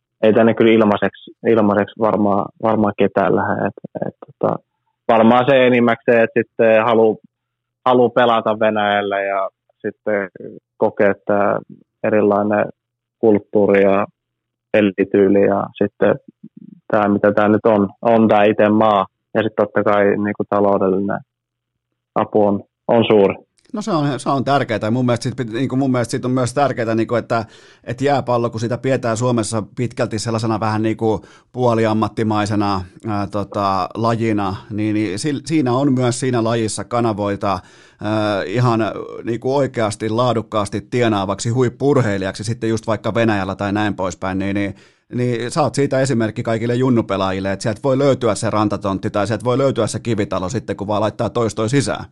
D: ilmaiseksi varmaan ketään lähde. Varmaan se enimmäkseen, että sitten haluaa pelata Venäjällä ja sitten kokea tämä erilainen kulttuuri ja pelityyli ja sitten tämä, mitä tämä nyt on tämä itse maa. Ja sitten totta kai niin kuin taloudellinen apu on suuri.
A: No se on tärkeää, ja mun mielestä siitä on myös tärkeää, että jääpallo, kun sitä pidetään Suomessa pitkälti sellaisena vähän niin kuin puoliammattimaisena lajina, niin siinä on myös siinä lajissa kanavoita ihan niin kuin oikeasti laadukkaasti tienaavaksi huippu-urheilijaksi sitten just vaikka Venäjällä tai näin poispäin, niin sä oot siitä esimerkki kaikille junnupelaajille, että sieltä voi löytyä se rantatontti tai sieltä voi löytyä se kivitalo sitten, kun vaan laittaa toistoi sisään.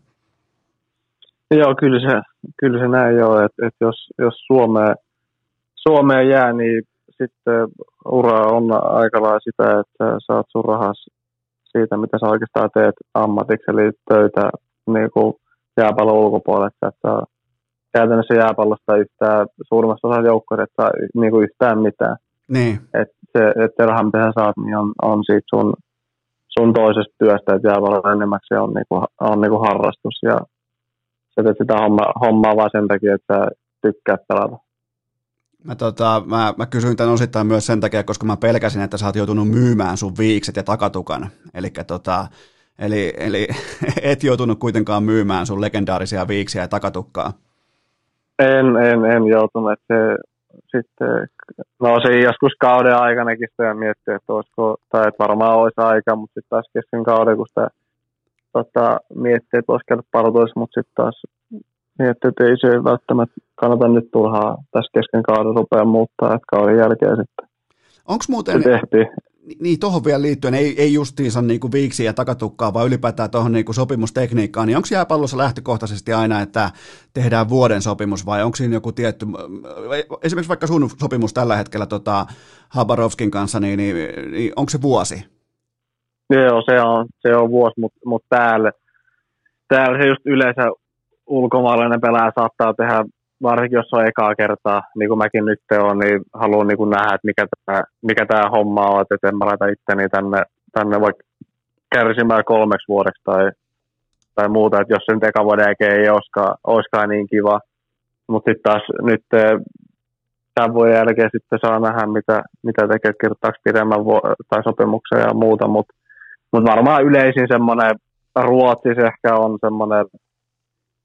D: Joo, kyllä se näin joo, että jos Suomeen jää, niin sitten ura on aika lailla sitä, että saat sun rahas siitä, mitä sä oikeastaan teet ammatiksi, eli töitä niin kuin jääpallon ulkopuolella, että saa käytännössä jääpallosta yhtään suurimmassa osassa joukkoja, että saa niin kuin yhtään mitään.
A: Niin.
D: Että se raha, mitä sä saat, niin on siitä sun toisesta työstä, että jääpallon enimmäkseen on niinku harrastus, ja sä teet sitä hommaa vaan sen takia, että sä tykkäät pelata.
A: Mä kysyin tämän osittain myös sen takia, koska mä pelkäsin, että sä oot joutunut myymään sun viikset ja takatukan. Eli et joutunut kuitenkaan myymään sun legendaarisia viiksiä ja takatukkaa.
D: En joutunut. Se joskus kauden aikanakin sitä miettii, että olisiko, tai että varmaan olisi aika, mutta sitten taas kesken kauden, kun sitä miettii, että olisi käydä parotoissa, mutta sitten taas miettii, että ei se välttämättä kannata nyt turhaa tässä kesken kauden rupea muuttaa, että kauden jälkeen sitten.
A: Onko muuten, niin tuohon vielä liittyen, ei justiinsa niinku viiksiä ja takatukkaa, vaan ylipäätään tuohon niinku sopimustekniikkaan, niin onko jääpallossa lähtökohtaisesti aina, että tehdään vuoden sopimus, vai onko siinä joku tietty, esimerkiksi vaikka sun sopimus tällä hetkellä Habarovskin kanssa, niin onko se vuosi?
D: Joo, se on vuosi, mutta täällä se just yleensä ulkomaalainen pelaaja saattaa tehdä, varsinkin jos on ekaa kertaa, niin kuin mäkin nyt teon, niin haluan niin nähdä, että mikä tämä homma on, että en mä laita itteni tänne vaikka kärsimään 3 vuodeksi tai muuta, että jos sen eka vuoden jälkeen ei olisikaan niin kiva. Mutta sitten taas nyt tämän vuoden jälkeen sitten saa nähdä, mitä tekee, kirjoittaako pidemmän tai sopimuksen ja muuta, mutta varmaan yleisin semmoinen Ruotsissa ehkä on semmoinen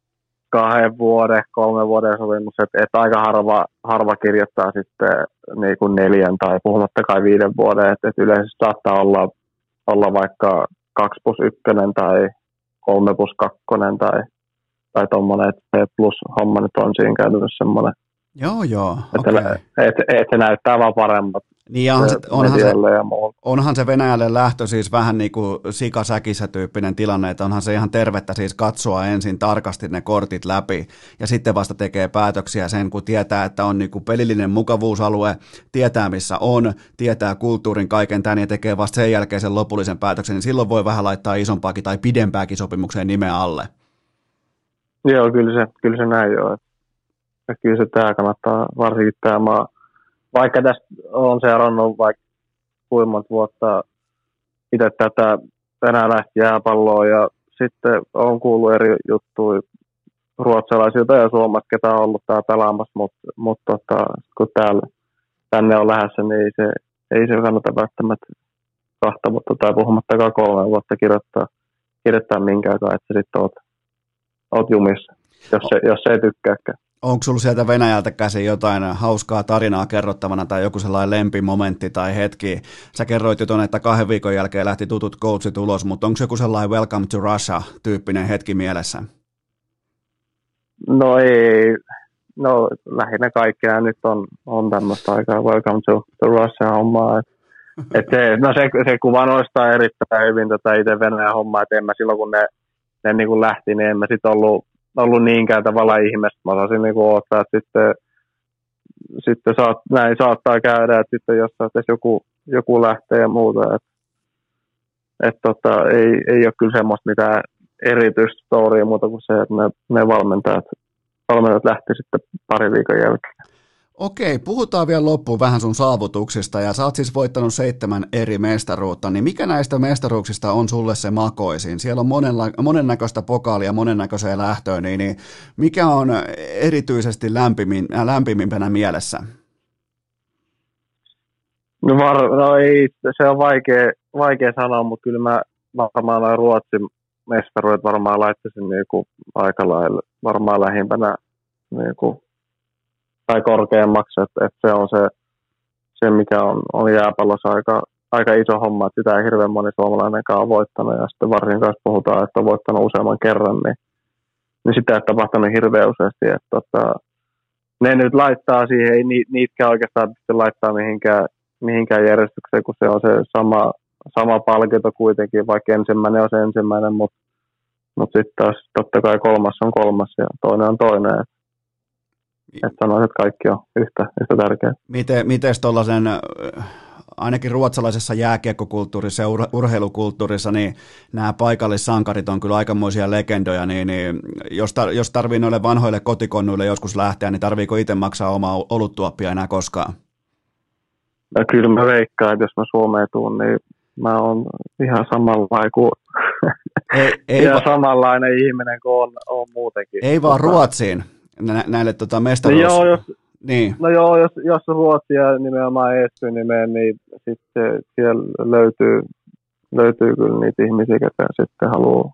D: 3 vuoden sopimus, että aika harva kirjoittaa sitten niin kuin 4 tai puhumattakaan 5 vuoden, että yleensä saattaa olla vaikka 2+1 tai 3+2 tai tuommoinen, että C+-homma nyt on siinä käytännössä semmoinen.
A: Joo,
D: okei.
A: Okay.
D: Että se näyttää vaan paremmat.
A: Niin onhan se Venäjälle lähtö siis vähän niin kuin sikasäkissä tyyppinen tilanne, että onhan se ihan tervettä siis katsoa ensin tarkasti ne kortit läpi ja sitten vasta tekee päätöksiä sen, kun tietää, että on niin kuin pelillinen mukavuusalue, tietää missä on, tietää kulttuurin kaiken tämän ja tekee vasta sen jälkeen sen lopullisen päätöksen, niin silloin voi vähän laittaa isompaakin tai pidempääkin sopimukseen nimeä alle.
D: Joo, kyllä se näin joo. Ja kyllä se tämä kannattaa, varsinkin tämä maa. Vaikka tästä on seurannut vaikka kuinka monta vuotta itse tätä venäläistä jääpalloa ja sitten on kuullut eri juttuja ruotsalaisilta ja suomalaisilta, ketä on ollut täällä pelaamassa, mutta kun tänne on lähdössä, niin ei se kannata välttämättä 2 vuotta tai puhumattakaan 3 vuotta kirjoittaa minkäänkaan, että sitten oot jumissa, jos se ei tykkääkään.
A: Onko sulla sieltä Venäjältä käsin jotain hauskaa tarinaa kerrottavana tai joku sellainen lempimomentti tai hetki? Sä kerroit jo tuonne, että 2 viikon jälkeen lähti tutut coachit ulos, mutta onko joku sellainen Welcome to Russia-tyyppinen hetki mielessä?
D: No ei. No lähinnä kaikkea nyt on tämmöistä aikaa Welcome to Russia-hommaa. Se kuva noistaa erittäin hyvin tätä itse Venäjän hommaa, että en mä silloin kun ne niin kuin lähti, niin en mä sitten ollut niinkään tavallaan ihmeessä. Mä osasin niin kuin odottaa, että sitten näin saattaa käydä, että sitten jossain joku lähtee ja muuta. Ei ole kyllä semmoista mitään erityistä storia muuta kuin se, että ne valmentajat lähti sitten 2 viikon jälkeen.
A: Okei, puhutaan vielä loppuun vähän sun saavutuksista, ja sä oot siis voittanut 7 eri mestaruutta, niin mikä näistä mestaruuksista on sulle se makoisin? Siellä on monennäköistä pokaalia, monennäköiseen lähtöön, niin mikä on erityisesti lämpimimpänä mielessä?
D: No ei, se on vaikea sanoa, mutta kyllä mä varmaan noin Ruotsin mestaruudet varmaan laittaisin niinku aika lailla, varmaan lähimpänä niinku tai korkeammaksi, että se on se mikä on jääpallossa aika iso homma, että sitä ei hirveän moni suomalainenkaan ole voittanut, ja sitten varsinkin jos puhutaan, että on voittanut useamman kerran, niin sitä ei tapahtunut hirveän useasti, että ne nyt laittaa siihen, ei niitäkään oikeastaan pysty laittaa mihinkään järjestykseen, kun se on se sama palkinto kuitenkin, vaikka ensimmäinen on se ensimmäinen, mutta sitten taas totta kai 3 on 3 ja toinen on toinen, että sanoisin, että kaikki on yhtä tärkeää.
A: Miten tuollaisen, ainakin ruotsalaisessa jääkiekkokulttuurissa ja urheilukulttuurissa, niin nämä paikallissankarit on kyllä aikamoisia legendoja, niin jos tarvii noille vanhoille kotikonnuille joskus lähteä, niin tarviiko itse maksaa omaa oluttuoppia enää koskaan?
D: Ja kyllä mä veikkaan, että jos mä Suomeen tuun, niin mä oon ihan samanlainen kuin samanlainen ihminen kuin on muutenkin.
A: Ei vaan Ruotsiin. Näille mestaruus...
D: No joo, jos Ruotsi ja nimenomaan Eesty nimeen, niin sitten siellä löytyy kyllä niitä ihmisiä, jotka sitten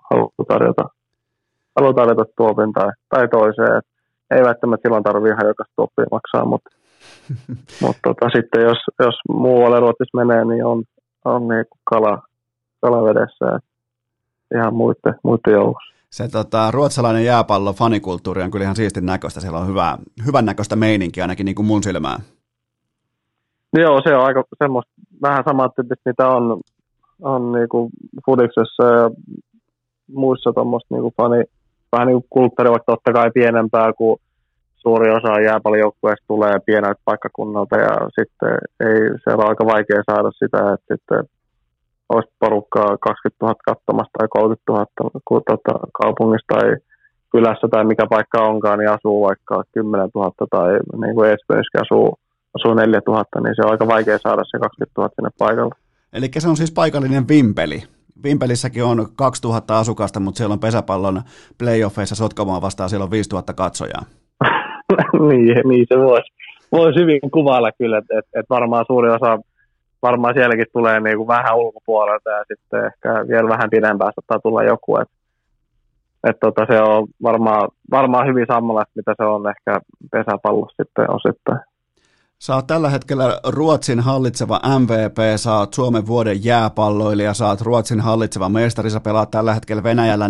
D: haluaa tarjota tuopin tai toiseen. Et ei välttämättä silloin tarvitse ihan jokaista tuoppia maksaa, mutta sitten jos muualle Ruotsissa menee, niin on niin kalavedessä ihan muiden joukossa.
A: Se ruotsalainen jääpallo fanikulttuuri on kyllä ihan siistin näköistä. Siellä on hyvän näköistä meininkiä ainakin niin kuin mun silmään.
D: Joo, se on aika semmoista vähän samantyyppistä, mitä on niin kuin fudiksessa ja muissa tuommoista niin kuin vähän niin kuin kulttuuri, vaikka totta kai pienempää, kuin suuri osa jääpallojoukkueesta tulee pieneltä paikkakunnalta ja sitten se on aika vaikea saada sitä, että sitten olisi porukkaa 20 000 katsomassa tai 30 000, kun kaupungissa tai kylässä tai mikä paikka onkaan, niin asuu vaikka 10 000 tai niin kuin Espanjassakin asuu 4 000, niin se on aika vaikea saada se 20 000 sinne paikalle.
A: Eli se on siis paikallinen vimpeli. Vimpelissäkin on 2000 asukasta, mutta siellä on pesäpallon playoffeissa Sotkamoa vastaan, siellä on 5000 katsojaa.
D: niin se voisi hyvin kuvailla kyllä, että varmaan suuri osa varmaan sielläkin tulee niin kuin vähän ulkopuolelta ja sitten ehkä vielä vähän pidempään saattaa tulla joku. se on varmaan hyvin samanlaista, mitä se on ehkä pesäpallossa sitten osittain.
A: Sä oot tällä hetkellä Ruotsin hallitseva MVP, sä oot Suomen vuoden jääpalloilija, sä oot Ruotsin hallitseva mestari, sä pelaat tällä hetkellä Venäjällä,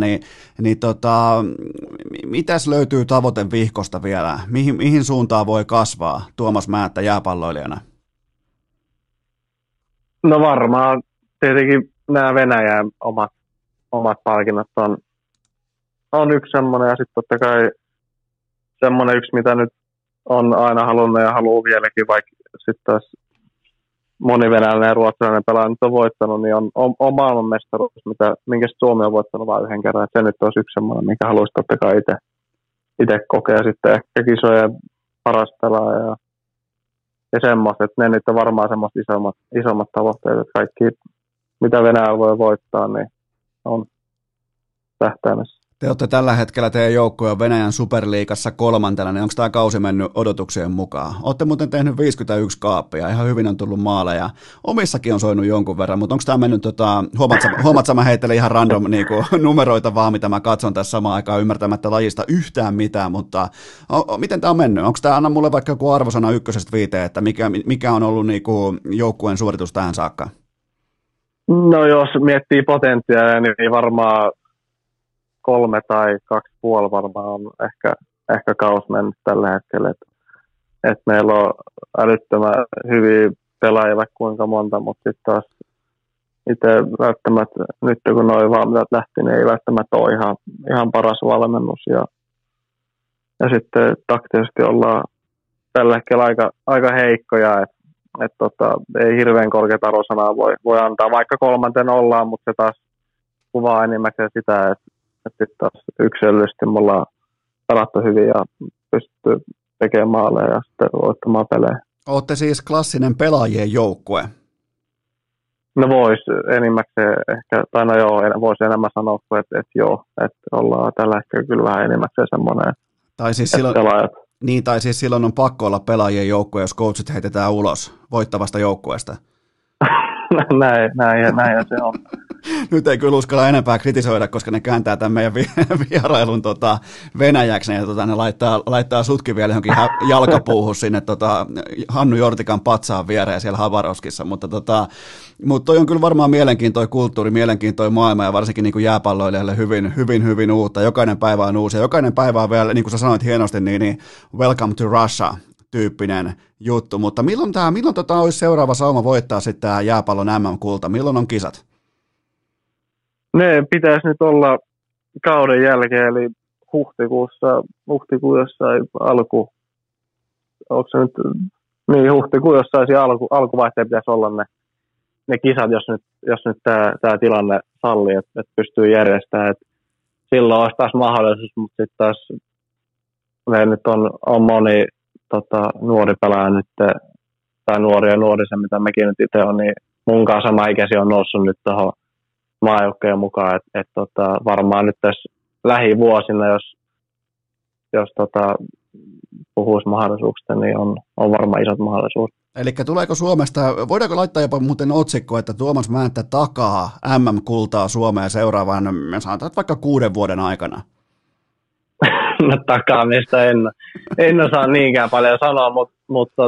A: mitäs löytyy tavoitevihkosta vielä? Mihin suuntaan voi kasvaa Tuomas Määttä jääpalloilijana?
D: No varmaan tietenkin nämä Venäjän omat palkinnot on yksi semmoinen, ja sitten totta kai semmoinen yksi, mitä nyt on aina halunnut ja haluaa vieläkin, vaikka sitten taas moni venäläinen ja ruotsalainen pelaaja nyt on voittanut, niin on maailmanmestaruus, minkä Suomi on voittanut vain yhden kerran. Et se nyt olisi yksi semmoinen, minkä haluaisi totta kai itse kokea sitten ehkä kisojen paras pelaaja ja semmoista, että ne nyt on varmaan semmoista isommat tavoitteet, että kaikki mitä Venäjä voi voittaa, niin on tähtäimessä.
A: Te olette tällä hetkellä teidän joukkoja Venäjän Superliigassa 3. niin onko tämä kausi mennyt odotuksien mukaan? Olette muuten tehnyt 51 kaappia, ihan hyvin on tullut maaleja. Omissakin on soinut jonkun verran, mutta onko tämä mennyt, huomaat mä heittelen ihan random numeroita vaan, mitä mä katson tässä samaan aikaan ymmärtämättä lajista yhtään mitään, mutta miten tämä on mennyt? Onko tämä, anna mulle vaikka joku arvosana 1-5, että mikä on ollut joukkueen suoritus tähän saakka?
D: No jos miettii potentiaalia, niin varmaan 3 tai 2,5 varmaan on ehkä kaus mennyt tällä hetkellä. Et meillä on älyttömän hyviä pelaajia vaikka kuinka monta, mutta sitten taas itse välttämättä, nyt kun noi valmentajat lähti, niin ei välttämättä ole ihan paras valmennus. Ja sitten taktisesti ollaan tällä hetkellä aika heikkoja, että ei hirveän korkeata arvosanaa voi antaa, vaikka 3. ollaan, mutta se taas kuvaa enimmäkseen sitä, että sitten taas yksilöllisesti me ollaan pelattu hyvin ja pystytty tekemään maaleja ja sitten voittamaan pelejä.
A: Olette siis klassinen pelaajien joukkue?
D: No vois enimmäkseen ehkä, tai no joo, voisi enemmän sanoa kuin, että joo, että ollaan tällä hetkellä kyllä vähän enimmäkseen semmoinen,
A: tai siis
D: pelaajat.
A: Niin, tai siis silloin on pakko olla pelaajien joukkue, jos coachit heitetään ulos voittavasta joukkueesta.
D: näin se on.
A: Nyt ei kyllä uskalla enempää kritisoida, koska ne kääntää tämän meidän vierailun venäjäksi, ja ne laittaa sutkin vielä johonkin jalkapuuhun sinne Hannu Jortikan patsaan viereen siellä Habarovskissa, mutta toi on kyllä varmaan mielenkiintoinen kulttuuri, mielenkiintoinen maailma, ja varsinkin niin kuin jääpalloilijalle hyvin uutta. Jokainen päivä on uusi, ja jokainen päivä on vielä, niin kuin sä sanoit hienosti, niin welcome to Russia -tyyppinen juttu, mutta milloin olisi seuraava sauma voittaa sitten tämä jääpallon MM-kulta? Milloin on kisat?
D: Ne pitäisi nyt olla kauden jälkeen, eli huhtikuun jossain onko se nyt, niin huhtikuun jossain alkuvaihteen pitäisi olla ne kisat, jos nyt tämä tilanne sallii, että pystyy järjestämään, että silloin olisi taas mahdollisuus, mutta sitten taas meillä nyt on moni nuori pelaaja nyt, tai nuorisen, mitä mekin nyt itse on, niin mun kanssa sama ikäisiä on noussut nyt tuohon maajoukkojen mukaan, että varmaan nyt tässä lähivuosina, jos puhuisi mahdollisuuksista, niin on varmaan isot mahdollisuudet.
A: Eli tuleeko Suomesta, voidaanko laittaa jopa muuten otsikko, että Tuomas Määttä takaa MM-kultaa Suomeen seuraavan, me sanotaan vaikka 6 vuoden aikana?
D: No takaamista en osaa niinkään paljon sanoa, mutta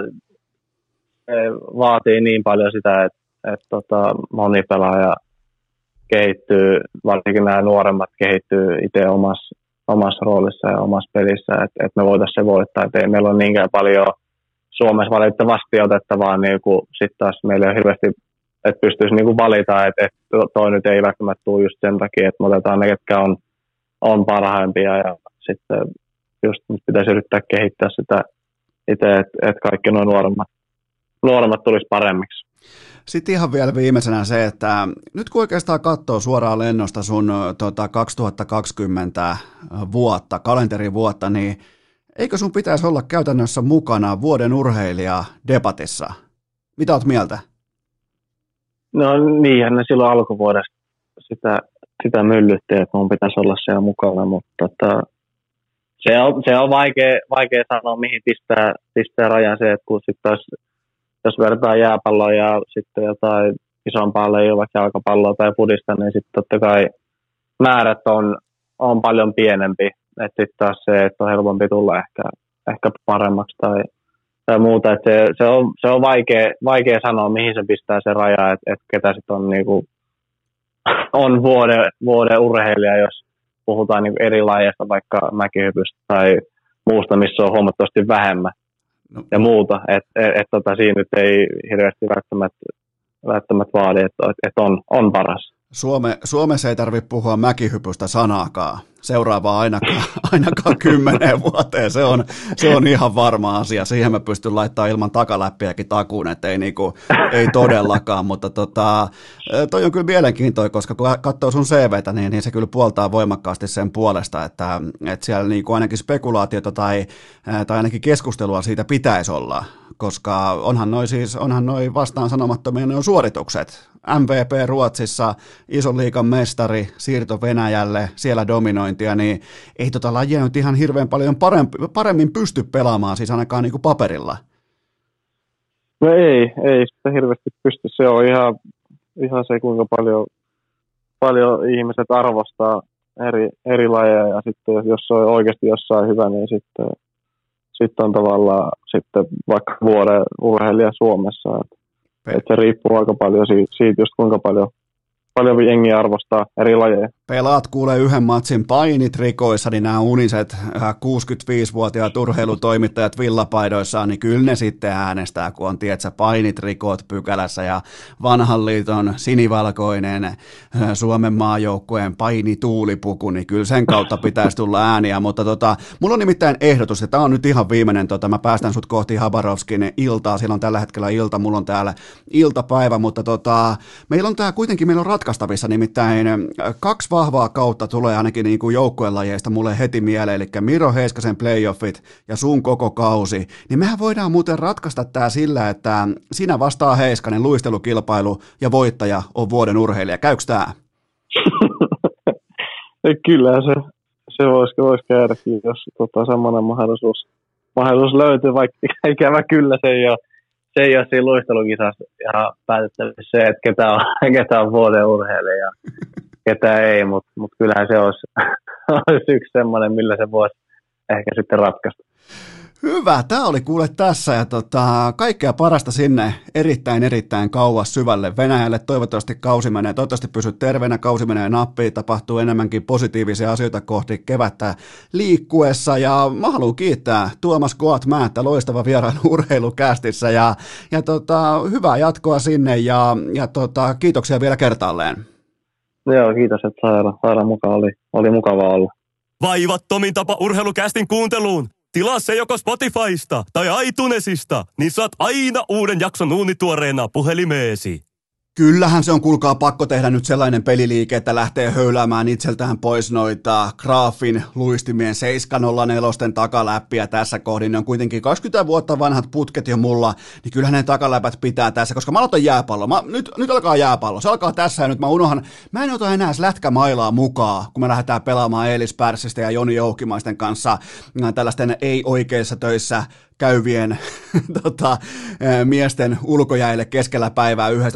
D: vaatii niin paljon sitä, että moni pelaaja kehittyy, varsinkin nämä nuoremmat kehittyy itse omassa roolissa ja omassa pelissä, että me voitaisiin se voittaa, että ei meillä ole niinkään paljon Suomessa valitettavasti otettavaa, niin sitten taas meillä on hirveästi, että pystyisi niin valita, että toi nyt ei välttämättä tule just sen takia, että me otetaan ne, ketkä on parhaimpia, ja sitten just pitäisi yrittää kehittää sitä itse, että kaikki nuo nuoremmat tulisi paremmiksi.
A: Sitten ihan vielä viimeisenä se, että nyt kun oikeastaan katsoo suoraan lennosta sun 2020 vuotta, kalenterivuotta, niin eikö sun pitäisi olla käytännössä mukana vuoden urheilija debatissa? Mitä oot mieltä?
D: No niinhän ne silloin alkuvuodesta sitä myllytti, että mun pitäisi olla siellä mukana, mutta se on vaikea sanoa, mihin pistää rajan se, että kun sitten taas jos vertaa jääpalloa ja sitten jotain isompaa lajia, vaikka jalkapalloa tai fudista, niin sitten totta kai määrät on on paljon pienempi. Että sitten taas se, että on helpompi tulla ehkä paremmaksi tai muuta. Että se on vaikea sanoa, mihin se pistää se raja, että ketä sitten on, niinku, on vuoden urheilija, jos puhutaan niinku eri lajeista, vaikka mäkihypystä tai muusta, missä on huomattavasti vähemmän ja muuta. Siinä nyt ei hirveästi välttämättä vaadi, että on paras.
A: Suomessa ei tarvitse puhua mäkihypystä sanaakaan. Seuraavaa ainakaan 10 vuoteen. Se on ihan varma asia. Siihen mä pystyn laittamaan ilman takaläppiäkin takuun, että ei todellakaan. Mutta toi on kyllä mielenkiintoinen, koska kun katsoo sun CVtä, niin se kyllä puoltaa voimakkaasti sen puolesta, että siellä niin kuin ainakin spekulaatiota tai ainakin keskustelua siitä pitäisi olla. Koska onhan noi vastaan sanomattomia ne on suoritukset. MVP Ruotsissa, ison liigan mestari, siirto Venäjälle, siellä dominointia, niin ei lajia nyt ihan hirveän paljon paremmin pysty pelaamaan, siis ainakaan niin kuin paperilla.
D: No ei sitä hirveästi pysty. Se on ihan se, kuinka paljon ihmiset arvostaa eri lajeja, ja sitten jos se on oikeasti jossain hyvä, niin sitten on tavallaan sitten vaikka vuoden urheilija Suomessa. Että se riippuu aika paljon siitä just kuinka paljon jengi arvostaa eri lajeja.
A: Pelaat kuulee yhden matsin painitrikoissa, niin nämä uniset 65-vuotiaat urheilutoimittajat villapaidoissaan, niin kyllä ne sitten äänestää, kun on painitrikot pykälässä ja vanhan liiton sinivalkoinen Suomen maajoukkueen painituulipuku, niin kyllä sen kautta pitäisi tulla ääniä, mutta mulla on nimittäin ehdotus, että tämä on nyt ihan viimeinen, mä päästän sut kohti Habarovskin iltaa, siellä on tällä hetkellä ilta, mulla on täällä iltapäivä, mutta meillä on meillä on ratkaistavissa nimittäin 2 vahvaa kautta tulee ainakin niin kuin joukkuelajeista mulle heti mieleen, eli Miro Heiskasen playoffit ja sun koko kausi, niin mehän voidaan muuten ratkaista tämä sillä, että sinä vastaa Heiskanen luistelukilpailu ja voittaja on vuoden urheilija. Käykö tämä?
D: Kyllä se voisi käydäkin, jos semmoinen mahdollisuus löytyy, vaikka ikävä kyllä se ei ole siinä luistelukisassa ihan päätettävissä se, että ketä on vuoden urheilija ja ketä ei, mutta kyllähän se olisi yksi semmoinen, millä se voisi ehkä sitten ratkaista.
A: Hyvä, tämä oli kuule tässä ja kaikkea parasta sinne erittäin kauas syvälle Venäjälle. Toivottavasti pysyt terveenä, kausi menee nappiin, tapahtuu enemmänkin positiivisia asioita kohti kevättä liikkuessa ja mä haluan kiittää Tuomas Goat-Määttä, loistava vierailu urheilukästissä ja hyvää jatkoa sinne ja kiitoksia vielä kertaalleen.
D: Joo, kiitos, että saadaan mukaan, oli mukava olla.
C: Vaivattomin tapa urheilukästin kuunteluun. Tilaa se joko Spotifysta tai iTunesista, niin saat aina uuden jakson uunituoreena puhelimeesi.
A: Kyllähän se on, kuulkaa, pakko tehdä nyt sellainen peliliike, että lähtee höyläämään itseltään pois noita Graafin luistimien 704 takaläppiä tässä kohdin. Ne on kuitenkin 20 vuotta vanhat putket jo mulla, niin kyllähän ne takaläpät pitää tässä, koska mä aloitan jääpallo. Nyt alkaa jääpallo. Se alkaa tässä ja nyt mä en ota enää lätkämailaa mukaan, kun me lähdetään pelaamaan Eelis Pärssistä ja Joni Joukimaisten kanssa tällaisten ei-oikeissa töissä käyvien miesten ulkojäille keskellä päivää 11.13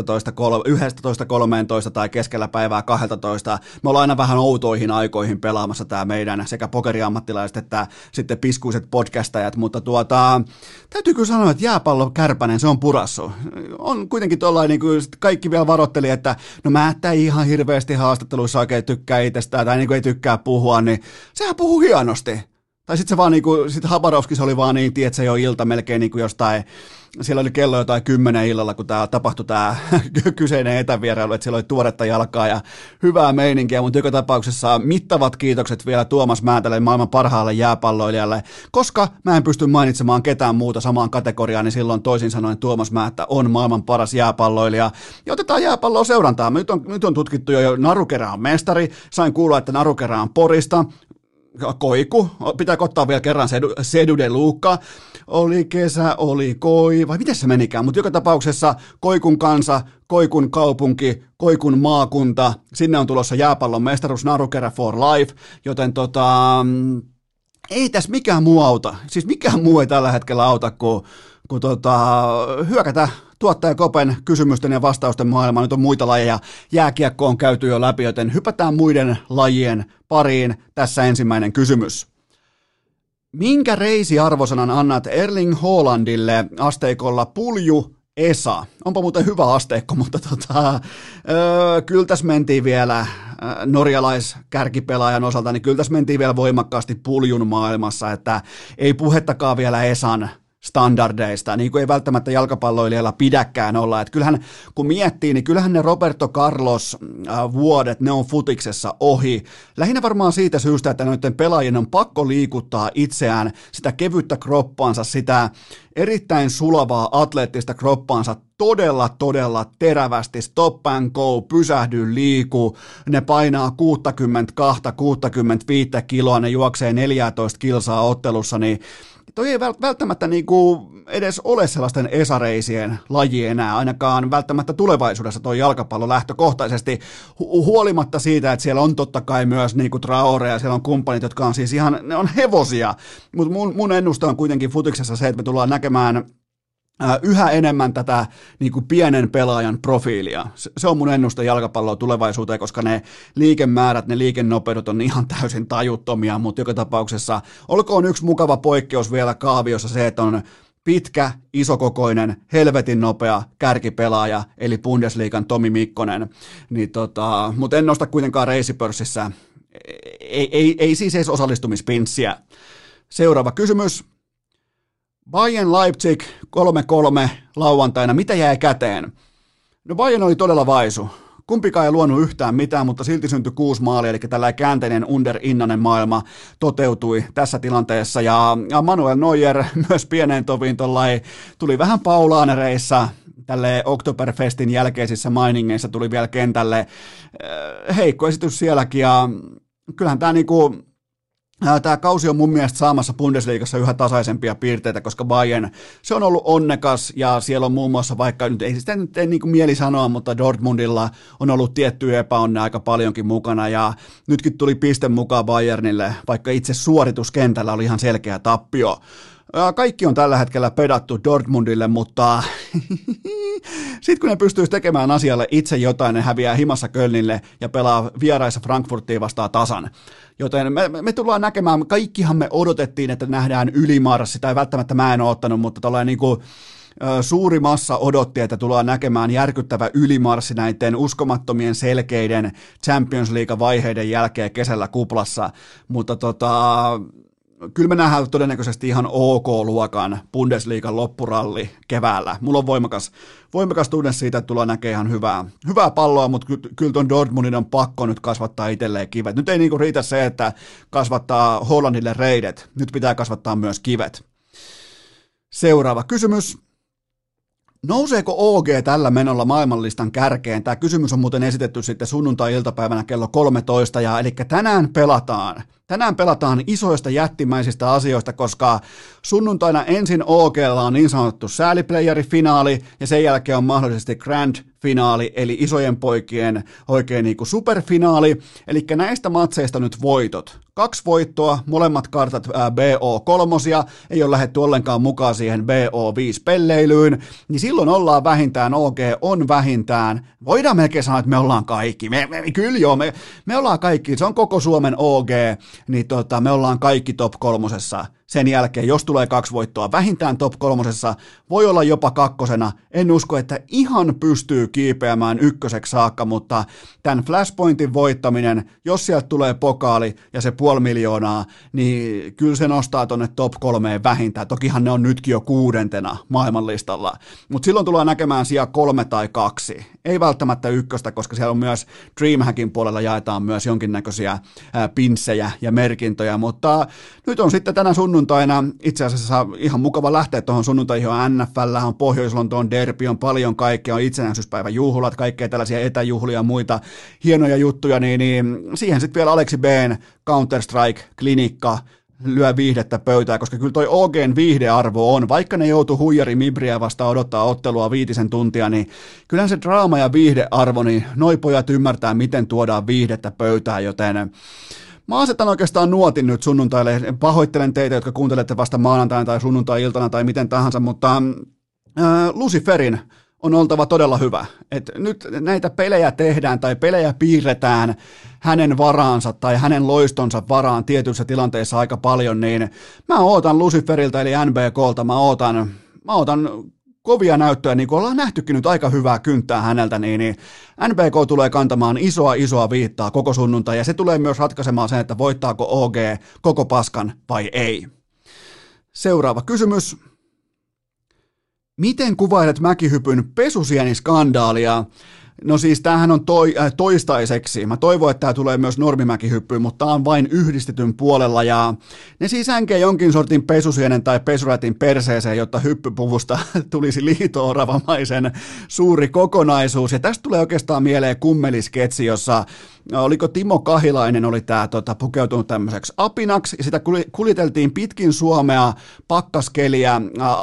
A: tai keskellä päivää 12. Me ollaan aina vähän outoihin aikoihin pelaamassa tämä meidän sekä pokeriammattilaiset että sitten piskuiset podcastajat, mutta täytyy kyllä sanoa, että jääpallo Kärpänen, se on purassu. On kuitenkin tollainen, niin kuin kaikki vielä varoitteli, että no Määttä ei ihan hirveästi haastatteluissa oikein tykkää itsestään tai niin kuin ei tykkää puhua, niin sehän puhuu hienosti. Tai sitten se vaan niinku, sit Habarovskissa oli vaan niin, tiedät se jo ilta melkein niinku jostain, siellä oli kello jotain 10 illalla, kun tapahtui tämä kyseinen etävierailu, että siellä oli tuoretta jalkaa ja hyvää meininkiä, mutta joka tapauksessa mittavat kiitokset vielä Tuomas Määtälle, maailman parhaalle jääpalloilijalle, koska mä en pysty mainitsemaan ketään muuta samaan kategoriaan, niin silloin toisin sanoen Tuomas Määttä on maailman paras jääpalloilija. Ja otetaan jääpalloa seurantaan. Nyt on tutkittu jo Narukerä on mestari, sain kuulla, että Narukerä on Porista. Koiku, pitääkö ottaa vielä kerran Sedu de Luca, oli kesä, oli koi, vai miten se menikään, mutta joka tapauksessa Koikun kansa, Koikun kaupunki, Koikun maakunta, sinne on tulossa jääpallon mestaruus Narukera for life, joten ei tässä mikään muu auta, siis mikään muu ei tällä hetkellä auta, kun hyökätä tuottaja Kopen kysymysten ja vastausten maailma. Nyt on muita lajeja. Jääkiekko on käyty jo läpi, joten hypätään muiden lajien pariin. Tässä ensimmäinen kysymys. Minkä reisiarvosanan annat Erling Haalandille asteikolla pulju Esa? Onpa muuten hyvä asteikko, mutta kyllä tässä mentiin vielä norjalaiskärkipelaajan osalta, niin kyllä tässä mentiin vielä voimakkaasti puljun maailmassa, että ei puhettakaan vielä Esan standardeista, niin kuin ei välttämättä jalkapalloilijalla pidäkään olla. Että kyllähän, kun miettii, niin kyllähän ne Roberto Carlos vuodet, ne on futiksessa ohi. Lähinnä varmaan siitä syystä, että noiden pelaajien on pakko liikuttaa itseään, sitä kevyttä kroppaansa, sitä erittäin sulavaa atleettista kroppaansa todella terävästi, stop and go, pysähdy, liiku, ne painaa 62-65 kiloa, ne juoksee 14 kilsaa ottelussa, niin toi ei välttämättä niinku edes ole sellaisten esareisien laji enää, ainakaan välttämättä tulevaisuudessa toi jalkapallo lähtökohtaisesti, huolimatta siitä, että siellä on totta kai myös niinku Traore ja siellä on kumppanit, jotka on siis ihan, ne on hevosia, mutta mun ennuste on kuitenkin futiksessa se, että me tullaan näkemään yhä enemmän tätä niin kuin pienen pelaajan profiilia. Se on mun ennuste jalkapalloa tulevaisuuteen, koska ne liikemäärät, ne liikennopeudet on ihan täysin tajuttomia, mutta joka tapauksessa olkoon yksi mukava poikkeus vielä kaaviossa se, että on pitkä, isokokoinen, helvetin nopea kärkipelaaja, eli Bundesliigan Tomi Mikkonen. Niin mutta en nosta kuitenkaan reisipörssissä, ei siis edes osallistumispinssiä. Seuraava kysymys. Bayern Leipzig 3-3 lauantaina. Mitä jäi käteen? No Bayern oli todella vaisu. Kumpikaan ei luonut yhtään mitään, mutta silti syntyi 6 maalia, eli tällainen käänteinen Innanen maailma toteutui tässä tilanteessa. Ja Manuel Neuer myös pieneen toviin tuli vähän paulaanereissa tälle Oktoberfestin jälkeisissä mainingeissa tuli vielä kentälle. Heikko esitys sielläkin ja kyllähän tämä niinku tämä kausi on mun mielestä saamassa Bundesliigassa yhä tasaisempia piirteitä, koska Bayern, se on ollut onnekas ja siellä on muun muassa, vaikka nyt ei sitä nyt niin kuin mieli sanoa, mutta Dortmundilla on ollut tiettyä epäonnea aika paljonkin mukana ja nytkin tuli piste mukaan Bayernille, vaikka itse suorituskentällä oli ihan selkeä tappio. Kaikki on tällä hetkellä pedattu Dortmundille, mutta sitten kun ne pystyisi tekemään asialle itse jotain, ne häviää himassa Kölnille ja pelaa vieraissa Frankfurtiin vastaan tasan. Joten me tullaan näkemään, kaikkihan me odotettiin, että nähdään ylimarssi, tai välttämättä mä en ole ottanut, mutta tällainen niin kuin suuri massa odotti, että tullaan näkemään järkyttävä ylimarssi näiden uskomattomien selkeiden Champions League-vaiheiden jälkeen kesällä kuplassa, mutta kyllä me nähdään todennäköisesti ihan OK-luokan Bundesliigan loppuralli keväällä. Mulla on voimakas tunne siitä, että tullaan näkemään ihan hyvää palloa, mutta kyllä ton Dortmundin on pakko nyt kasvattaa itselleen kivet. Nyt ei niinku riitä se, että kasvattaa Hollandille reidet, nyt pitää kasvattaa myös kivet. Seuraava kysymys. Nouseeko OG tällä menolla maailmanlistan kärkeen? Tämä kysymys on muuten esitetty sitten sunnuntai-iltapäivänä kello 13, eli tänään pelataan isoista jättimäisistä asioista, koska sunnuntaina ensin OGlla on niin sanottu sääliplayeri-finaali, ja sen jälkeen on mahdollisesti grand-finaali, eli isojen poikien oikein niin kuin superfinaali, eli näistä matseista nyt voitot. 2 voittoa, molemmat kartat BO3, ei ole lähdetty ollenkaan mukaan siihen BO5-pelleilyyn, niin silloin ollaan vähintään, OG on vähintään, voidaan melkein sanoa, että me ollaan kaikki, me ollaan kaikki, se on koko Suomen OG, niin me ollaan kaikki top 3. Sen jälkeen, jos tulee 2 voittoa, vähintään top 3, voi olla jopa 2. En usko, että ihan pystyy kiipeämään 1 saakka, mutta tämän Flashpointin voittaminen, jos sieltä tulee pokaali ja se 500 000, niin kyllä se nostaa tonne top 3 vähintään. Tokihan ne on nytkin jo 6. maailmanlistalla, mutta silloin tullaan näkemään sija 3 tai 2. Ei välttämättä 1, koska siellä on myös Dreamhackin puolella jaetaan myös jonkinnäköisiä pinssejä ja merkintöjä, mutta nyt on sitten tänä sunnuntaina itse asiassa ihan mukava lähteä tuohon sunnuntaihin, on NFL, on Pohjois-Lontoon derby, on paljon kaikkea, on itsenäisyyspäivän juhlat, kaikkea tällaisia etäjuhlia ja muita hienoja juttuja, niin siihen sitten vielä Aleksi B:n Counter-Strike-klinikka lyö viihdettä pöytään, koska kyllä toi OGn viihdearvo on, vaikka ne joutuu huijari Mibriä vastaan odottaa ottelua 5 tuntia, niin kyllähän se draama ja viihdearvo, niin noi pojat ymmärtää, miten tuodaan viihdettä pöytään, joten mä asetan oikeastaan nuotin nyt sunnuntaille. Pahoittelen teitä, jotka kuuntelette vasta maanantaina tai sunnuntai-iltana tai miten tahansa, mutta Luciferin on oltava todella hyvä. Et nyt näitä pelejä tehdään tai pelejä piirretään hänen varaansa tai hänen loistonsa varaan tietyissä tilanteissa aika paljon, niin mä ootan Luciferilta eli NBKlta, mä ootan kovia näyttöjä, niin kuin ollaan nähtykin nyt aika hyvää kynttää häneltä, niin NBK tulee kantamaan isoa viittaa koko sunnuntai, ja se tulee myös ratkaisemaan sen, että voittaako OG koko paskan vai ei. Seuraava kysymys. Miten kuvailet mäkihypyn pesusieniskandaalia? No siis tämähän on toistaiseksi. Mä toivon, että tämä tulee myös normimäkihyppyyn, mutta tämä on vain yhdistetyn puolella ja ne siis änkee jonkin sortin pesusienen tai pesurätin perseeseen, jotta hyppypuvusta tulisi liito-oravamaisen suuri kokonaisuus. Ja tästä tulee oikeastaan mieleen kummelisketsi, jossa oliko Timo Kahilainen oli tämä pukeutunut tämmöiseksi apinaksi ja sitä kuljeteltiin pitkin Suomea pakkaskeliä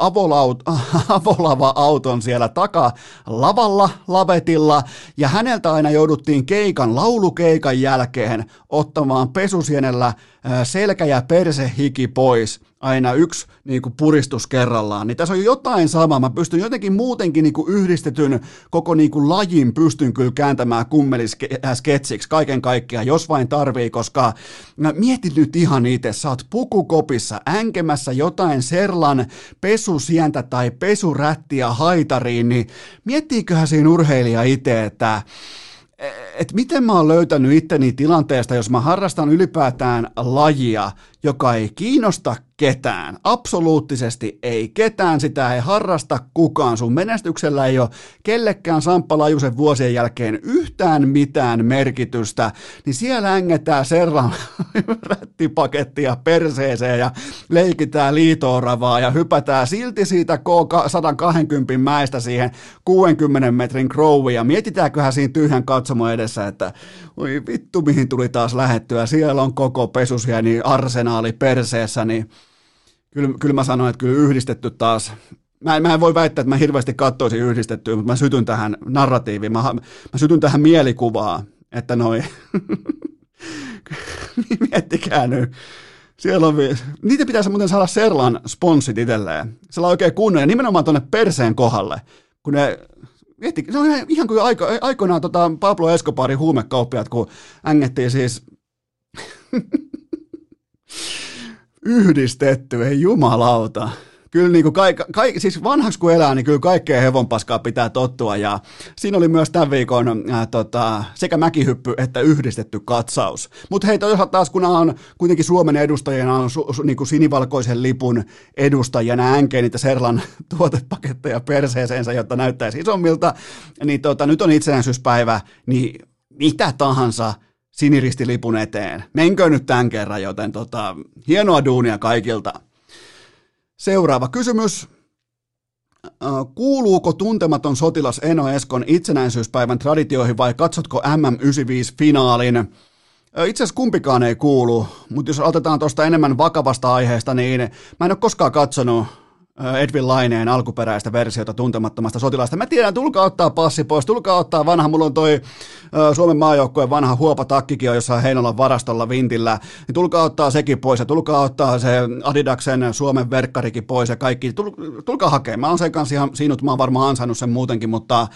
A: avolava-auton siellä takalavalla, lavetilla ja häneltä aina jouduttiin laulukeikan jälkeen ottamaan pesusienellä selkä- ja persehiki pois, aina yksi niin kuin puristus kerrallaan, niin tässä on jotain samaa. Mä pystyn jotenkin muutenkin niin kuin yhdistetyn koko niin kuin lajin pystyn kyllä kääntämään kummelisketsiksi kaiken kaikkiaan, jos vain tarvii, koska mietit nyt ihan itse, sä oot pukukopissa änkemässä jotain Serlan pesusientä tai pesurättiä haitariin, niin miettiiköhän siinä urheilija itse, että miten mä oon löytänyt itteni tilanteesta, jos mä harrastan ylipäätään lajia, joka ei kiinnosta ketään, absoluuttisesti ei ketään, sitä ei harrasta kukaan, sun menestyksellä ei ole kellekään Samppa Lajusen vuosien jälkeen yhtään mitään merkitystä, niin siellä ängetään Serran rättipakettia perseeseen ja leikitään liito-oravaa ja hypätään silti siitä K120 mäestä siihen 60 metrin crowin ja mietitäänköhän siinä tyhjän katsomon edessä, että oi vittu mihin tuli taas lähettyä, siellä on koko pesusieni arsenaali perseessä, niin kyllä mä sanoin, että kyllä yhdistetty taas. Mä en voi väittää, että mä hirveästi katsoisin yhdistettyä, mutta mä sytyn tähän narratiiviin, mä sytyn tähän mielikuvaan, että miettikää nyt. Siellä on, niitä pitäisi muuten saada Serlan sponssit itselleen. Siellä on oikein kunnon ja nimenomaan tuonne perseen kohdalle, kun miettikää, se on ihan kuin aikoinaan Pablo Escobarin huumekauppiaat, kun ängettiin siis yhdistetty, ei jumalauta. Kyllä niin kuin siis vanhaksi kun elää, niin kyllä kaikkea hevonpaskaa pitää tottua ja siinä oli myös tämän viikon sekä mäkihyppy että yhdistetty katsaus. Mutta hei, toisaalta taas kun on kuitenkin Suomen edustajina on niin kuin sinivalkoisen lipun edustajia, nämä änkee niitä Serlan tuotepaketteja perseeseensä, jotta näyttäisi isommilta, niin nyt on itsenäisyyspäivä, niin mitä tahansa siniristilipun eteen. Menkö nyt tämän kerran, joten hienoa duunia kaikilta. Seuraava kysymys. Kuuluuko tuntematon sotilas Eno Eskon itsenäisyyspäivän traditioihin vai katsotko MM95-finaalin? Itse asiassa kumpikaan ei kuulu, mutta jos otetaan tuosta enemmän vakavasta aiheesta, niin mä en ole koskaan katsonut Edwin Laineen alkuperäistä versiota tuntemattomasta sotilasta. Mä tiedän, tulkaa ottaa passi pois, tulkaa ottaa vanha, mulla on toi Suomen maajoukkueen vanha huopatakkikin jossain Heinolan varastolla vintillä, niin tulkaa ottaa sekin pois ja tulkaa ottaa se Adidaksen Suomen verkkarikin pois ja kaikki, tulkaa hakemaan. Mä oon sen kanssa ihan sinut, mä oon varmaan ansainnut sen muutenkin, mutta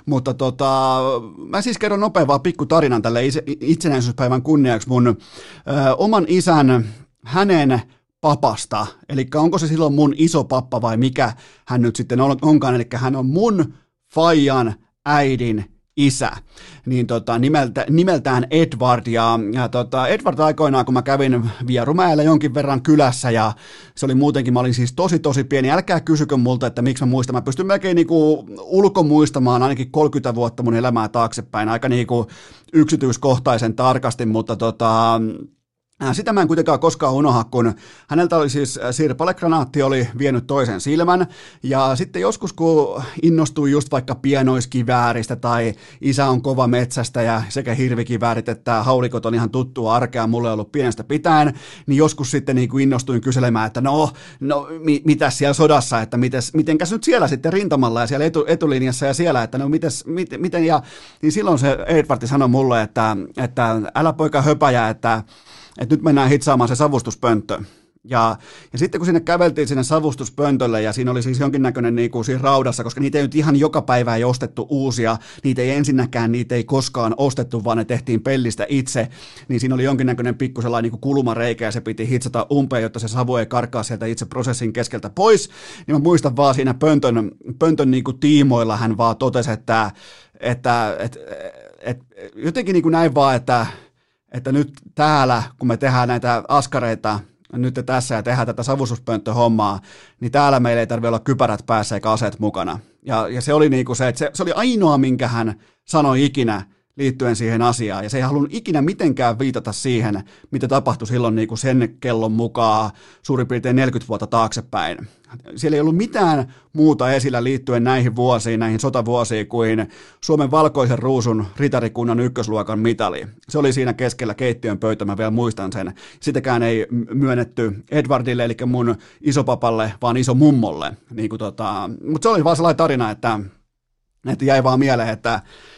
A: mä siis kerron nopean vaan pikku tarinan tälle itsenäisyyspäivän kunniaksi mun oman isän, hänen papasta, eli onko se silloin mun iso pappa vai mikä hän nyt sitten onkaan, eli hän on mun faijan äidin isä, niin nimeltään Edward, ja Edward aikoinaan, kun mä kävin Vierumäellä jonkin verran kylässä, ja se oli muutenkin, mä olin siis tosi pieni, älkää kysykö multa, että miksi mä muistan, mä pystyn melkein niinku ulkomuistamaan ainakin 30 vuotta mun elämää taaksepäin, aika niinku yksityiskohtaisen tarkasti, mutta sitä mä en kuitenkaan koskaan unoha, kun häneltä oli siis sirpalegranaatti oli vienyt toisen silmän ja sitten joskus kun innostui just vaikka pienoiskivääristä tai isä on kova metsästä ja sekä hirvikiväärit että haulikot on ihan tuttua arkea, mulle on ollut pienestä pitäen, niin joskus sitten niin kuin innostuin kyselemään, että mitäs siellä sodassa, että mitenkäs nyt siellä sitten rintamalla ja siellä etulinjassa ja siellä, että miten ja niin silloin se Edward sanoi mulle, että älä poika höpäjä, että nyt mennään hitsaamaan se savustuspönttö. Ja sitten kun sinne käveltiin sinne savustuspöntölle ja siinä oli siis jonkinnäköinen niinku siinä raudassa, koska niitä ei nyt ihan joka päivä ei ostettu uusia, niitä ei koskaan ostettu, vaan ne tehtiin pellistä itse, niin siinä oli jonkinnäköinen pikku sellainen niinku kulmareikä ja se piti hitsata umpeen, jotta se savu ei karkaa sieltä itse prosessin keskeltä pois. Niin mä muistan vaan siinä pöntön niinku tiimoilla hän vaan totesi, että jotenkin niin kuin näin vaan, että nyt täällä, kun me tehdään näitä askareita nyt tässä ja tehdään tätä savustuspönttöhommaa, niin täällä meillä ei tarvitse olla kypärät päässä eikä aseet mukana. Ja se oli niin kuin se, että se oli ainoa, minkä hän sanoi ikinä liittyen siihen asiaan, ja se ei halunnut ikinä mitenkään viitata siihen, mitä tapahtui silloin niin kuin sen kellon mukaan suurin piirtein 40 vuotta taaksepäin. Siellä ei ollut mitään muuta esillä liittyen näihin vuosiin, näihin sotavuosiin, kuin Suomen valkoisen ruusun ritarikunnan ykkösluokan mitali. Se oli siinä keskellä keittiön pöytä, mä vielä muistan sen. Sitäkään ei myönnetty Edwardille, eli mun isopapalle, vaan isomummolle. Niin mutta se oli vaan sellainen tarina, että jäi vaan mieleen, että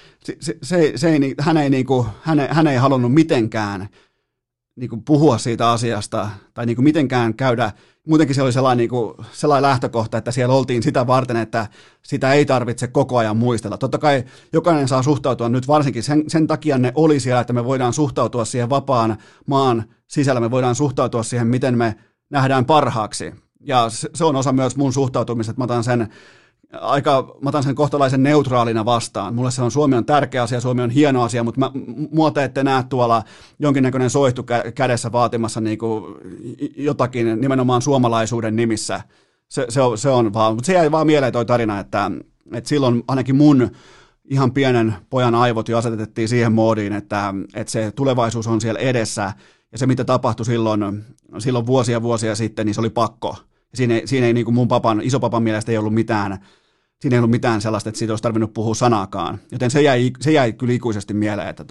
A: hän ei halunnut mitenkään niinku puhua siitä asiasta tai niinku mitenkään käydä. Muutenkin se oli sellainen lähtökohta, että siellä oltiin sitä varten, että sitä ei tarvitse koko ajan muistella. Totta kai jokainen saa suhtautua nyt varsinkin, sen takia ne oli siellä, että me voidaan suhtautua siihen vapaan maan sisällä, me voidaan suhtautua siihen, miten me nähdään parhaaksi. Ja se on osa myös mun suhtautumista, että mä otan sen kohtalaisen neutraalina vastaan. Mulle se on, Suomi on tärkeä asia, Suomi on hieno asia, mutta mua te ette näe tuolla jonkinnäköinen soihtu kädessä vaatimassa niinku jotakin nimenomaan suomalaisuuden nimissä. Se on vaan, mutta se jäi vaan mieleen toi tarina, että silloin ainakin mun ihan pienen pojan aivot jo asetettiin siihen moodiin, että se tulevaisuus on siellä edessä, ja se mitä tapahtui silloin vuosia sitten, niin se oli pakko. Siinä ei niin kuin mun isopapan mielestä ei ollut mitään, siinä ei ollut mitään sellaista, että siitä olisi tarvinnut puhua sanaakaan. Joten se jäi kyllä ikuisesti mieleen. Että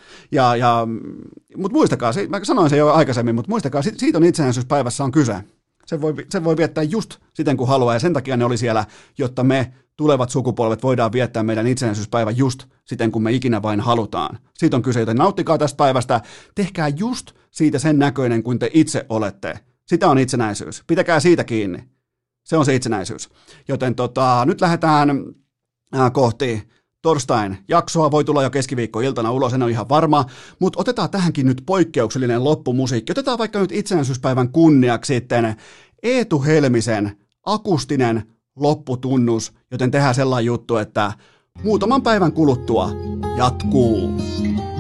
A: mutta muistakaa, mä sanoin sen jo aikaisemmin, mutta muistakaa, siitä on itsenäisyyspäivässä on kyse. Se voi viettää just siten kuin haluaa, ja sen takia ne oli siellä, jotta me tulevat sukupolvet voidaan viettää meidän itsenäisyyspäivä just siten kuin me ikinä vain halutaan. Siitä on kyse, joten nauttikaa tästä päivästä, tehkää just siitä sen näköinen kuin te itse olette. Sitä on itsenäisyys. Pitäkää siitä kiinni. Se on se itsenäisyys. Joten nyt lähdetään kohti torstain jaksoa. Voi tulla jo keskiviikkoiltana ulos, en ole ihan varma. Mutta otetaan tähänkin nyt poikkeuksellinen loppumusiikki. Otetaan vaikka nyt itsenäisyyspäivän kunniaksi sitten Eetu Helmisen akustinen lopputunnus. Joten tehdään sellainen juttu, että muutaman päivän kuluttua jatkuu.